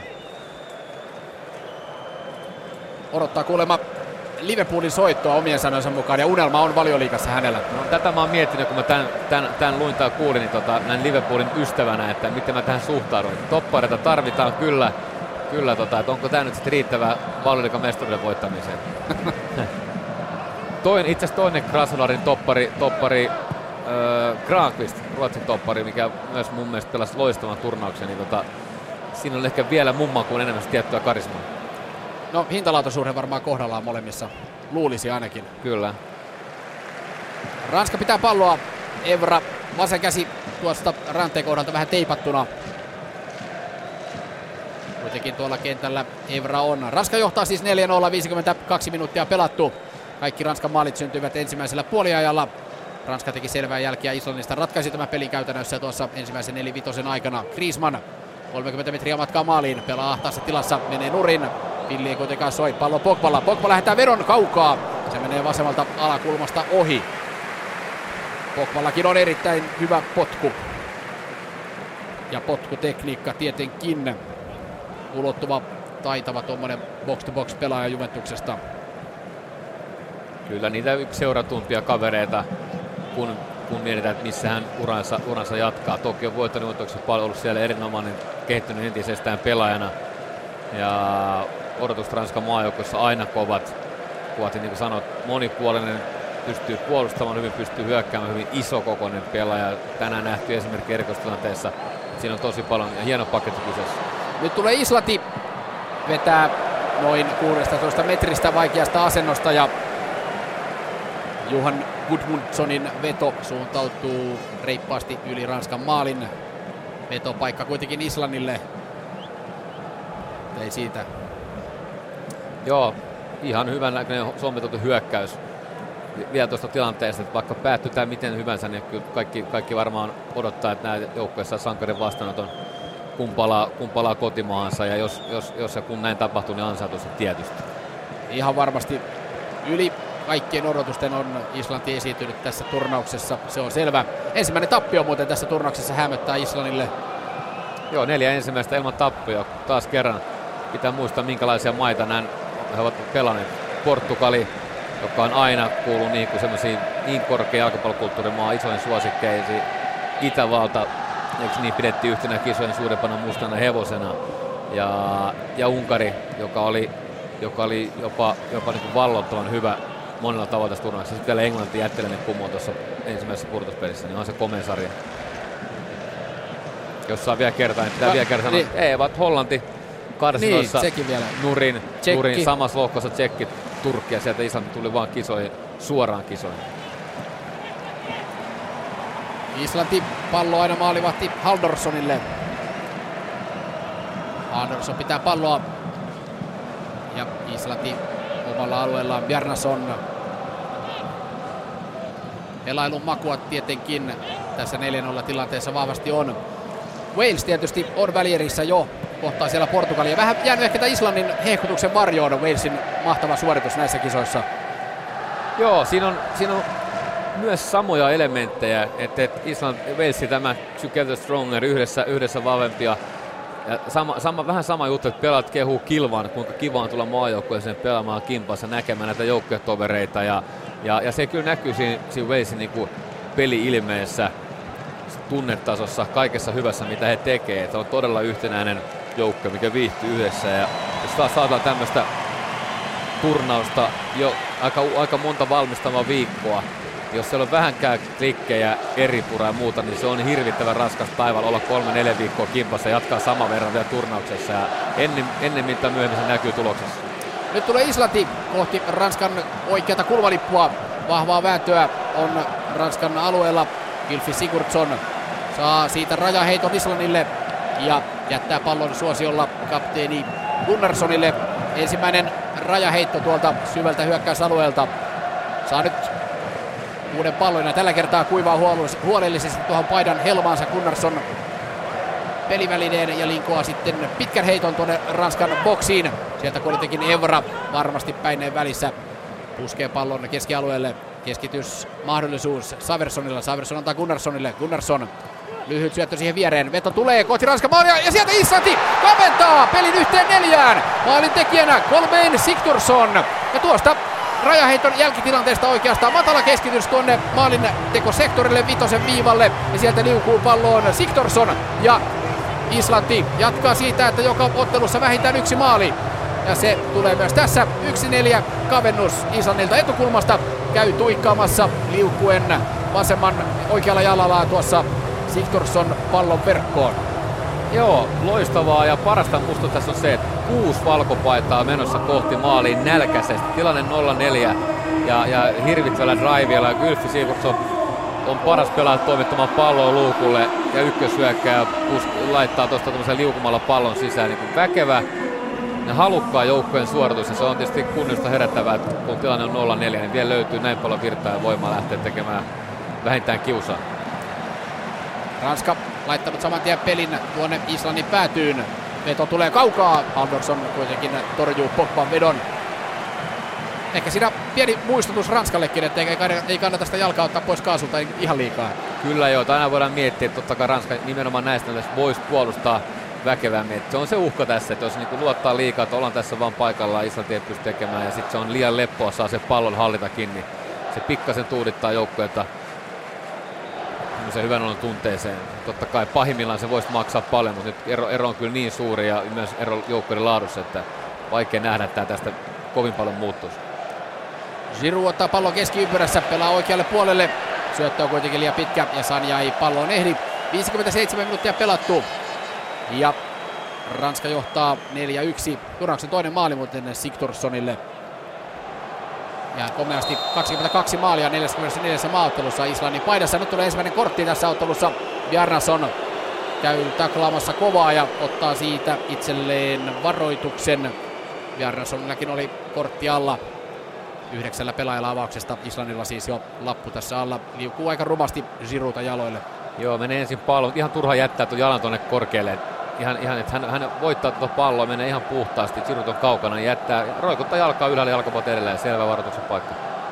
Odottaa kuulemma Liverpoolin soittoa omien sanojensa mukaan, ja unelma on Valioliigassa hänellä. No, tätä mä oon miettinyt, kun mä tän luin tai kuulin, niin näin Liverpoolin ystävänä, että miten mä tähän suhtaudun. Toppareita tarvitaan kyllä, että onko tää nyt sitten riittävää Valioliigan mestaruuden voittamiseen. Itse asiassa toinen Krasnodarin toppari Granqvist, Ruotsin toppari, mikä myös mun mielestä pelasi loistavan turnauksen, niin siinä on ehkä vielä mumman kuin enemmän tiettyä karismaa. No, hintalaatuisuuden varmaan kohdallaan molemmissa, luulisi ainakin. Kyllä. Ranska pitää palloa, Evra, vasen käsi tuosta ranteen kohdalta vähän teipattuna. Muutenkin tuolla kentällä Evra on. Ranska johtaa siis 4-0, 52 minuuttia pelattu. Kaikki Ranskan maalit syntyivät ensimmäisellä puoliajalla. Ranska teki selvää jälkiä Islannista, ratkaisi tämän pelin käytännössä tuossa ensimmäisen 4-5 aikana. Griezmann 30 metriä matkaa maaliin, pelaa ahtaassa tilassa, menee nurin. Pilli ei kuitenkaan soi, pallo Pogballa. Pogba lähettää vedon kaukaa. Se menee vasemmalta alakulmasta ohi. Pogballakin on erittäin hyvä potku. Ja potkutekniikka tietenkin. Ulottuva, taitava tuommoinen box-to-box pelaaja Juventuksesta. Kyllä niitä yksi seuratumpia kavereita, kun mietitään, että missä hän uransa jatkaa. Toki on voittanut Juventuksen paljon, ollut siellä erinomainen, kehittynyt entisestään pelaajana. Ja odotukset Ranskan maajoukkoissa aina kovat. Ja niin kuin sanoit, monipuolinen, pystyy puolustamaan hyvin, pystyy hyökkäämään hyvin, isokokoinen pelaaja. Tänään nähty esimerkiksi erikoistilanteessa. Siinä on tosi paljon ja hieno paketti kyseessä. Nyt tulee Islanti, vetää noin 16 metristä vaikeasta asennosta ja Johan Gudmundssonin veto suuntautuu reippaasti yli Ranskan maalin. Vetopaikka kuitenkin Islannille. Ei siitä. Joo, ihan hyvän näköinen sommiteltu hyökkäys. Vielä tuosta tilanteesta, että vaikka päättyy tämä miten hyvänsä, niin kaikki varmaan odottaa, että nämä joukkueet saa sankarin vastaanoton kumpalaa kotimaahansa. Ja jos ja kun näin tapahtuu, niin ansaitusti tietysti. Ihan varmasti yli kaikkien odotusten on Islanti esiintynyt tässä turnauksessa, se on selvä. Ensimmäinen tappio muuten tässä turnauksessa hämöttää Islannille. Joo, 4 ensimmäistä ilman tappioa. Taas kerran pitää muistaa, minkälaisia maita he ovat pelanneet. Portugali, joka on aina kuullut niin korkea jalkapallokulttuurin maa isojen suosikkeisiin. Itävalta, eikö niin pidettiin yhtenä kisojen suurempana mustana hevosena. Ja Unkari, joka oli jopa niin kuin vallottavan hyvä monella tavalla tässä turnauksessa. Sitten vielä Englanti jätteleminen kumoon tuossa ensimmäisessä pudotuspelissä, niin on se komea sarja. Jos saa vielä kertaa, niin pitää vielä kertaa sanoa, että Hollanti karsinoissa nurin samassa lohkossa Tsekki, Turkki ja sieltä Islanti tuli vaan suoraan kisoihin. Islanti pallo aina maalivahti Haldorssonille. Haldorsson pitää palloa ja Islanti omalla alueellaan. Bjarnason. Pelailun makua tietenkin tässä 4-0 tilanteessa vahvasti on. Wales tietysti on välierissä jo, kohtaa siellä Portugalia. Vähän jäänyt ehkä tämän Islannin hehkutuksen varjoon Walesin mahtava suoritus näissä kisoissa. Joo, siinä on myös samoja elementtejä, että Wales tämä Together Stronger yhdessä vahvempia. Ja vähän sama juttu, että pelaat kehuu kilvan, kuinka kiva on tulla maajoukkueeseen pelaamaan kimpassa, näkemään näitä joukkuetovereita. Ja se kyllä näkyy siinä Walesin niin peli-ilmeessä, tunnetasossa, kaikessa hyvässä, mitä he tekee. Se on todella yhtenäinen joukko, mikä viihtyy yhdessä. Ja jos taas saadaan tämmöistä turnausta jo aika monta valmistavaa viikkoa, jos siellä on vähänkään klikkejä, eripuraa ja muuta, niin se on hirvittävän raskas taival olla 3-4 viikkoa kimpassa ja jatkaa saman verran vielä turnauksessa. Ja ennemmin tai myöhemmin se näkyy tuloksessa. Nyt tulee Islanti kohti Ranskan oikeata kulmalippua. Vahvaa vääntöä on Ranskan alueella. Gylfi Sigurdsson saa siitä rajaheiton Islannille ja jättää pallon suosiolla kapteeni Gunnarssonille. Ensimmäinen rajaheitto tuolta syvältä hyökkäysalueelta. Saa nyt uuden pallon ja tällä kertaa kuivaa huolellisesti tuohon paidan helmaansa Gunnarsson pelivälineen ja linkoaa sitten pitkän heiton tuonne Ranskan boksiin. Sieltä kuitenkin Evra varmasti päineen välissä puskee pallon keskialueelle. Keskitysmahdollisuus Saverssonilla. Saversson antaa Gunnarssonille. Gunnarsson. Lyhyt syöttö siihen viereen. Veto tulee kohti Ranskan maalia ja sieltä Islanti kaventaa pelin 1-4. Maalin tekijänä Kolbeinn Sigthursson. Ja tuosta rajaheiton jälkitilanteesta oikeastaan matala keskitys tuonne maalin tekosektorille vitosen viivalle. Ja sieltä liukuu palloon Sigthursson. Ja Islanti jatkaa siitä, että joka ottelussa vähintään yksi maali. Ja se tulee myös tässä 1-4 kavennus Islannilta etukulmasta. Käy tuikkaamassa liukuen vasemman oikealla jalallaan tuossa Sigthursson pallon verkkoon. Joo, loistavaa ja parasta musta tässä on se, että 6 valkopaitaa menossa kohti maaliin nälkäisesti. Tilanne 0-4 ja hirvittävällä driveilla. Gylfi Sigurdsson on paras pelaaja toimittamaan palloa luukulle ja ykköshyökkääjä laittaa tuosta tämmöisen liukumalla pallon sisään. Niin väkevä ja halukkaan joukkojen suoritus, ja se on tietysti kunniasta herättävää, että kun tilanne on 0-4, niin vielä löytyy näin paljon virtaa ja voimaa lähteä tekemään vähintään kiusaa. Ranska laittanut saman tien pelin tuonne Islannin päätyyn. Veto tulee kaukaa. Andersson kuitenkin torjuu Pogban vedon. Ehkä siinä pieni muistutus Ranskallekin, että ei kannata sitä jalkaa ottaa pois kaasulta ihan liikaa. Kyllä joo, aina voidaan miettiä, että totta kai Ranska nimenomaan näistä voisi puolustaa väkevämmin. Se on se uhka tässä, että jos niinku luottaa liikaa, että ollaan tässä vaan paikallaan, Islanti ei pysty tekemään ja sitten se on liian leppoa, saa se pallon hallita kiinni. Se pikkasen tuudittaa joukkuetta hyvän olon tunteeseen. Totta kai pahimmillaan se voisi maksaa paljon, mutta nyt ero on kyllä niin suuri ja myös ero joukkueiden laadussa, että vaikea nähdä, että tästä kovin paljon muuttuisi. Giroud ottaa pallon keskiympyrässä, pelaa oikealle puolelle. Syöttö on kuitenkin liian pitkä ja Sanja ei palloon ehdi. 57 minuuttia pelattu. Ja Ranska johtaa 4-1. Turnaksen toinen maali muuten Sigthorssonille. Ja komeasti 22 maalia 44 maaottelussa Islannin paidassa. Nyt tulee ensimmäinen kortti tässä ottelussa. Bjarnason käy taklaamassa kovaa ja ottaa siitä itselleen varoituksen. Bjarnasonillakin oli kortti alla. 9 pelaajalla avauksesta. Islannilla siis jo lappu tässä alla. Liukuu aika rumasti Girouta jaloille. Joo, menee ensin pallo. Ihan turha jättää tuon jalan tuonne korkealle. Ihan että hän voittaa tuota palloa, menee ihan puhtaasti. Giroud on kaukana, niin jättää, roikuttaa jalkaa ylhäällä jalkapuolta edelleen. Selvä varoituksen paikka.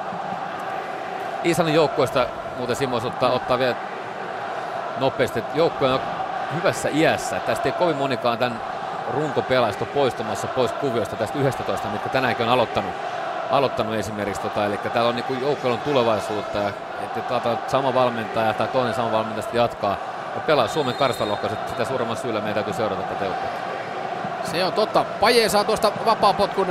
Islannin joukkueesta muuten Simos ottaa vielä nopeasti, että joukkue on hyvässä iässä. Tästä ei kovin monikaan tämän runkopelaajista poistumassa pois kuviosta tästä 11, mitkä tänäänkin on aloittanut esimerkiksi. Eli täällä on niin joukkueella on tulevaisuutta ja että sama valmentaja tai toinen sama valmentaja sitten jatkaa ja pelaa Suomen karstalohkossa, sitä suuremman syyllä meidän täytyy seurata tätä joukkuetta. Se on totta. Paje saa tuosta vapaapotkun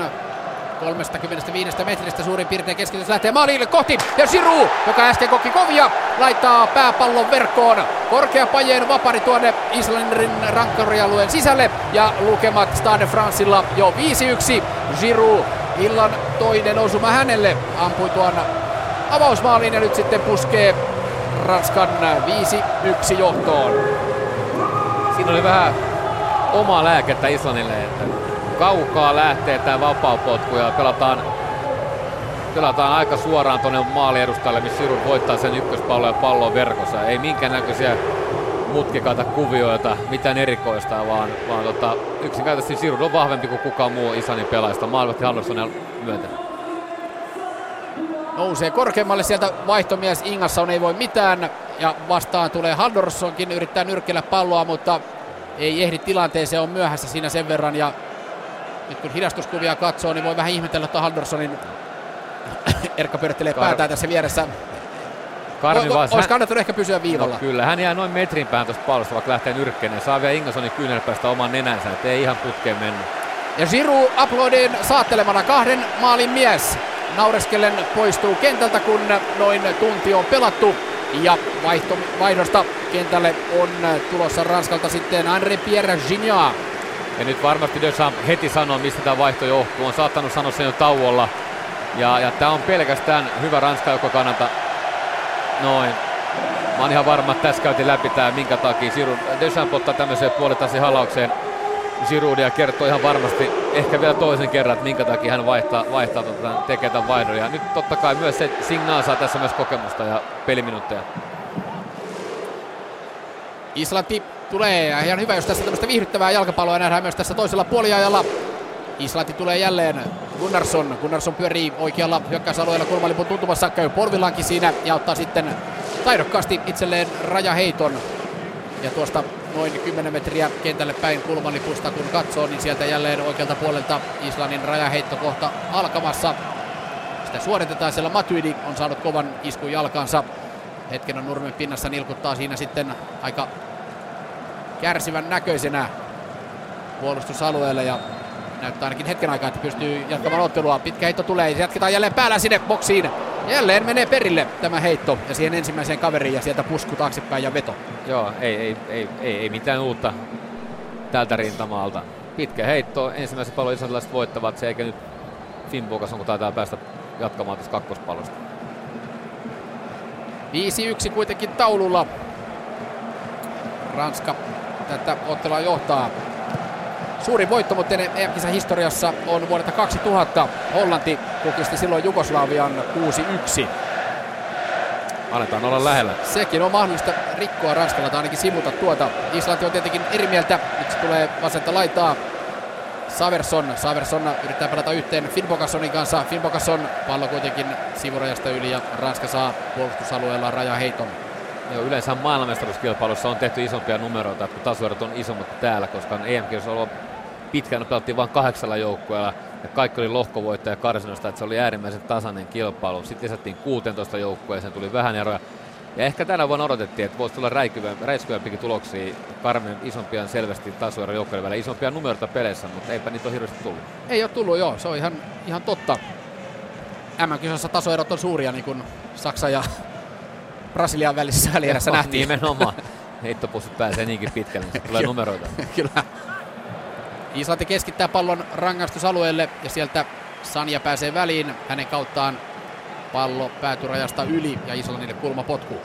35 metristä suurin piirtein keskitys lähtee maaliille kohti ja Giroud, joka äsken koki kovia, laittaa pääpallon verkkoon. Korkea Pajeen vapari tuonne Islannin rankkarialueen sisälle ja lukemat Stade Francella jo 5-1. Giroud, illan toinen osuma hänelle, ampui tuon avausmaaliin ja nyt sitten puskee Ranskan 5-1 johtoon. Siinä oli vähän omaa lääkettä Islannille, että kaukaa lähtee tämä vapaapotku ja pelataan aika suoraan tuonne maaliedustajalle, missä Giroud voittaa sen ykköspallon ja pallon verkossa. Ei minkäännäköisiä mutkikaita kuvioita, mitään erikoista, vaan yksinkertaisesti Giroud on vahvempi kuin kukaan muu Islannin pelaajista. Maalivahti Anderssonia myöten. Nousee korkeammalle sieltä vaihtomies Ingasson, ei voi mitään ja vastaan tulee Halldorssonkin, yrittää nyrkkeillä palloa, mutta ei ehdi tilanteeseen, on myöhässä siinä sen verran ja nyt kun hidastuskuvia katsoo, niin voi vähän ihmetellä, että Halldorsonin Erkka pyörittelee päätään tässä vieressä. Olisi kannattanut ehkä pysyä viivalla. No, kyllä, hän jää noin metrin päähän tuosta pallosta, vaikka lähtee nyrkkeneen. Saa vielä Ingassonin kyynärpäästä oman nenänsä, ettei ihan putkeen mennyt. Ja Giroud aplodeen saattelemana 2 maalin mies. Naureskellen poistuu kentältä, kun noin tunti on pelattu. Ja vaihdosta kentälle on tulossa Ranskalta sitten Henri-Pierre Gignac. Ja nyt varmasti Deschamps heti sanoo, mistä tämä vaihto johtuu. On saattanut sanoa sen jo tauolla. Ja tämä on pelkästään hyvä Ranska, joka kannalta. Noin. Mä oon ihan varma, että tässä käytiin läpi tää, minkä takia Deschamps ottaa tämmöiseen puolittaisiin halaukseen Giroudia ja kertoo ihan varmasti ehkä vielä toisen kerran, että minkä takia hän tekee tämän vaihdon. Ja nyt totta kai myös se Signac saa tässä myös kokemusta ja peliminuutteja. Islanti tulee, ihan hyvä, jos tässä tämmöistä viihdyttävää jalkapalloa nähdään myös tässä toisella puoliajalla. Islanti tulee jälleen Gunnarsson pyörii oikealla hyökkäysalueella kulmalipun tuntumassa, käy polvillaankin siinä ja ottaa sitten taidokkaasti itselleen rajaheiton. Ja tuosta noin 10 metriä kentälle päin kulmalipusta kun katsoo, niin sieltä jälleen oikealta puolelta Islannin rajaheitto kohta alkamassa. Sitä suoritetaan, siellä Matuidi on saanut kovan iskun jalkansa. Hetken on nurmen pinnassa, nilkuttaa siinä sitten aika kärsivän näköisenä puolustusalueelle ja näyttää ainakin hetken aikaa, että pystyy jatkamaan ottelua. Pitkä heitto tulee ja jatketaan jälleen päällä sinne boksiin. Jälleen menee perille tämä heitto ja siihen ensimmäiseen kaveriin ja sieltä pusku taaksepäin ja veto. Joo, ei mitään uutta tältä rintamalta. Pitkä heitto, ensimmäisen pallon islantilaiset voittavat se, eikä nyt Finnbogason, kun taitaa päästä jatkamaan tässä kakkospallosta. 5-1 kuitenkin taululla. Ranska tätä ottelua johtaa. Suurin voitto, mutta EM-kisan historiassa on vuodelta 2000. Hollanti kukisti silloin Jugoslavian 6-1. Aletaan olla lähellä. Sekin on mahdollista rikkoa Ranskalla tai ainakin sivuta tuota. Islanti on tietenkin eri mieltä. Nyt se tulee vasenta laitaa. Saverson yrittää pelata yhteen Finnbogasonin kanssa. Finnbogason pallo kuitenkin sivurajasta yli ja Ranska saa puolustusalueella rajaheiton. Joo, yleensä maailmanmestaruuskilpailussa on tehty isompia numeroita, kun tasoerot on isommat kuin täällä, koska EM-kisossa on ollut pitkään, pelattiin vain 8 joukkueella ja kaikki oli lohkovoittaja karsinnosta, että se oli äärimmäisen tasainen kilpailu. Sitten lisättiin 16 joukkueeseen, tuli vähän eroja. Ja ehkä tänä vuonna odotettiin, että voisi tulla räiskyvämpikin tuloksia, karmeen isompia selvästi tasoero joukkueiden välillä, isompia numeroita peleissä, mutta eipä niitä ole hirveästi tullut. Ei ole tullut, joo, se on ihan totta. MM-kisossa tasoerot on suuria, niin kuin Saksa ja Brasilian välisessä välierässä nähtiin. Nimenomaan. Heittopussit pääsee niinkin pitkälle, niin tulee numeroita. Kyllä. Islanti keskittää pallon rangaistusalueelle ja sieltä Sanja pääsee väliin. Hänen kauttaan pallo päätyy rajasta yli ja Islannille kulmapotku.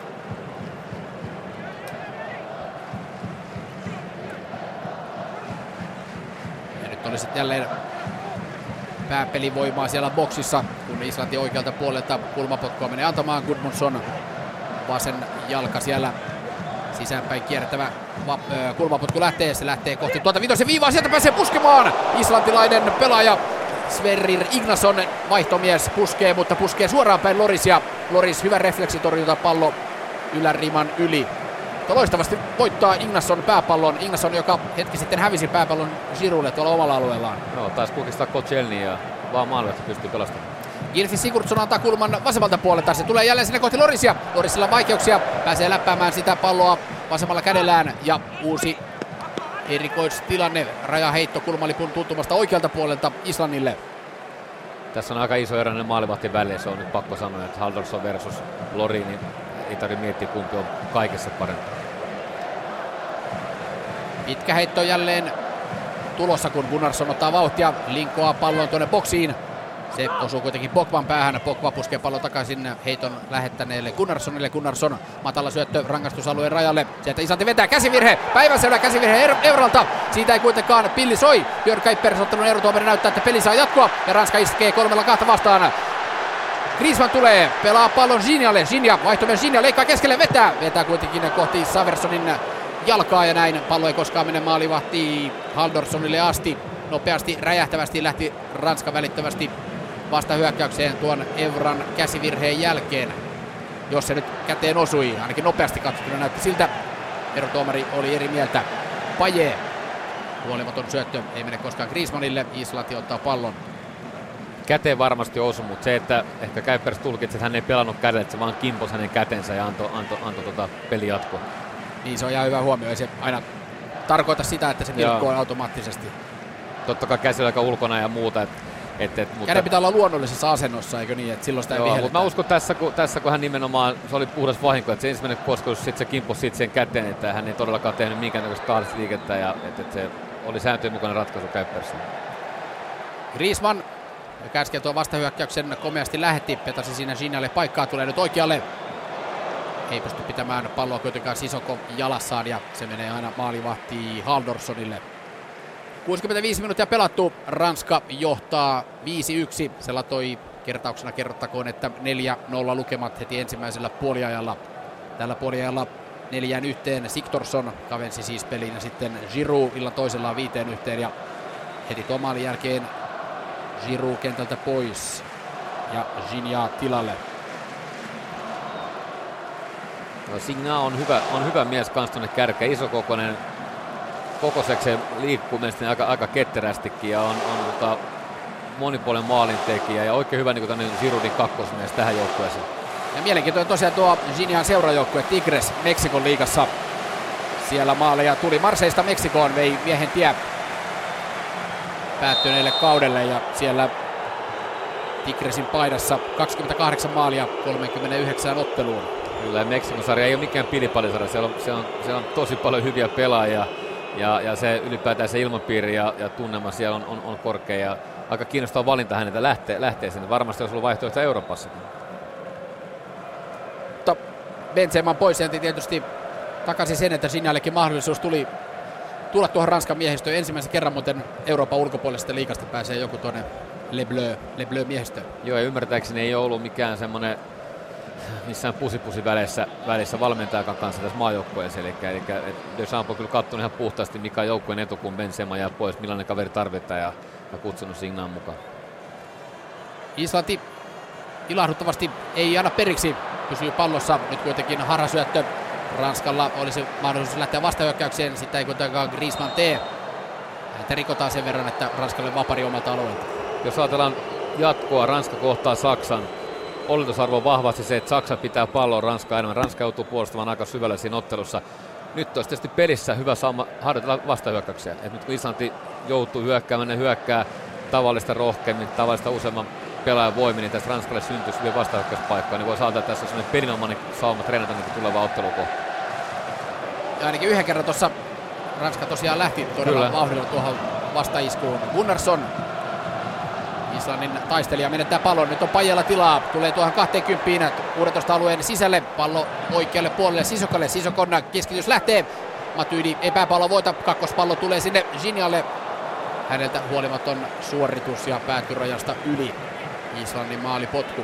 Ja nyt olisi jälleen pääpelivoimaa siellä boksissa, kun Islanti oikealta puolelta kulmapotkua menee antamaan. Gudmundsson vasen jalka siellä sisäänpäin kiertävä kulmapotku lähtee. Se lähtee kohti tuota vitosen viivaa. Sieltä pääsee puskemaan islantilainen pelaaja Sverrir Ignason, vaihtomies, puskee, mutta puskee suoraan päin Lorisia. Loris hyvä refleksitorjunta, pallo yläriman yli. Loistavasti voittaa Ignason pääpallon. Ignason, joka hetki sitten hävisi pääpallon Giroulle tuolla omalla alueellaan. Joo, taisi kukistaa Koscielny ja vaan maalivahti pystyy pelastamaan. Gylfi Sigurdsson antaa kulman vasemmalta puolelta. Se tulee jälleen sinne kohti Lorisia. Lorisilla on vaikeuksia. Pääsee läppäämään sitä palloa vasemmalla kädellään. Ja uusi erikoistilanne. Rajaheitto kulmalipun tuntumasta oikealta puolelta Islannille. Tässä on aika iso eroinen maalivahti väliin. Se on nyt pakko sanoa, että Haldorsson versus Lori, niin ei tarvitse miettiä kumpi on kaikessa parempi. Pitkä heitto jälleen tulossa, kun Gunnarsson ottaa vauhtia. Linkoaa pallon tuonne boksiin. Se osuu kuitenkin Pogban päähän. Pogba puskee pallon takaisin heiton lähettäneelle Gunnarssonille. Gunnarsson matala syöttö rangaistusalueen rajalle. Sieltä Islanti vetää käsivirhe. Päivänselvä käsivirhe Euralta. Siitä ei kuitenkaan pilli soi. Björn Kuipers ottelun erotuomari näyttää, että peli saa jatkoa. Ja Ranska iskee 3-2 vastaan. Griezmann tulee, pelaa pallon Ginjalle. Ginja, vaihtomies Ginja, leikkaa keskelle, vetää kuitenkin kohti Saversonin jalkaa. Ja näin pallo ei koskaan mene maalivahti Haldorssonille asti. Nopeasti, räjähtävästi lähti Ranska välittömästi vastahyökkäykseen tuon Evran käsivirheen jälkeen. Jos se nyt käteen osui, ainakin nopeasti katsottuna näytti siltä. Erotuomari oli eri mieltä. Paje. Huolimaton syöttö ei mene koskaan Griezmannille. Islanti ottaa pallon. Käteen varmasti osui, mutta se, että ehkä Kuipers tulkitsi, että hän ei pelannut kädellä, että se vaan kimpos hänen kätensä ja antoi peli jatkoa. Niin, se on ihan hyvä huomio. Ei se aina tarkoita sitä, että se vilkkoo automaattisesti. Totta kai käsi aika ulkona ja muuta. Käden pitää olla luonnollisessa asennossa, eikö niin? Että silloin sitä ei vihelletä. Mutta mä uskon tässä, kun hän nimenomaan, se oli puhdas vahinko, että se ensimmäinen kosketus, sitten se kimposi siitä sen käteen, että hän ei todellakaan tehnyt minkäännäköistä tahdista liikettä ja että se oli sääntöjen mukainen ratkaisu Kuipersille. Griezmann, joka äsken tuon vastahyökkäyksen komeasti lähetti, petasi siinä Ginjalle paikkaa, tulee nyt oikealle. Ei pysty pitämään palloa kuitenkaan Sissoko jalassaan ja se menee aina maalivahti Haldorssonille. 65 minuuttia pelattu, Ranska johtaa 5-1. Se latoi kertauksena, kerrottakoon, että 4-0 lukemat heti ensimmäisellä puoliajalla. Tällä puoliajalla 4-1. Sigthorsson kavensi siis peliin ja sitten Giroud illan toisella 5-1 ja heti tuon maalin jälkeen Giroud kentältä pois ja Ginja tilalle. No, Signa on hyvä mies kans tuonne kärkeen, isokokoinen. Kokosekseen liikkuu mielestäni aika ketterästikin ja on monipuolinen maalintekijä ja oikein hyvä niin Giroudin kakkosmies tähän joukkueeseen. Ja mielenkiintoinen tosiaan tuo Ginjan seurajoukkue Tigres Meksikon liigassa. Siellä maaleja tuli Marseista Meksikoon, vei miehen tie päättyneelle kaudelle ja siellä Tigresin paidassa 28 maalia 39 otteluun. Kyllä, Meksikon sarja ei ole mikään pilipallisarja, siellä on tosi paljon hyviä pelaajia. Ja se ylipäätään se ilmapiiri ja tunnelma siellä on korkea ja aika kiinnostava valinta häneltä lähtee sinne. Varmasti olisi ollut vaihtoehto Euroopassakin. Benzeman pois, ja tietysti takaisin sen, että Gignaillekin mahdollisuus tulla tuohon Ranskan miehistöön ensimmäisen kerran, muuten Euroopan ulkopuolisesta liigasta pääsee joku tuonne Le Bleu miehistöön. Joo, ja ymmärtääkseni ei ollut mikään semmoinen missään välissä valmentajakan kanssa tässä maajoukkueessa. Eli Deschamps on kyllä katsonut ihan puhtaasti, mikä on joukkueen etu, kun Benzema jää pois, millainen kaveri tarvitaan ja kutsunut Signaan mukaan. Islanti ilahduttavasti ei anna periksi, pysyy pallossa. Nyt kuitenkin harhasyöttö. Ranskalla olisi mahdollisuus lähteä vastahyökkäykseen, sitä ei kuitenkaan Griezmann tee. Häntä rikotaan sen verran, että Ranskalle vapari omalta alueelta. Jos ajatellaan jatkoa, Ranska kohtaa Saksan. Oletusarvo on vahvasti se, että Saksa pitää palloa Ranskaa enemmän. Ranska joutuu puolustamaan aika syvällä siinä ottelussa. Nyt olisi tietysti pelissä hyvä saama harjoitella vastahyökkäyksiä. Et nyt kun Islanti joutuu hyökkäämään, ne hyökkää tavallista rohkeammin, tavallista useamman pelaajan voimin, niin tästä Ranskalle syntyisi hyvin vastahyökkäyspaikkaa, niin voi saada tässä sellainen pelinomainen sauma treenata niitä tulevaa ottelua kohtaan. Ja ainakin yhden kerran tuossa Ranska tosiaan lähti todella vauhdilla tuohon vastaiskuun. Gunnarsson, Islannin taistelija, menettää pallon. Nyt on Pajalla tilaa. Tulee tuohon 20 16 alueen sisälle. Pallo oikealle puolelle Sisokalle. Sisokon keskitys lähtee. Matuidi epäpallo voita. Kakkospallo tulee sinne Gignaille. Häneltä huolimaton suoritus ja päätyy rajasta yli. Islannin maalipotku.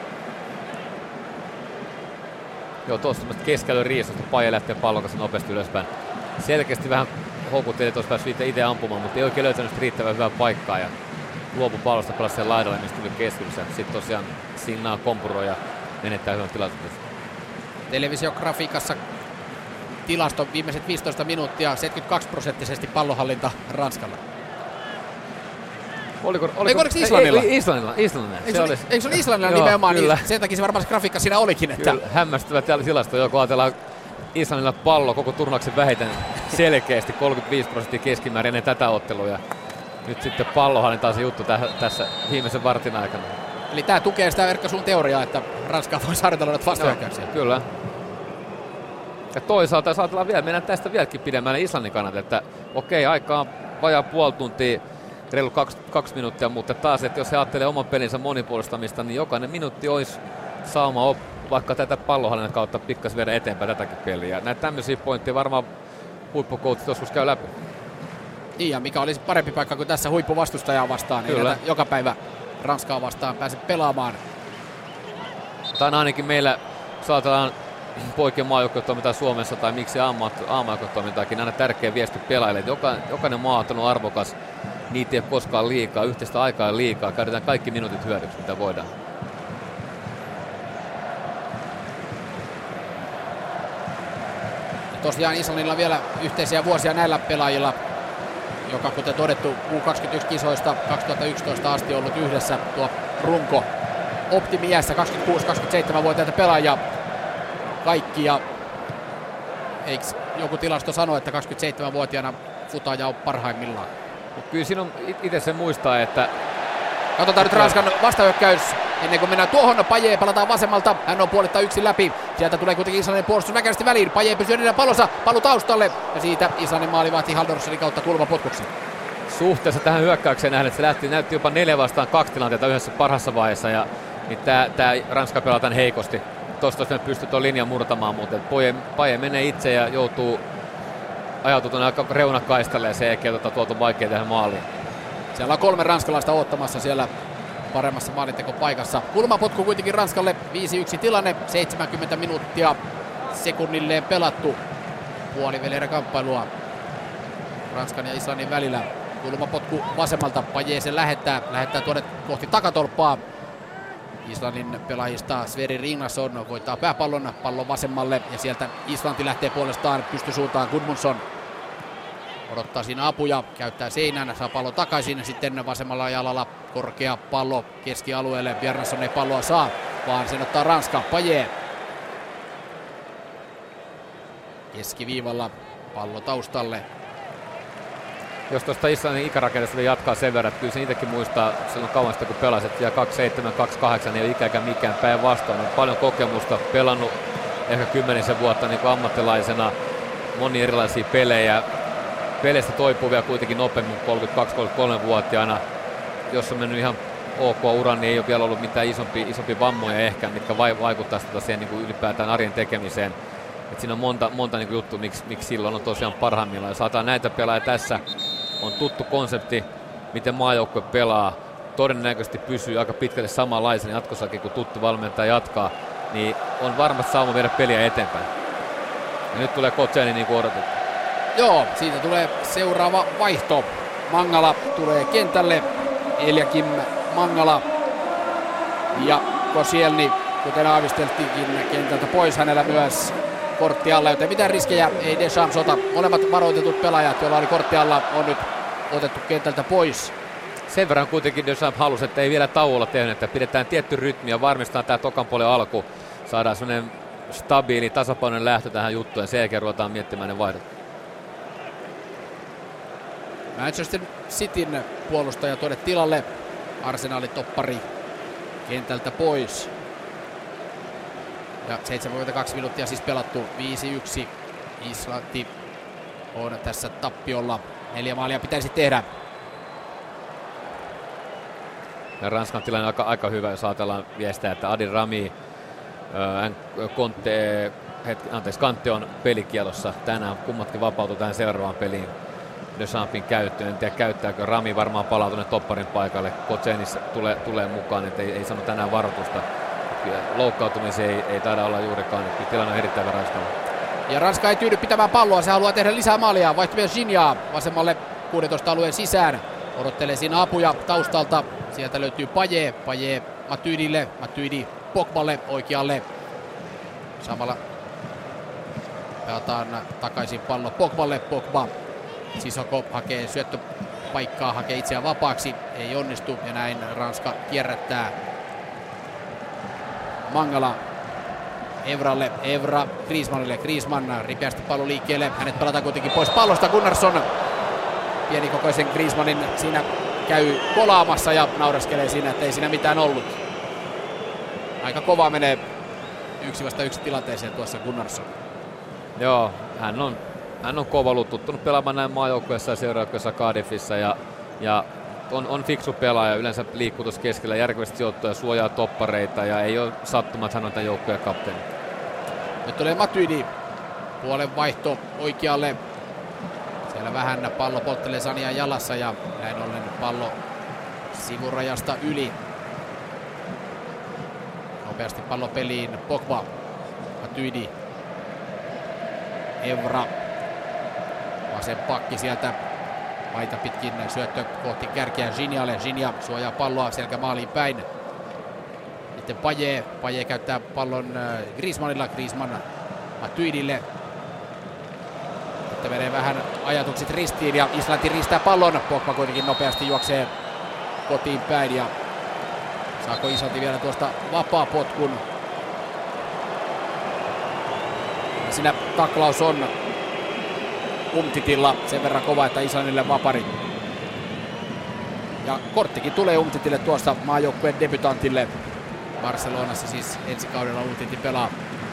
Joo, tuossa keskellä riistosta Paija lähtee pallon kanssa nopeasti ylöspäin. Selkeästi vähän houkutteli, että olisi päässyt itse ampumaan, mutta ei oikein löytänyt riittävän hyvää paikkaa. Ja luopu pallosta, pelasi sen laidalle, mistä tuli keskityssä. Sitten tosiaan Signaa kompuroi ja menettää hyvän tilaisuuden. Televisiografiikassa tilasto viimeiset 15 minuuttia, 72% pallonhallinta Ranskalla. Oliko Islannilla? Islannilla. Eikö se ole Islannilla nimenomaan? Niin sen takia se varmaan se grafiikka siinä olikin. Että... Kyllä, hämmästyvä tilasto, joko ajatellaan Islannilla pallo koko turnauksen vähiten selkeästi 35% keskimäärin ennen tätä ottelua. Ja nyt sitten pallohallinta on se juttu tässä viimeisen vartin aikana. Eli tämä tukee sitä Erkka sun teoriaa, että Ranska voi harjoitella noita vastahyökkäyksiä. No, kyllä. Ja toisaalta jos ajatellaan vielä, mennään tästä vieläkin pidemmälle Islannin kannalta, että okei, aikaa on vajaa puoli tuntia, reilu 2 minuuttia, mutta taas, että jos he ajattelee oman pelinsä monipuolistamista, niin jokainen minuutti olisi sauma vaikka tätä pallohallinnan kautta pikkasen viedä eteenpäin tätäkin peliä. Ja näitä tämmöisiä pointteja varmaan huippukoutsit joskus käy läpi. Niin, ja mikä olisi parempi paikka kuin tässä huippuvastustajaa vastaan. Kyllä. Ei joka päivä Ranskaa vastaan pääse pelaamaan. Tai ainakin meillä, jos ajatellaan poikien maajoukkuetoimintaa Suomessa tai miksi A-maajoukkuetoimintaakin, aina tärkeä viesti pelaajille, että jokainen maa on arvokas. Niitä ei ole koskaan liikaa, yhteistä aikaa liikaa. Käytetään kaikki minuutit hyödyksi, mitä voidaan. Ja tosiaan Islannilla vielä yhteisiä vuosia näillä pelaajilla, joka kuten todettu U21-kisoista 2011 asti ollut yhdessä tuo runko optimiässä 26-27-vuotiaita pelaajia kaikki. Ja eikö joku tilasto sano, että 27-vuotiaana futaja on parhaimmillaan? Kyllä siinä on itse se muistaa, että... Katsotaan nyt Ranskan vastahyökkäys. Ennen kuin mennään tuohon, Pajé palataan vasemmalta. Hän on puolittain yksin läpi. Sieltä tulee kuitenkin Islannin puolustus väkäisesti väliin. Pajé pysyy edelleen pallossa. Pallu taustalle. Ja siitä Islannin maalivahti Halldórssonin kautta kulmapotkuksi. Suhteessa tähän hyökkäykseen nähden, että se näytti jopa 4 vastaan 2 tilanteita yhdessä parhaassa vaiheessa. Ja niin tää Ranska pelataan heikosti. Tuosta me pystyy tuon linjan murtamaan, mutta Pajé menee itse ja ajautuu tuonne aika reunakaistalle ja sen jälkeen tuolta on vaikea tehdä maaliin. Siellä on 3 ranskalaista odottamassa siellä paremmassa maalintekopaikassa. Kulmapotku kuitenkin Ranskalle 5-1 tilanne, 70 minuuttia sekunnilleen pelattu puolivälierä kamppailua Ranskan ja Islannin välillä. Kulmapotku vasemmalta, Pajé sen lähettää tuonne kohti takatolppaa. Islannin pelaajista Sverri Ringason voittaa pääpallon vasemmalle ja sieltä Islanti lähtee puolestaan pystysuuntaan. Gudmundsson odottaa siinä apuja, käyttää seinään, saa pallon takaisin, sitten vasemmalla jalalla korkea pallo keskialueelle. Bjarnason ei palloa saa, vaan sen ottaa Ranska. Pajé keskiviivalla, pallo taustalle. Jos tuosta Islannin ikärakenteesta vielä jatkaa sen verran, että kyllä se itsekin muistaa silloin kauan sitten, kun pelasit, ja 27, 28, niin ei ole ikäkään mikään päinvastoin. On paljon kokemusta, pelannut ehkä 10 vuotta niin kuin ammattilaisena, monia erilaisia pelejä. Peleistä toipuvia kuitenkin nopeammin 32-33-vuotiaana. Jos on mennyt ihan OK-ura, niin ei ole vielä ollut mitään isompi vammoja ehkä, mitkä vaikuttaisi siihen niin kuin ylipäätään arjen tekemiseen. Et siinä on monta niin kuin juttua, miksi silloin on tosiaan parhaimmillaan. Jos saadaan näitä pelaajia tässä, on tuttu konsepti, miten maajoukkue pelaa, todennäköisesti pysyy aika pitkälle samanlaisen jatkossakin, kun tuttu valmentaja jatkaa, niin on varmasti saama viedä peliä eteenpäin. Ja nyt tulee Kotseeni niin kuin odotettu. Joo, siitä tulee seuraava vaihto. Mangala tulee kentälle, Eliakim Mangala ja Koscielny, kuten aavisteltiinkin, kentältä pois, hänellä myös kortti alla, joten mitään riskejä ei Deschamps ota. Molemmat varoitetut pelaajat, joilla oli kortti alla, on nyt otettu kentältä pois. Sen verran kuitenkin Deschamps halusi, että ei vielä tauolla tehnyt, että pidetään tietty rytmi ja varmistetaan tämä tokan puolen alku. Saadaan sellainen stabiili, tasapainoinen lähtö tähän juttuun ja sen jälkeen ruvetaan miettimään ne vaihdot. Manchester Cityn puolustaja tuonne tilalle. Arsenalin toppari kentältä pois. Ja 72 minuuttia siis pelattu. 5-1. Islanti on tässä tappiolla. 4 maalia pitäisi tehdä. Ja Ranskan tilanne on aika hyvä, jos ajatellaan viestää, että Adil Rami, Kanté on pelikielossa tänään. Kummatkin vapautuu tähän seuraavaan peliin Deschampsin käyttöön. En tiedä, käyttääkö Rami, varmaan palaa tuonne topparin paikalle. Kotsenis tulee mukaan, että ei sano tänään varoitusta. Loukkaantumisia ei taida olla juurikaan, että tilanne on erittäin Ranskalla. Ja Ranska ei tyydy pitämään palloa, se haluaa tehdä lisää maalia. Vaihtuu Gignac vasemmalle 16 alueen sisään. Odottelee siinä apuja taustalta. Sieltä löytyy Payet Matydille, Matuidi Pogballe oikealle. Samalla pelataan takaisin pallo Pogballe. Pogba, Sissoko hakee syöttöpaikkaa, hakee itseään vapaaksi. Ei onnistu ja näin Ranska kierrättää. Mangala Evralle, Evra Griezmannille, Griezmann ripeästi pallo liikkeelle. Hänet pelataan kuitenkin pois pallosta. Gunnarsson pienikokoisen Griezmannin siinä käy kolaamassa ja nauraskelee siinä, että ei siinä mitään ollut. Aika kova menee 1-1 tilanteeseen tuossa Gunnarsson. Joo, hän on kova ollut, tuttunut pelaamaan näin maajoukkueessa ja seurajoukkueessa Cardiffissa ja on fiksu pelaaja, yleensä liikkuu tuossa keskellä, järkevästi sijoittuu ja suojaa toppareita ja ei ole sattuma, että hän on tämän joukkueen kapteeni. Nyt tulee Matuidi, puolen vaihto oikealle. Siellä vähän pallo polttelee Sanian jalassa ja näin ollen pallo sivurajasta yli. Nopeasti pallo peliin, Pogba, Matuidi, Evra, vasen pakki sieltä. Maita pitkin syöttö kohti kärkeä Gignalle. Gignac suojaa palloa selkä maaliin päin. Sitten Payet käyttää pallon Griezmannilla. Griezmann Matuidille. Sitten menee vähän ajatukset ristiin ja Islanti riistää pallon. Pogba kuitenkin nopeasti juoksee kotiin päin ja saako Islanti vielä tuosta vapaa potkun. Ja siinä taklaus on Umtitilla sen verran kova, että Islannille vapari. Ja korttikin tulee Umtitille tuosta maajoukkueen debutantille. Barcelonassa siis ensi kaudella Umtiti pelaa.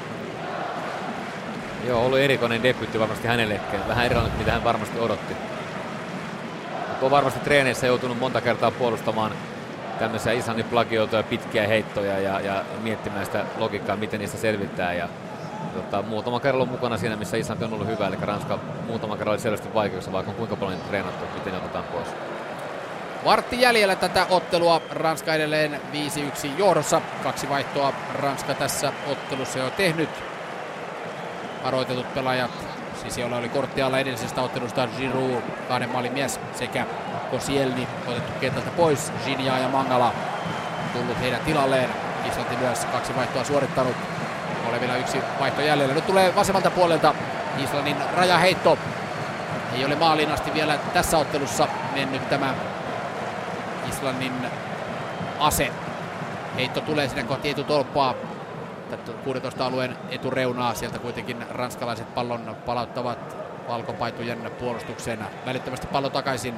Joo, ollut erikoinen debutti varmasti hänellekin. Vähän erilainen, mitä hän varmasti odotti. Mutta on varmasti treeneissä joutunut monta kertaa puolustamaan tämmöisiä Islannin plagioituja pitkiä heittoja ja miettimään sitä logiikkaa, miten niistä selvitään. Ja muutama kerralla on mukana siinä, missä Islanti on ollut hyvä, eli Ranska muutama kerralla oli selvästi vaikeuksia, vaikka on kuinka paljon treenattu, miten ne otetaan pois. Vartti jäljellä tätä ottelua. Ranska edelleen 5-1 johdossa. 2 vaihtoa Ranska tässä ottelussa jo tehnyt. Varoitetut pelaajat, siis joilla oli kortti alla edellisestä ottelusta Giroud, 2 maalin mies, sekä Koscielny otettu kentältä pois. Gignac ja Mangala tullut heidän tilalleen. Islanti myös 2 vaihtoa suorittanut. Ole vielä 1 vaihto jäljellä. Nyt tulee vasemmalta puolelta Islannin rajaheitto. Ei ole maaliin asti vielä tässä ottelussa mennyt tämä Islannin ase. Heitto tulee sinne kohti etutolppaa. 16 alueen etureunaa. Sieltä kuitenkin ranskalaiset pallon palauttavat valkopaitujen puolustukseen. Välittömästi pallo takaisin.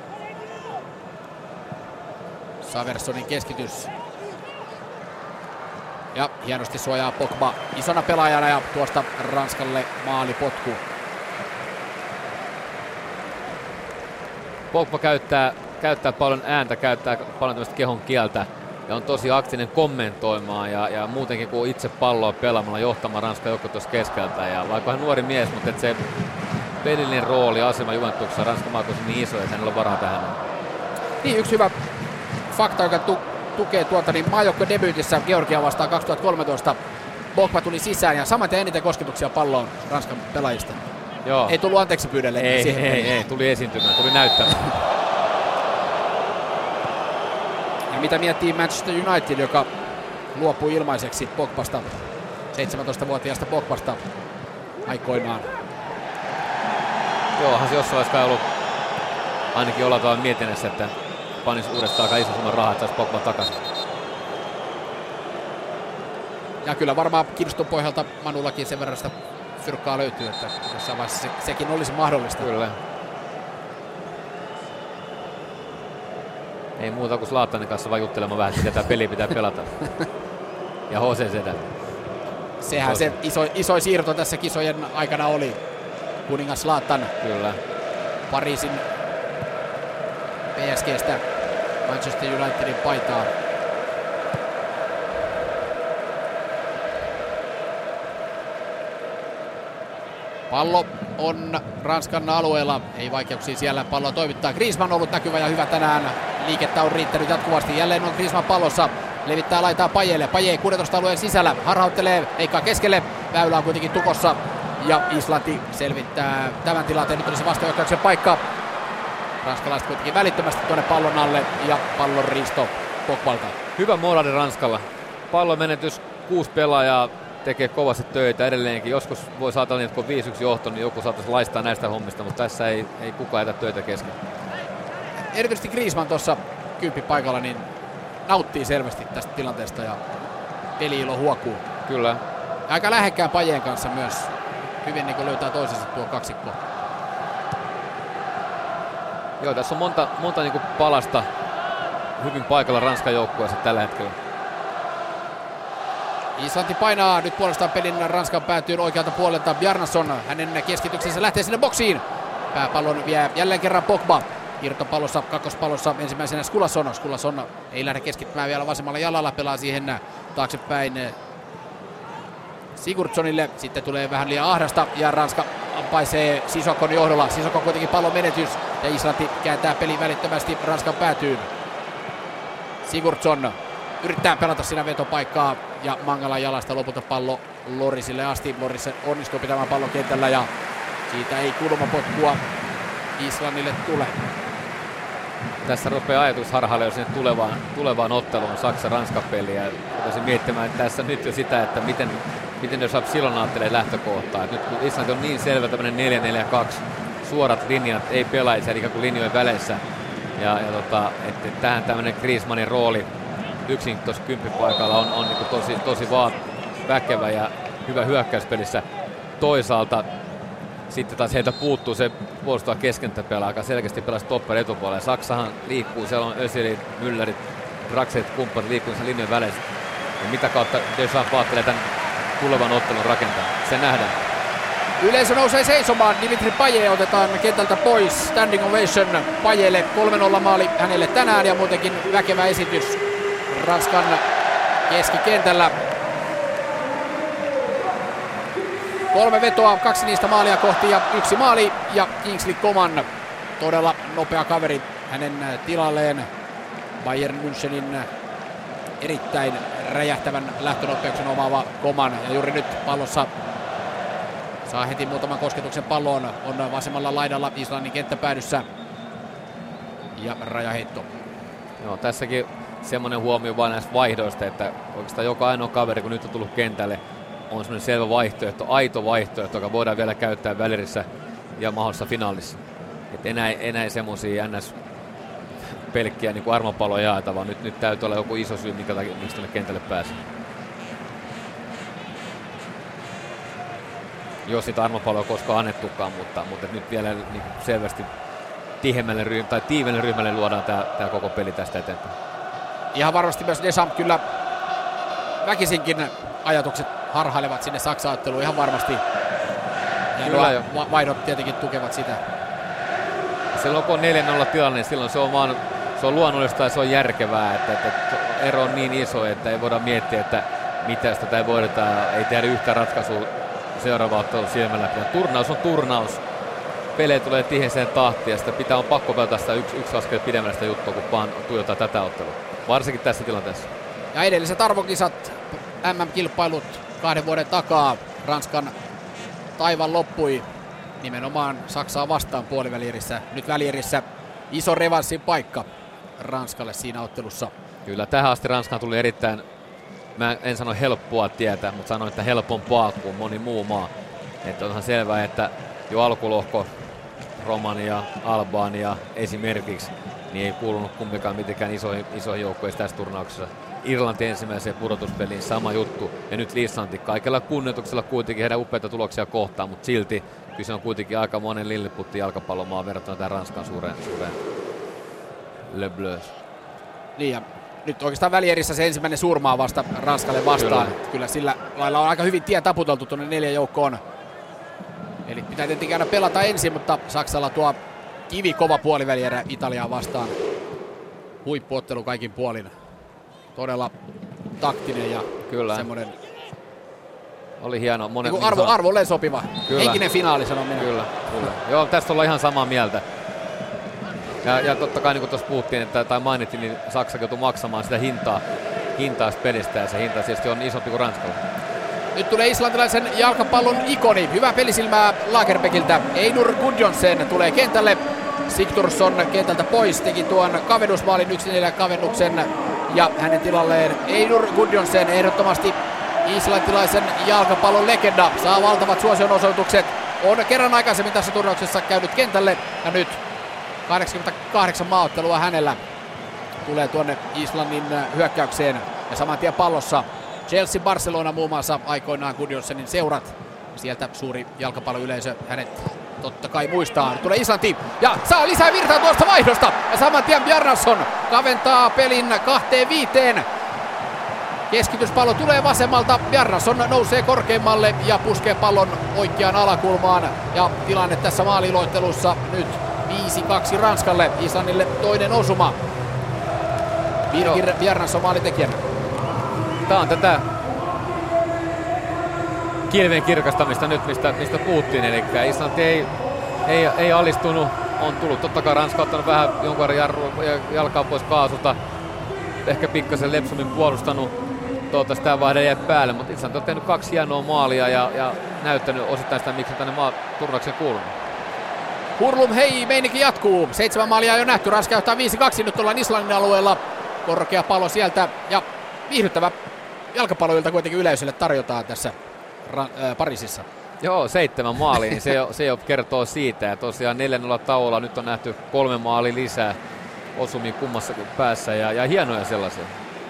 Saverssonin keskitys. Ja hienosti suojaa Pogba isona pelaajana ja tuosta Ranskalle maalipotku. Pogba käyttää käyttää paljon ääntä, käyttää paljon tämmöistä kehon kieltä ja on tosi aktiivinen kommentoimaan ja muutenkin kun itse palloa pelaamalla johtamaan Ranskan joukko tuossa keskeltä. Ja vaikka hän nuori mies, mutta se pelillinen rooli asema Juventuksessa Ranskan maakossa niin iso, että hänellä on varaa tähän. Niin, yksi hyvä fakta, joka tukee tuota, niin maajoukkojen debyytissä Georgia vastaan 2013 Pogba tuli sisään ja samaten eniten kosketuksia palloon Ranskan pelaajista. Joo. Ei tullut anteeksi pyydelle. Ei, tuli esiintymään, tuli näyttämään. Ja mitä miettii Manchester United, joka luopui ilmaiseksi Pogbasta, 17-vuotiaasta Pogbasta aikoinaan. Joo, onhan se jossain vaiheessa ollut ainakin olla tavalla mietinnässä, että panisi uudestaan aika iso summan rahaa, että saisi Pogba takaisin. Ja kyllä varmaan Kirstun pohjalta Manullakin sen verran sitä fyrkkaa löytyy, että jossain vaiheessa sekin olisi mahdollista. Kyllä. Ei muuta kuin Zlatanin kanssa vaan juttelemaan vähän, että tämä peli pitää pelata. Ja Jose Sedä. Sehän se iso siirto tässä kisojen aikana oli. Kuningas Zlatan. Kyllä. Pariisin PSG:stä Manchester Unitedin paitaa. Pallo on Ranskan alueella, ei vaikeuksia siellä, palloa toimittaa. Griezmann on ollut näkyvä ja hyvä tänään. Liikettä on riittänyt jatkuvasti, jälleen on Griezmann pallossa. Levittää laitaa Payelle, Paye 16 alueen sisällä, harhauttelee, leikkaa keskelle. Väylä on kuitenkin tukossa ja Islanti selvittää tämän tilanteen. Nyt olisi vastahyökkäyksen paikka. Ranskalaiset kuitenkin välittömästi tuonne pallon alle ja pallon riisto Pogbalta. Hyvä moraali Ranskalla. Pallon menetys, 6 pelaajaa tekee kovasti töitä edelleenkin. Joskus voi saatella niin, että kun on 5-1 johto, niin joku saattaisi laistaa näistä hommista, mutta tässä ei kukaan jätä töitä kesken. Erityisesti Griezmann tuossa 10 paikalla niin nauttii selvästi tästä tilanteesta ja peli-ilo huokuu. Kyllä. Aika lähekkään Payeen kanssa myös. Hyvin niin löytää toisensa tuo kaksikko. Joo, tässä on monta niin kuin palasta hyvin paikalla Ranskan joukkueessa tällä hetkellä. Islanti painaa nyt puolestaan pelin Ranskan päätyyn oikealta puolelta. Bjarnason, hänen keskityksensä lähtee sinne boksiin. Pääpallon vie jälleen kerran Pogba. Irtopallossa, kakkospallossa ensimmäisenä Skulason. Skulason ei lähde keskittymään vielä vasemmalla jalalla, pelaa siihen taaksepäin Sigurdssonille. Sitten tulee vähän liian ahdasta ja Ranska paisee Sissokon johdolla. Sissoko kuitenkin pallon menetys ja Islanti kääntää pelin välittömästi Ranskan päätyyn. Sigurdsson yrittää pelata siinä vetopaikkaa ja Mangalan jalasta lopulta pallo Lorisille asti. Loris onnistuu pitämään pallon kentällä ja siitä ei kulmapotkua Islannille tule. Tässä rupeaa ajatus harhailla jo sinne tulevaan otteluun Saksa-Ranska peliä. Voisin miettimään että tässä nyt jo sitä, että miten jos silloin ajattelee lähtökohtaa. Nyt kun Islanti on niin selvä tämmöinen 4-4-2, suorat linjat, ei pelaisi eli kuin linjojen väleissä. Että tähän tämmöinen Griezmannin rooli yksin tuossa 10 paikalla on niin tosi vaan väkevä ja hyvä hyökkäyspelissä. Toisaalta sitten taas heiltä puuttuu se puolustava keskentäpelaaja, aika selkeästi pelaa stopper etupuolella. Saksahan liikkuu, siellä on Özil, Müllerit, Draxet, kumppanit liikkuu sen linjojen väleissä. Ja mitä kautta Deschamps ajattelee tämän tulevan ottelun rakentaa, se nähdään. Yleisö nousee seisomaan, Dimitri Payet otetaan kentältä pois, standing ovation Payelle, 3-0 maali hänelle tänään ja muutenkin väkevä esitys Ranskan keskikentällä. 3 vetoa, 2 niistä maalia kohti ja 1 maali ja Kingsley Coman, todella nopea kaveri hänen tilalleen. Bayern Münchenin erittäin räjähtävän lähtönopeuksen omaava Coman ja juuri nyt pallossa saa heti muutaman kosketuksen palloon, on vasemmalla laidalla Islannin kenttäpäädyssä ja rajaheitto. Joo, tässäkin semmoinen huomio vain näistä vaihdoista, että oikeastaan joka ainoa kaveri kun nyt on tullut kentälle on semmoinen selvä vaihtoehto, aito vaihtoehto, joka voidaan vielä käyttää välirissä ja mahdollisessa finaalissa. Et enää semmoisia ns. Pelkkiä niin armopaloja jaeta, vaan nyt täytyy olla joku iso syy, miksi tänne kentälle pääsee. Jos niitä armopaloja koskaan annettukaan, mutta nyt vielä niin selvästi tiiveelle ryhmälle luodaan tämä koko peli tästä eteenpäin. Ihan varmasti myös Deschamps kyllä väkisinkin ajatukset harhailevat sinne Saksa-otteluun ihan varmasti. Ja vaihdot tietenkin tukevat sitä. silloin kun on 4-0 tilanne, niin silloin se on luonnollista ja se on järkevää, että ero on niin iso, että ei voida miettiä, että mitä sitä ei voideta ja ei tehdä yhtä ratkaisua seuraavaa ottelua silmällä. Turnaus on turnaus. Pelejä tulee tiheeseen tahtiin ja on pakko pelata sitä yksi askel pidemmällä sitä juttua, kun vaan tuijotaan tätä ottelua. Varsinkin tässä tilanteessa. Ja edelliset arvokisat, MM-kilpailut 2 vuoden takaa. Ranskan taivaan loppui nimenomaan Saksaa vastaan puolivälierissä. Nyt välierissä iso revanssin paikka Ranskalle siinä ottelussa. Kyllä, tähän asti Ranskaan tuli erittäin, mä en sano helppoa tietä, mutta sanon, että helpompaa kuin moni muu maa. Että onhan selvää, että jo alkulohko Romania, Albania esimerkiksi, niin ei kuulunut kumpikaan mitenkään isoihin joukkoihin tässä turnauksessa. Irlanti ensimmäiseen pudotuspeliin sama juttu, ja nyt Islanti kaikella kunnioituksella kuitenkin heidän upeita tuloksia kohtaan, mutta silti kyse on kuitenkin aika monen lilliputti jalkapallomaa verrattuna tähän Ranskan suureen Le Bleus. Niin, ja nyt oikeastaan välierissä se ensimmäinen suurmaa vasta Ranskalle vastaan. Kyllä sillä lailla on aika hyvin tie taputeltu tuonne 4 joukkoon. Eli pitää tietenkin aina pelata ensin, mutta Saksalla tuo kivikova puolivälierä Italiaa vastaan. Huippuottelu kaikin puolin. Todella taktinen ja kyllä semmoinen oli hieno. Niin arvolleen sopiva. Kyllä. Henkinen finaali, sanon minä. Kyllä. Joo, tästä ollaan ihan samaa mieltä. Ja totta kai niin kuin tuossa puhuttiin, tai mainittiin, niin Saksa joutui maksamaan sitä hintaa pelistä, ja se hinta tietysti on isompi kuin Ranskalla. Nyt tulee islantilaisen jalkapallon ikoni. Hyvää pelisilmää Lagerbäckiltä. Eidur Gudjohnsen tulee kentälle. Sigthursson kentältä pois, teki tuon kavennusmaalin 1-4 kavennuksen. Ja hänen tilalleen Eidur Gudjohnsen, ehdottomasti islantilaisen jalkapallon legenda. Saa valtavat suosionosoitukset. On kerran aikaisemmin tässä turnauksessa käynyt kentälle. Ja nyt 88 maaottelua hänellä tulee tuonne Islannin hyökkäykseen. Ja saman tien pallossa Chelsea, Barcelona muun muassa aikoinaan Gudjohnsenin seurat. Sieltä suuri jalkapalloyleisö hänet totta kai muistaa. Nyt tulee Islanti ja saa lisää virtaa tuosta vaihdosta. Ja saman tien Bjarnason kaventaa pelin 2-5. Keskityspallo tulee vasemmalta. Bjarnason nousee korkeammalle ja puskee pallon oikeaan alakulmaan. Ja tilanne tässä maaliloittelussa nyt 5-2 Ranskalle. Islannille toinen osuma. Birgir Bjarnason maalitekijänä. Tämä on tätä kilven kirkastamista nyt, mistä puhuttiin. Eli Islanti ei alistunut. On tullut totta kai Ranska ottanut vähän jonkun verran jalkaa pois kaasulta. Ehkä pikkasen lepsummin puolustanut. Toivottavasti tämä vaihde jäi päälle, mutta Islanti on tehnyt 2 hienoa maalia ja näyttänyt osittain sitä, miksi tänne turnauksen kuulunut. Hurlum hei, meininki jatkuu. 7 maalia on jo nähty. Ranska johtaa 5-2. Nyt ollaan Islannin alueella. Korkea pallo sieltä ja viihdyttävä jalkapalloilta kuitenkin yleisölle tarjotaan tässä Pariisissa. Joo, 7 maalia, niin se jo kertoo siitä. Ja tosiaan 4-0 tauolla. Nyt on nähty 3 maalia lisää osumia kummassakin päässä ja hienoja sellaisia.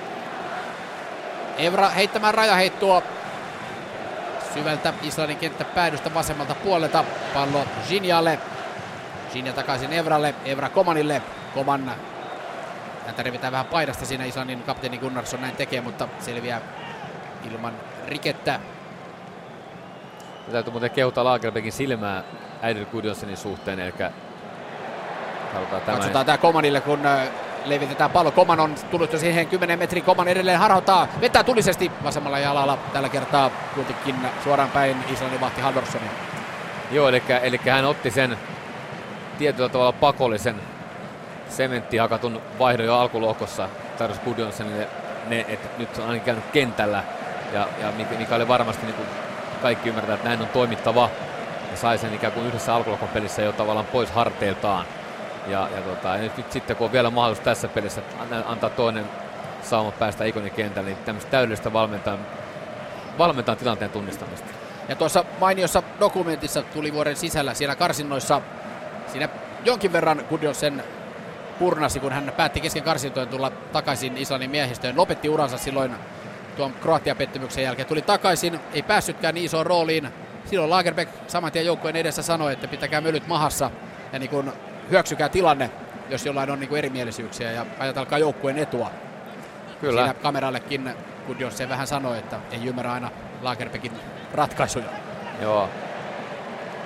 Evra heittämään rajaheittoa syvältä Islannin kenttäpäädystä vasemmalta puolelta. Pallo Ginjalle. Ginja takaisin Evralle. Evra Komanille. Koman. Häntä revitään vähän paidasta siinä. Islannin kapteeni Gunnarsson näin tekee, mutta selviää ilman rikettä. Täytyy muuten kehuttaa Lagerbäckin silmää Eidur Gudjohnsenin suhteen. Eli katsotaan tämä Komanille, kun levitetään pallo. Koman on tullut jo siihen 10 metriä. Koman edelleen harhauttaa. Vetää tulisesti vasemmalla jalalla. Tällä kertaa kuitenkin suoraan päin Islannin vahti Haldorssonia. Joo, eli hän otti sen tietyllä tavalla pakollisen sementtihakatun vaihdon jo alkulohkossa. Tarjosi Gudjonsenille ne, että nyt on ainakin käynyt kentällä. Ja mikä oli varmasti niin kuin kaikki ymmärtää, että näin on toimittava. Ja sai sen ikään kuin yhdessä alkulohkon pelissä jo tavallaan pois harteiltaan. Ja nyt sitten kun on vielä mahdollisuus tässä pelissä antaa toinen sauma päästä ikonin kentälle, niin tämmöistä täydellistä valmentaa tilanteen tunnistamista. Ja tuossa mainiossa dokumentissa tuli vuoden sisällä siellä karsinnoissa, siinä jonkin verran Gudjohnsen purnasi, kun hän päätti kesken karsintojen tulla takaisin Islannin miehistöön. Lopetti uransa silloin tuon Kroatia-pettymyksen jälkeen. Tuli takaisin, ei päässytkään niin isoon rooliin. Silloin Lagerbäck saman tien joukkojen edessä sanoi, että pitäkää mölyt mahassa ja niin kuin hyväksykää tilanne, jos jollain on niin kuin erimielisyyksiä ja ajatelkaa joukkueen etua. Kyllä. Siinä kamerallekin Gudjohnsen vähän sanoi, että ei ymmärrä aina Lagerbäckin ratkaisuja. Joo.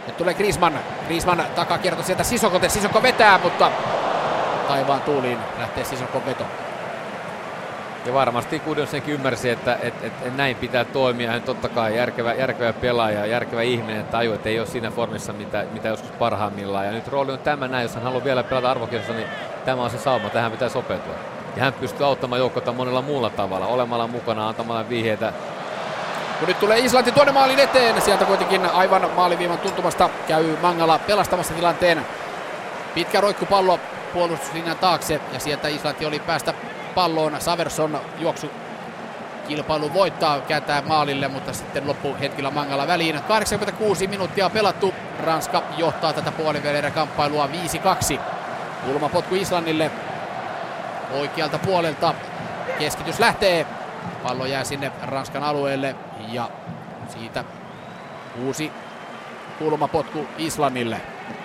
Nyt tulee Griezmann. Griezmann takakierto sieltä Sissokolta. Sissoko vetää, mutta taivaan tuuliin lähtee Sissokon veto. Ja varmasti Gudjonsenkin ymmärsi, että näin pitää toimia. Hän totta kai järkevä pelaaja, järkevä ihminen, tajuu, että ei ole siinä formissa, mitä joskus parhaimmillaan. Ja nyt rooli on tämä näin, jos hän haluaa vielä pelata arvokisassa, niin tämä on se sauma, tähän pitää sopeutua. Ja hän pystyy auttamaan joukkoita monella muulla tavalla, olemalla mukana, antamalla vihjeitä. Kun nyt tulee Islanti tuonne maalin eteen, sieltä kuitenkin aivan maaliviivan tuntumasta käy Mangala pelastamassa tilanteen. Pitkä roikkupallo puolustuslinjan taakse ja sieltä Islanti oli päästä palloon. Saversson juoksukilpailu voittaa, kääntää maalille, mutta sitten loppuhetkellä Mangala väliin. 86 minuuttia pelattu. Ranska johtaa tätä puolivälierä-kamppailua 5-2. Kulmapotku Islannille oikealta puolelta. Keskitys lähtee. Pallo jää sinne Ranskan alueelle ja siitä uusi kulmapotku Islannille.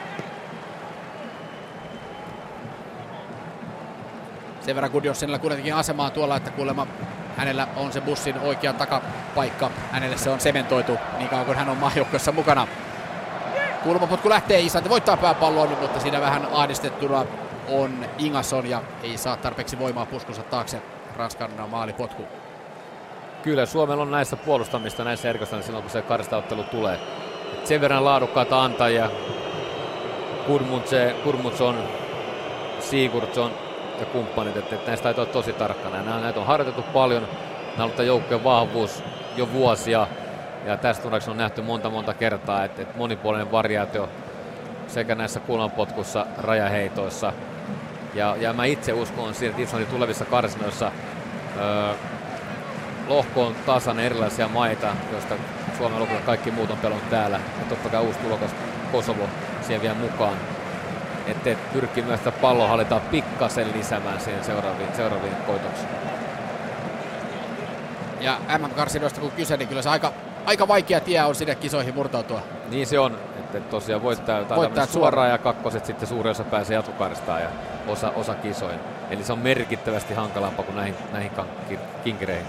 Sen verran Gudjonsenilla kuitenkin asemaa tuolla, että kuulemma hänellä on se bussin oikea takapaikka. Hänelle se on sementoitu niin kauan kuin hän on maajoukkueessa mukana. Kulmapotku lähtee, Islanti voittaa pääpallon, mutta siinä vähän ahdistettuna on Ingasson ja ei saa tarpeeksi voimaa puskunsa taakse. Ranskan maalipotku. Kyllä, Suomella on näissä puolustamista, näissä erikoisissa silloin, kun se karstaottelu tulee. Et sen verran laadukkaita antajia, Gudmundsson, Sigurdsson ja kumppanit, että näistä täytyy olla tosi tarkkana. Näitä on harjoitettu paljon, nämä on ollut joukkojen vahvuus jo vuosia. Ja tästä turnauksessa on nähty monta kertaa, että monipuolinen variaatio sekä näissä kulmanpotkussa, rajaheitoissa. Ja mä itse uskon siihen, että Islantin tulevissa karsinoissa lohko on tasainen erilaisia maita, joista Suomen lopulta kaikki muut on pelannut täällä. Ja totta kai uusi tulokas Kosovo siihen vielä mukaan. Että pyrkii myös sitä pallonhallintaa pikkasen lisäämään siihen seuraaviin koitoksiin. Ja MM-karsinoista kun kyse, niin kyllä se aika vaikea tie on sinne kisoihin murtautua. Niin se on, että tosiaan voittaa suoraan ja kakkoset sitten suurin osa pääsee jatkokarstaan ja osa kisoihin. Eli se on merkittävästi hankalampaa kuin näihin kinkereihin.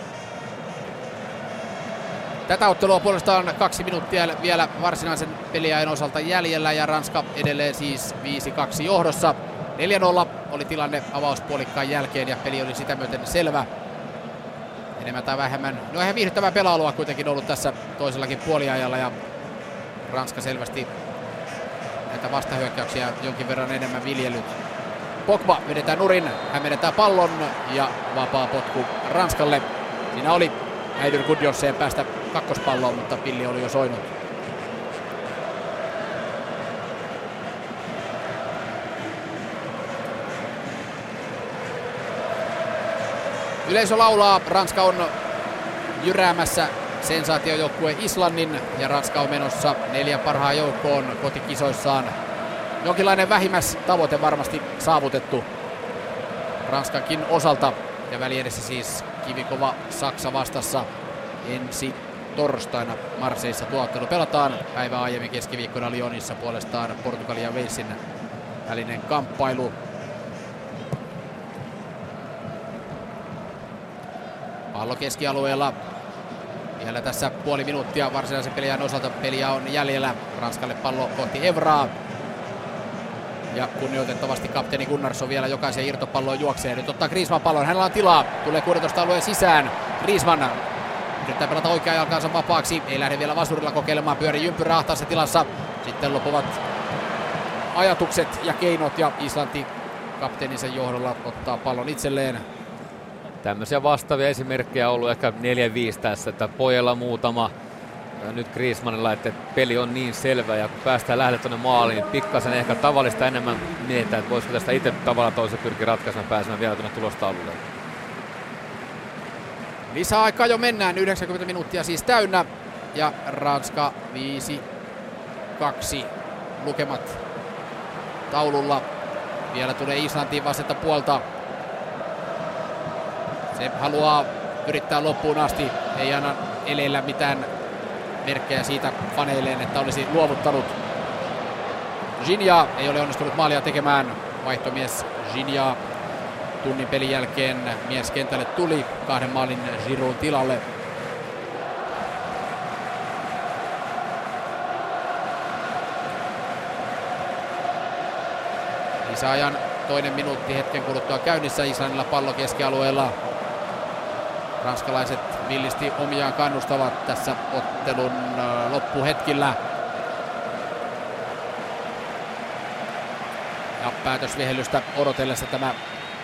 Tätä ottelua puolestaan 2 minuuttia vielä varsinaisen peliajan osalta jäljellä ja Ranska edelleen siis 5-2 johdossa. 4-0 oli tilanne avauspuolikkaan jälkeen ja peli oli sitä myöten selvä. Enemmän tai vähemmän. No ihan viihdyttävää pelailua kuitenkin ollut tässä toisellakin puoliajalla ja Ranska selvästi näitä vastahyökkäyksiä jonkin verran enemmän viljellyt. Pogba vedetään nurin, hän menetää pallon ja vapaa potku Ranskalle. Siinä oli Eidur Gudjonsen päästä kakkospalloon, mutta pilli oli jo soinut. Yleisö laulaa, Ranska on jyräämässä sensaatiojoukkue Islannin ja Ranska on menossa 4 parhaan joukkoon kotikisoissaan. Jonkinlainen vähimmäistavoite varmasti saavutettu Ranskankin osalta ja väliedessä siis kivikova Saksa vastassa ensi torstaina Marseissa. Tuo ottelu pelataan päivää aiemmin keskiviikkona Lyonissa puolestaan Portugalin ja Walesin välinen kamppailu. Pallo keskialueella. Vielä tässä puoli minuuttia varsinaisen peliajan osalta. Peliä on jäljellä. Ranskalle pallo kohti Evraa. Ja kunnioitettavasti kapteeni Gunnarsson vielä jokaisen irtopalloon juoksee. Nyt ottaa Griezmann pallon. Hänellä on tilaa. Tulee 16 alueen sisään. Griezmann yrittää pelata oikea jalkaansa vapaaksi. Ei lähde vielä vasurilla kokeilemaan. Pyörii ympyrä ahtaassa tilassa. Sitten loppuvat ajatukset ja keinot. Ja Islanti kapteeninsa johdolla ottaa pallon itselleen. Tämmöisiä vastaavia esimerkkejä on ollut ehkä 4-5 tässä, että pojalla muutama, nyt Griezmannilla, että peli on niin selvä ja kun päästään lähteä tuonne maaliin, niin pikkasen ehkä tavallista enemmän mietitään, että voisiko tästä itse tavalla toisella pyrkiä ratkaisemaan pääsemään vielä tuonne tulostaululle. Lisäaikaa jo mennään, 90 minuuttia siis täynnä ja Ranska 5-2 lukemat taululla. Vielä tulee Islantiin vasenta puolta. Se haluaa yrittää loppuun asti, ei anna eleillä mitään merkkejä siitä faneilleen, että olisi luovuttanut. Gignac ei ole onnistunut maalia tekemään. Vaihtomies Gignac tunnin pelin jälkeen mies kentälle tuli 2 maalin Giroud'n tilalle. Lisäajan toinen minuutti hetken kuluttua käynnissä. Islannilla pallo keskialueella. Ranskalaiset villisti omiaan kannustavat tässä ottelun loppuhetkillä. Ja päätösvihellystä odotellessa tämä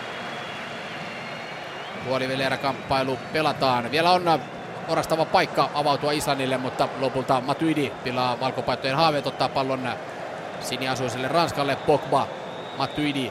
puolivälierä-kamppailu pelataan. Vielä on orastava paikka avautua Islannille, mutta lopulta Matuidi pilaa valkopaitojen haaveet, ottaa pallon siniasuiselle Ranskalle. Pogba, Matuidi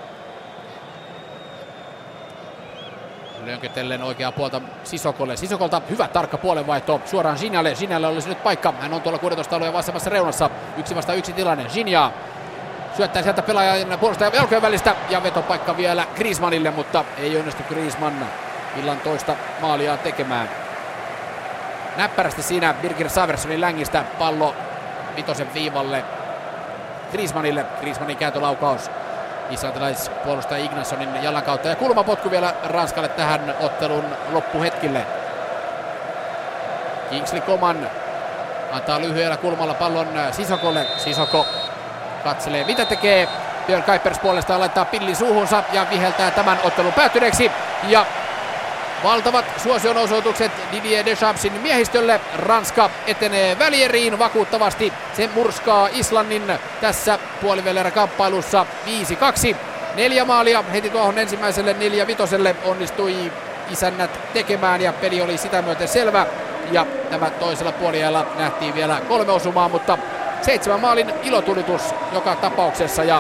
lönkötellen oikeaa puolta Sissokolle. Sissokolta hyvä tarkka puolenvaihto suoraan Gignalle. Gignalle olisi nyt paikka. Hän on tuolla 16 alueen vasemmassa reunassa. 1-1 tilanne. Gigna syöttää sieltä pelaajan puolustajan jalkojen välistä ja vetopaikka vielä Griezmannille, mutta ei onnistu Griezmann illan toista maalia tekemään. Näppärästi siinä Birgir Saverssonin längistä pallo vitosen viivalle Griezmannille. Griezmannin kääntölaukaus islantilaispuolustaja Ignassonin jalan kautta ja kulmapotku vielä Ranskalle tähän ottelun loppuhetkille. Kingsley Coman antaa lyhyellä kulmalla pallon Sissokolle. Sissoko katselee mitä tekee. Björn Kuipers puolestaan laittaa pillin suuhunsa ja viheltää tämän ottelun päättyneeksi. Ja valtavat suosionosoitukset Didier Deschampsin miehistölle. Ranska etenee välieriin vakuuttavasti. Se murskaa Islannin tässä puolivälierä-kamppailussa 5-2. 4 maalia heti tuohon ensimmäiselle 4-5 onnistui isännät tekemään ja peli oli sitä myöten selvä. Ja tämä toisella puoliajalla nähtiin vielä 3 osumaa, mutta 7 maalin ilotulitus joka tapauksessa. Ja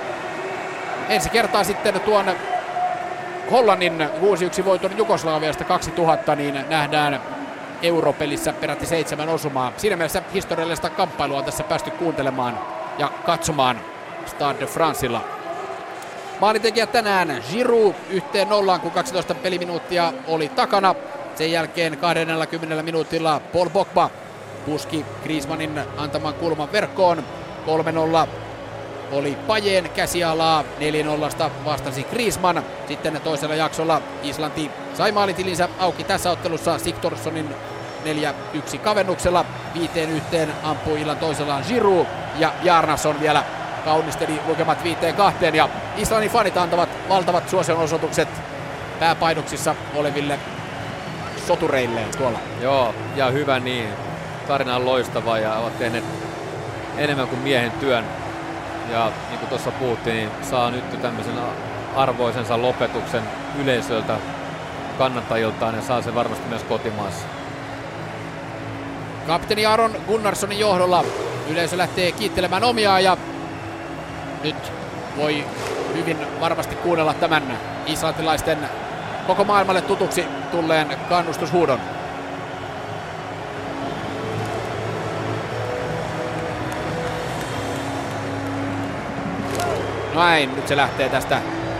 ensi kertaa sitten tuon Hollannin 6-1 voiton Jugoslaviasta 2000 niin nähdään Europelissä peräti 7 osumaa. Siinä mielessä historiallista kamppailua on tässä päästy kuuntelemaan ja katsomaan Stade de Francella. Maalintekijä tänään Giroud 1-0, kun 12 peliminuuttia oli takana. Sen jälkeen 20 minuutilla Paul Pogba puski Griezmannin antaman kulman verkkoon. 3-0 oli Pajen käsialaa, 4-0 vastasi Griezmann. Sitten toisella jaksolla Islanti sai maalitilinsä auki tässä ottelussa Sigthorssonin 4-1 kavennuksella. 5-1 ampui illan toisellaan Giroud ja Bjarnason vielä kaunisteli lukemat 5-2. Ja Islannin fanit antavat valtavat suosionosoitukset pääpainoksissa oleville sotureilleen tuolla. Joo, ja hyvä niin. Tarina on loistava ja ovat tehneet enemmän kuin miehen työn. Ja niin kuin tuossa puhuttiin, niin saa nyt tämmöisen arvoisensa lopetuksen yleisöltä, kannattajiltaan ja saa sen varmasti myös kotimaassa. Kapteeni Aron Gunnarssonin johdolla yleisö lähtee kiittelemään omiaan ja nyt voi hyvin varmasti kuunnella tämän islantilaisten koko maailmalle tutuksi tulleen kannustushuudon. Näin, nyt se lähtee tästä.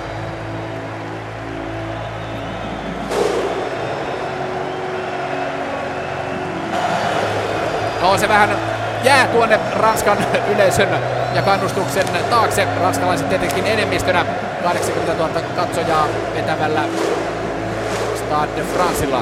No se vähän jää tuonne Ranskan yleisön ja kannustuksen taakse. Ranskalaiset tietenkin enemmistönä 80 000 katsojaa vetävällä Stade de Francella.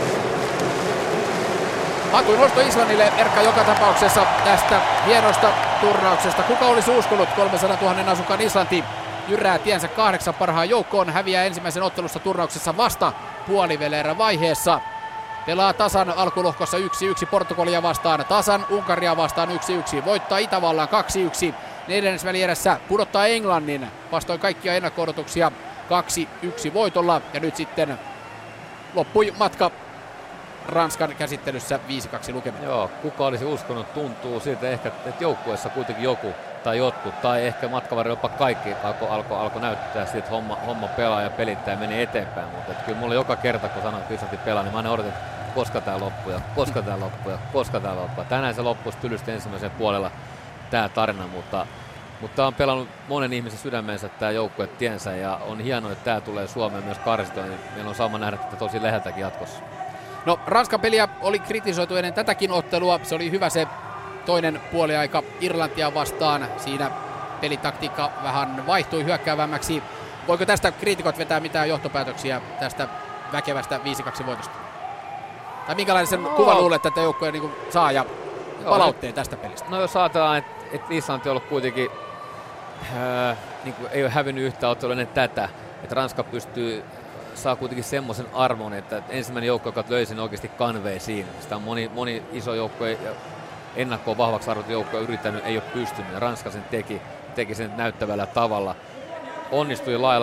Hatuinnosto Islannille Erkka joka tapauksessa tästä hienosta turnauksesta. Kuka olisi uskonut 300 000 asukkaan Islanti jyrää tiensä 8 parhaan joukkoon, häviää ensimmäisen ottelussa turnauksessa vasta puolivälierä vaiheessa. Pelaa tasan alkulohkossa 1-1 Portugalia vastaan, tasan Unkaria vastaan 1-1, voittaa Itävallan 2-1. Neljännesvälierässä pudottaa Englannin vastoin kaikkia ennakko-odotuksia 2-1 voitolla ja nyt sitten loppui matka Ranskan käsittelyssä 5-2 lukeminen. Joo, kuka olisi uskonut, tuntuu siltä ehkä, että joukkueessa kuitenkin joku tai jotkut tai ehkä matkavarjo jopa kaikki alkoi näyttää siitä, että homma pelaa ja pelittää ja menee eteenpäin, mutta kyllä mulla joka kerta kun sanoin, että Islanti pelaa, niin mä aina odotin, että koska tää loppuu ja koska tää loppuu ja koska tää loppuu. Tänään se loppuisi tylysti ensimmäisen puolella tää tarina, mutta tää on pelannut monen ihmisen sydämensä tää joukkue tiensä ja on hienoa, että tää tulee Suomeen myös karsitoon, niin meillä on sama nähdä tätä tosi läheltäkin jatkossa. No, Ranskan peliä oli kritisoitu ennen tätäkin ottelua. Se oli hyvä se toinen puoliaika Irlantia vastaan. Siinä pelitaktiikka vähän vaihtui hyökkäävämmäksi. Voiko tästä kriitikot vetää mitään johtopäätöksiä tästä väkevästä 5-2 voitosta? Tai minkälainen sen kuvan luulet, että joukkue niin saa ja palautteen tästä pelistä? No jos ajatellaan, että Islanti on ollut kuitenkin niin kuin ei ole hävinnyt yhtä ottelua ennen tätä, että Ranska saa kuitenkin semmoisen arvon, että ensimmäinen joukko, joka löi sen oikeasti kanveisiin. Sitä on moni iso joukko ja ennakkoon vahvaksi arvottu joukko yrittänyt, ei ole pystynyt. Ja Ranska sen teki sen näyttävällä tavalla. Onnistui laajalla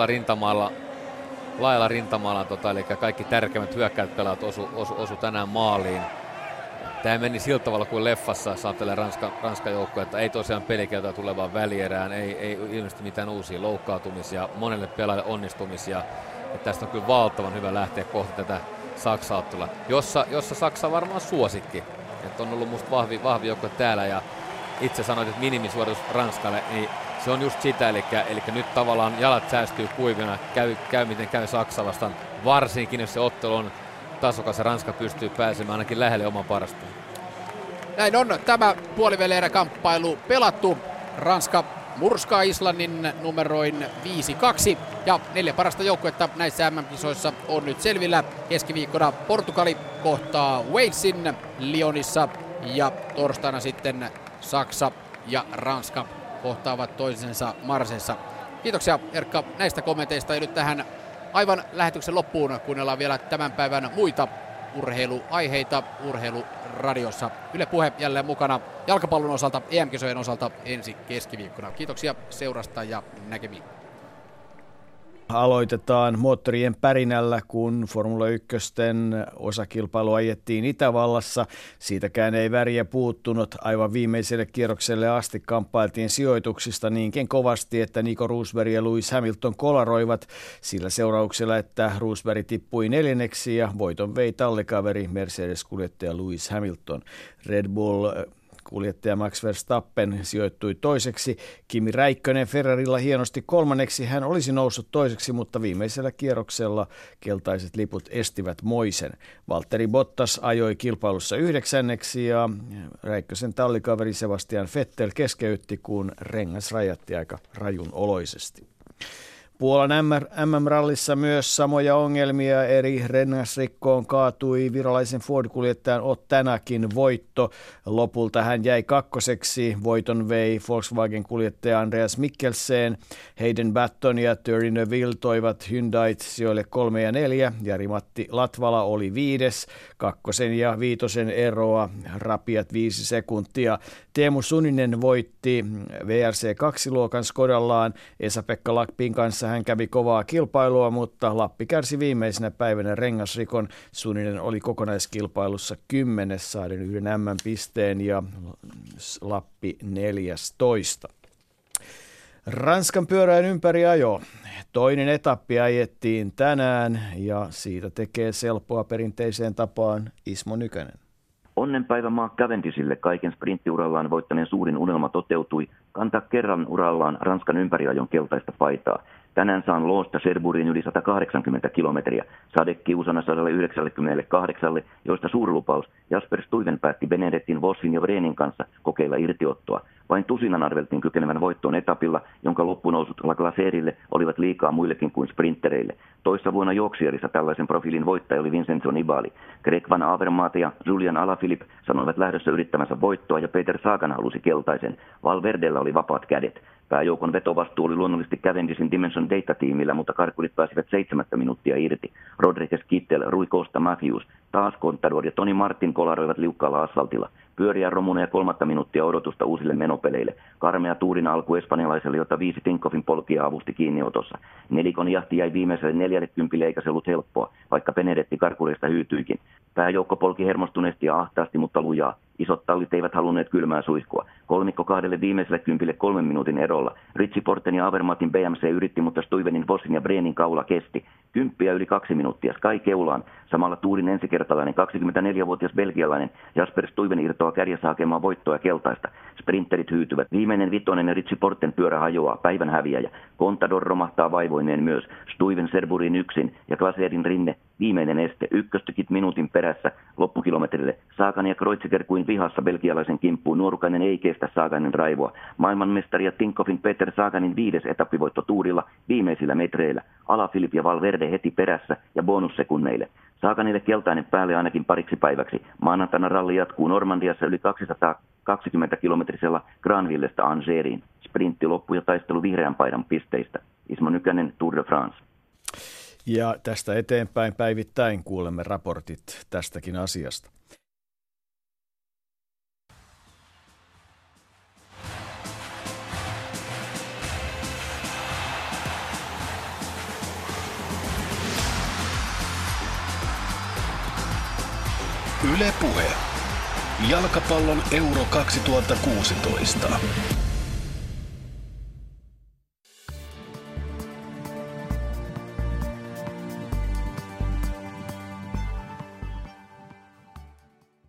rintamalla, eli kaikki tärkeimmät hyökkäät pelaat osu tänään maaliin. Tämä meni sillä tavalla kuin leffassa saattelee Ranska joukko, että ei tosiaan pelikieltoa tulevaan välierään, ei ilmeisesti mitään uusia loukkaantumisia, monelle pelaajalle onnistumisia. Ja tästä on kyllä valtavan hyvä lähteä kohti tätä Saksa-ottelua, jossa Saksa varmaan suosikki. Että on ollut musta vahvi joukko täällä ja itse sanoit, että minimisuoritus Ranskalle, niin se on just sitä, eli nyt tavallaan jalat säästyy kuivina, käy miten käy Saksa vastaan, varsinkin jos se ottelu on tasokas ja Ranska pystyy pääsemään ainakin lähelle oman parastaan. Näin on tämä puolivälierä kamppailu pelattu. Ranska murskaa Islannin numeroin 5-2 ja 4 parasta joukkuetta näissä MM-kisoissa on nyt selvillä. Keskiviikkona Portugali kohtaa Walesin Lyonissa ja torstaina sitten Saksa ja Ranska kohtaavat toisensa Marseissa. Kiitoksia Erkka näistä kommenteista ja nyt tähän aivan lähetyksen loppuun kuunnellaan vielä tämän päivän muita urheiluaiheita Urheiluradiossa. Yle Puhe jälleen mukana jalkapallon osalta, EM-kisojen osalta ensi keskiviikkona. Kiitoksia seurasta ja näkemiin. Aloitetaan moottorien pärinällä, kun Formula 1 osakilpailu ajettiin Itävallassa. Siitäkään ei väriä puuttunut. Aivan viimeiselle kierrokselle asti kamppailtiin sijoituksista niinkin kovasti, että Nico Rosberg ja Lewis Hamilton kolaroivat sillä seurauksella, että Rosberg tippui 4. ja voiton vei tallikaveri Mercedes-kuljettaja Lewis Hamilton. Red Bull kuljettaja Max Verstappen sijoittui 2. Kimi Räikkönen Ferrarilla hienosti 3. Hän olisi noussut 2, mutta viimeisellä kierroksella keltaiset liput estivät moisen. Valtteri Bottas ajoi kilpailussa 9. ja Räikkösen tallikaveri Sebastian Vettel keskeytti, kun rengas rajatti aika rajun oloisesti. Puolan MM-rallissa myös samoja ongelmia, eri rengasrikkoon kaatui virolaisen Ford-kuljettajan Ott Tänakin voitto. Lopulta hän jäi 2. Voiton vei Volkswagen-kuljettaja Andreas Mikkelsen. Hayden Batton ja Terry Neville toivat Hyundait sijoille 3 ja 4. Jari-Matti Latvala oli 5. 2. ja 5. eroa rapiat 5 sekuntia. Teemu Suninen voitti VRC2-luokan Skodallaan. Esa-Pekka Lappin kanssa hän kävi kovaa kilpailua, mutta Lappi kärsi viimeisenä päivänä rengasrikon. Suninen oli kokonaiskilpailussa 10. saaden 1 MM-pisteen ja Lappi 14. Ranskan pyöräin ympäriajo. Toinen etappi ajettiin tänään ja siitä tekee selpoa perinteiseen tapaan Ismo Nykänen. Onnenpäivä Mark Cavendishille kaiken sprinttiurallaan voittaneen suurin unelma toteutui kantaa kerran urallaan Ranskan ympäriajon keltaista paitaa. Tänään saan Loosta Cherbourgin yli 180 kilometriä, sadekiusana 198, joista suurlupaus Jasper Stuyven päätti Benedettin, Vossin ja Vrenin kanssa kokeilla irtiottoa. Vain tusinan arveltiin kykenevän voittoon etapilla, jonka loppunousut La Glacérille olivat liikaa muillekin kuin sprinttereille. Toissa vuonna juoksijärissa tällaisen profiilin voittaja oli Vincenzo Nibali. Greg van Avermaet ja Julian Alaphilippe sanoivat lähdössä yrittämänsä voittoa ja Peter Sagan halusi keltaisen. Valverdella oli vapaat kädet. Pääjoukon vetovastuu oli luonnollisesti Cavendishin Dimension Data-tiimillä, mutta karkulit pääsivät 7 minuuttia irti. Rodriguez, Kittel, Rui Costa, Matthews, taas Contador ja Tony Martin kolaroivat liukkaalla asfaltilla. Pyöriä romuna ja 3 minuuttia odotusta uusille menopeleille. Karmea tuurin alku espanjalaiselle, jota 5 Tinkoffin polkia avusti kiinniotossa. Nelikon jahti jäi viimeiselle 40 eikä se ollut helppoa, vaikka Benedetti karkureista hyytyikin. Pääjoukko polki hermostuneesti ja ahtaasti, mutta lujaa. Isot tallit eivät halunneet kylmää suihkua. Kolmikko 2 viimeiselle 3 minuutin erolla. Richie Porten ja Avermaetin BMC yritti, mutta Stuyvenin, Vossin ja Vrenin kaula kesti. 10 yli 2 minuuttia, Sky keulaan. Samalla tuurin ensikertalainen 24-vuotias belgialainen Jasper Stuyven irtoaa kärjessä hakemaan voittoa keltaista. Sprinterit hyytyvät. Viimeinen 5 ja Richie Porten pyörä hajoaa, päivän häviäjä. Contador romahtaa vaivoineen myös. Stuyven Cherbourgin yksin ja Glacerin rinne. Viimeinen este, ykköstykit minuutin perässä loppukilometrille. Sagan ja Kreuziger kuin vihassa belgialaisen kimppuun. Nuorukainen ei kestä Saganin raivoa. Maailmanmestari ja Tinkoffin Peter Saganin 5. etappivoitto tuurilla viimeisillä metreillä. Alaphilippe ja Valverde heti perässä ja bonussekunneille. Saganille keltainen päälle ainakin pariksi päiväksi. Maanantaina ralli jatkuu Normandiassa yli 20-kilometrisellä Granvillesta Angeriin. Sprintti loppui ja taistelu vihreän paidan pisteistä. Ismo Nykänen, Tour de France. Ja tästä eteenpäin päivittäin kuulemme raportit tästäkin asiasta. Yle Puhe. Jalkapallon Euro 2016.